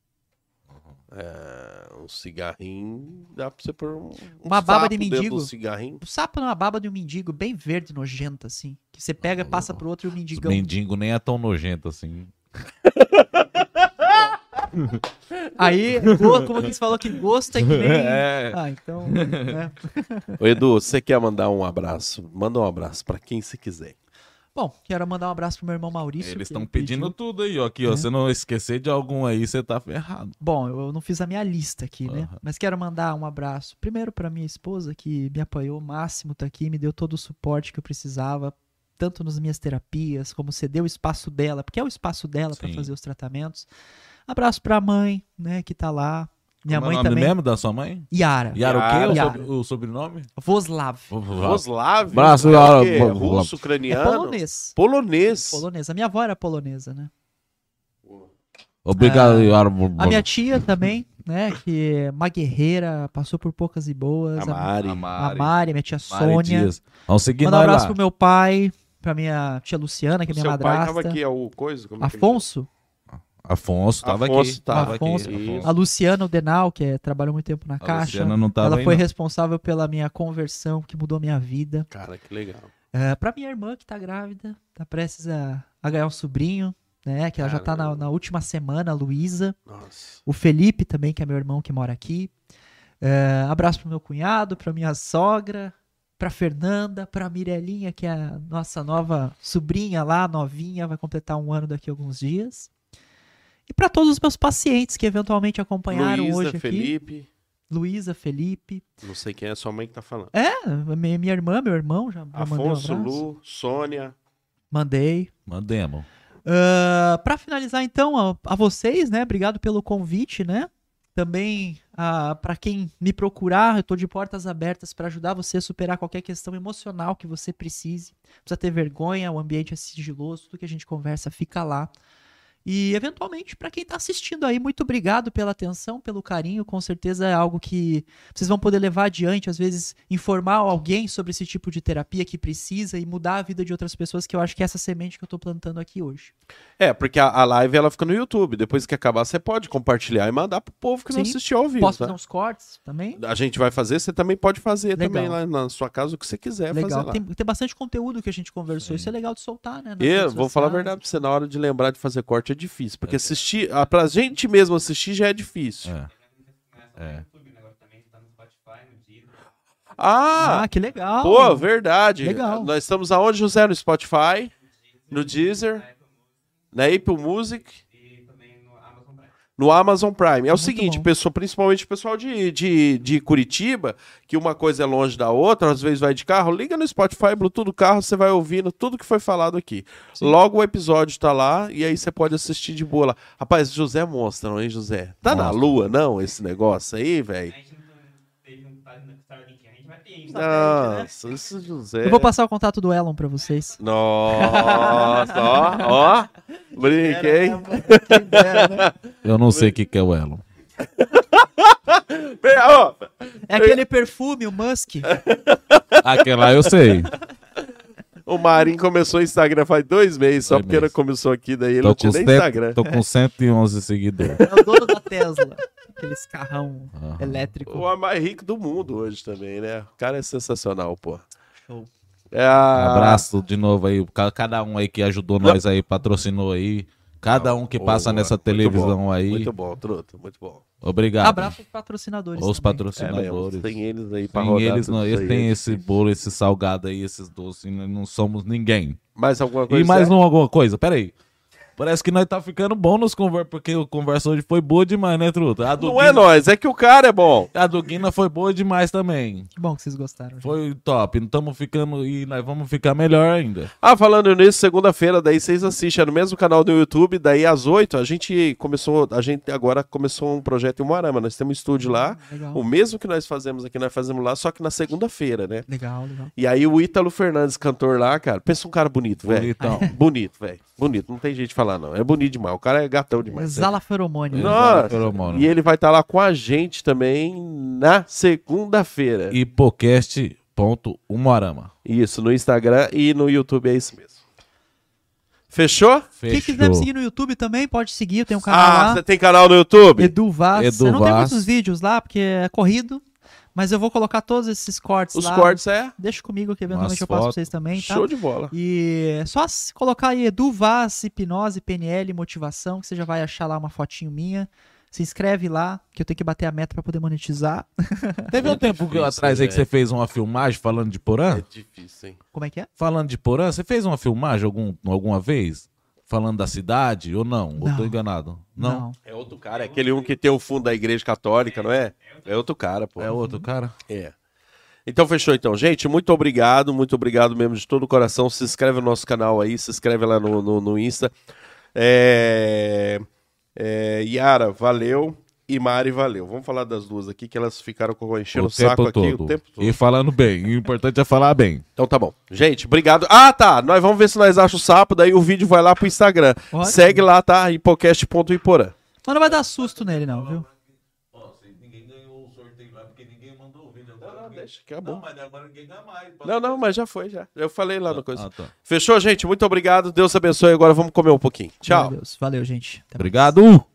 Um cigarrinho, dá pra você pôr uma baba de mendigo. dentro do cigarrinho. O sapo é uma baba de um mendigo bem verde, nojenta, assim. Que você pega, passa pro outro e o mendigão. O mendigo nem é tão nojento assim. Aí, como que você falou que gosto é que nem... então... Ô, Edu, você quer mandar um abraço? Manda um abraço pra quem você quiser. Bom, quero mandar um abraço pro meu irmão Maurício. Eles estão pedindo tudo aí, ó. Aqui, ó. Se não esquecer de algum aí, você tá ferrado. Bom, eu não fiz a minha lista aqui, né? Mas quero mandar um abraço. Primeiro pra minha esposa, que me apoiou o máximo, tá aqui, me deu todo o suporte que eu precisava, tanto nas minhas terapias, como cedeu o espaço dela, porque é o espaço dela pra fazer os tratamentos. Abraço pra mãe, né, que tá lá. Minha Como mãe é o nome também. mesmo da sua mãe? Yara. Yara o quê? Yara. O sobrenome? Voslav. Voslav? Braço, russo, ucraniano? É polonês. Polonês. A minha avó era polonesa, né? Obrigado, Yara. A minha tia também, né? Que é uma guerreira, passou por poucas e boas. A Mari, minha tia Sônia. Vamos seguir Manda um abraço lá. pro meu pai, pra minha tia Luciana, que é minha madrasta. Seu pai tava aqui, o coisa? Afonso? Afonso tava aqui. A Luciana Denal, que trabalhou muito tempo na Caixa. Luciana não tava ela foi responsável pela minha conversão, que mudou minha vida. Cara, que legal. Pra minha irmã, que tá grávida, tá prestes a ganhar um sobrinho, né? Que ela já tá na última semana, a Luísa. Nossa. O Felipe também, que é meu irmão que mora aqui. Abraço pro meu cunhado, pra minha sogra, pra Fernanda, pra Mirelinha, que é a nossa nova sobrinha lá, novinha, vai completar 1 ano daqui a alguns dias. E pra todos os meus pacientes que eventualmente acompanharam Luísa, hoje aqui. Felipe. Luísa, Felipe. Não sei quem é, sua mãe que tá falando. Minha irmã, meu irmão, já mandei um Afonso, abraço. Lu, Sônia. Mandei. Mandemos. Pra finalizar, então, a vocês, né? Obrigado pelo convite, né? Também, pra quem me procurar, eu tô de portas abertas pra ajudar você a superar qualquer questão emocional que você precise. Não precisa ter vergonha, o ambiente é sigiloso, tudo que a gente conversa fica lá. E, eventualmente, pra quem tá assistindo aí, muito obrigado pela atenção, pelo carinho. Com certeza é algo que vocês vão poder levar adiante, às vezes informar alguém sobre esse tipo de terapia que precisa e mudar a vida de outras pessoas, que eu acho que é essa semente que eu tô plantando aqui hoje. Porque a live ela fica no YouTube. Depois que acabar, você pode compartilhar e mandar pro povo que não Sim. assistiu ao vivo. Posso tá? fazer uns cortes também? A gente vai fazer, você também pode fazer Legal. também lá na sua casa o que você quiser fazer Legal. lá. Tem bastante conteúdo que a gente conversou. Isso é legal de soltar, né? nas E redes vou falar a sociais. verdade pra você, na hora de lembrar de fazer corte é difícil. Porque assistir, pra gente mesmo assistir já é difícil. Agora também tá no Spotify, no Deezer. Ah, que legal. pô, verdade. Legal. Nós estamos aonde, José? No Spotify, no Deezer, na Apple Music, E também no Amazon Prime. no Amazon Prime. É o Muito seguinte, bom. pessoal, principalmente o pessoal de Curitiba, que uma coisa é longe da outra, às vezes vai de carro, liga no Spotify, Bluetooth do carro, você vai ouvindo tudo que foi falado aqui. Logo o episódio tá lá e aí você pode assistir de boa lá. Rapaz, José é monstro, hein, José? Tá na Monstro. lua, não, esse negócio aí, velho? A gente não teve um Starlink, a gente vai ter isso. Nossa, esse José... Eu vou passar o contato do Elon pra vocês. Nossa, ó. Brinquei. Eu não sei o que é o Elon. Ó, É aquele perfume, o Musk. Aquele lá eu sei. o Marinho começou o Instagram faz 2 meses, só 2 porque ele meses. começou aqui, daí ele não tinha nem Instagram. Tô com 111 seguidores. É o dono da Tesla. Aqueles carrão elétrico. O homem mais rico do mundo hoje também, né? O cara é sensacional, pô. Show. Abraço de novo aí. Cada um aí que ajudou nós aí, patrocinou aí. Cada um que passa nessa televisão aí. Muito bom, truta, muito bom. Obrigado. Abraço aos patrocinadores. Os também. patrocinadores. Tem eles aí pra Sem rodar. eles, tudo não, isso eles aí, têm é esse difícil. bolo, esse salgado aí, esses doces. Nós não somos ninguém. Mais alguma coisa? E mais Zé? alguma coisa, peraí. Parece que nós tá ficando bom nos conversas, porque a conversa hoje foi boa demais, né, truta? A do Não Guina, é nós, é que o cara é bom. a do Guina foi boa demais também. Que bom que vocês gostaram. gente. Foi top. Não estamos ficando e nós vamos ficar melhor ainda. Falando nisso, segunda-feira, daí vocês assistem no mesmo canal do YouTube, daí às 8, a gente agora começou um projeto em Moarama, nós temos um estúdio lá, Legal. o mesmo que nós fazemos aqui, nós fazemos lá, só que na segunda-feira, né? Legal, legal. E aí o Ítalo Fernandes, cantor lá, cara, pensa um cara bonito, velho. Bonitão. Bonito, velho. Bonito, não tem jeito de falar não, é bonito demais, o cara é gatão demais. Exala feromônio. Nossa, Feromônio. e ele vai estar lá com a gente também na segunda-feira. Hipocast.umorama. Isso, no Instagram e no YouTube é isso mesmo. Fechou? Quem quiser me seguir no YouTube também, pode seguir. Eu tenho um canal lá. Você tem canal no YouTube? Edu Vaz. Edu Eu não tenho Vaz. muitos vídeos lá, porque é corrido. Mas eu vou colocar todos esses cortes Os lá. cortes é Deixa comigo que eventualmente Umas eu passo pra fotos. vocês também, tá? show de bola. E é só colocar aí Edu Vaz, hipnose, PNL, motivação, que você já vai achar lá uma fotinho minha. Se inscreve lá, que eu tenho que bater a meta pra poder monetizar. Teve um tempo difícil, atrás aí que velho. você fez uma filmagem falando de Porã? É difícil, hein? Como é que é? Falando de Porã, você fez uma filmagem alguma vez? Falando da cidade ou não? Ou Não. tô enganado? Não. É outro cara, é aquele um que tem o fundo da igreja católica, não é? É outro cara, pô. É outro cara? É. Então fechou então. Gente, muito obrigado mesmo de todo o coração. Se inscreve no nosso canal aí, se inscreve lá no Insta. Yara, valeu. E Mari, valeu. Vamos falar das duas aqui, que elas ficaram enchendo o saco aqui o tempo todo. E falando bem. O importante é falar bem. Então tá bom. Gente, obrigado. Tá. Nós vamos ver se nós achamos o sapo, daí o vídeo vai lá pro Instagram. Ótimo. Segue lá, tá? Hipocast.iporã. Mas não vai dar susto nele, não, viu? Ninguém ganhou o sorteio lá, porque ninguém mandou o vídeo. Não, deixa, que é bom. mas agora ninguém ganha mais. Não, mas já foi, já. Eu falei lá no coisa. Tá. Fechou, gente? Muito obrigado. Deus abençoe. Agora vamos comer um pouquinho. Tchau. Meu Deus. Valeu, gente. Até mais. Obrigado.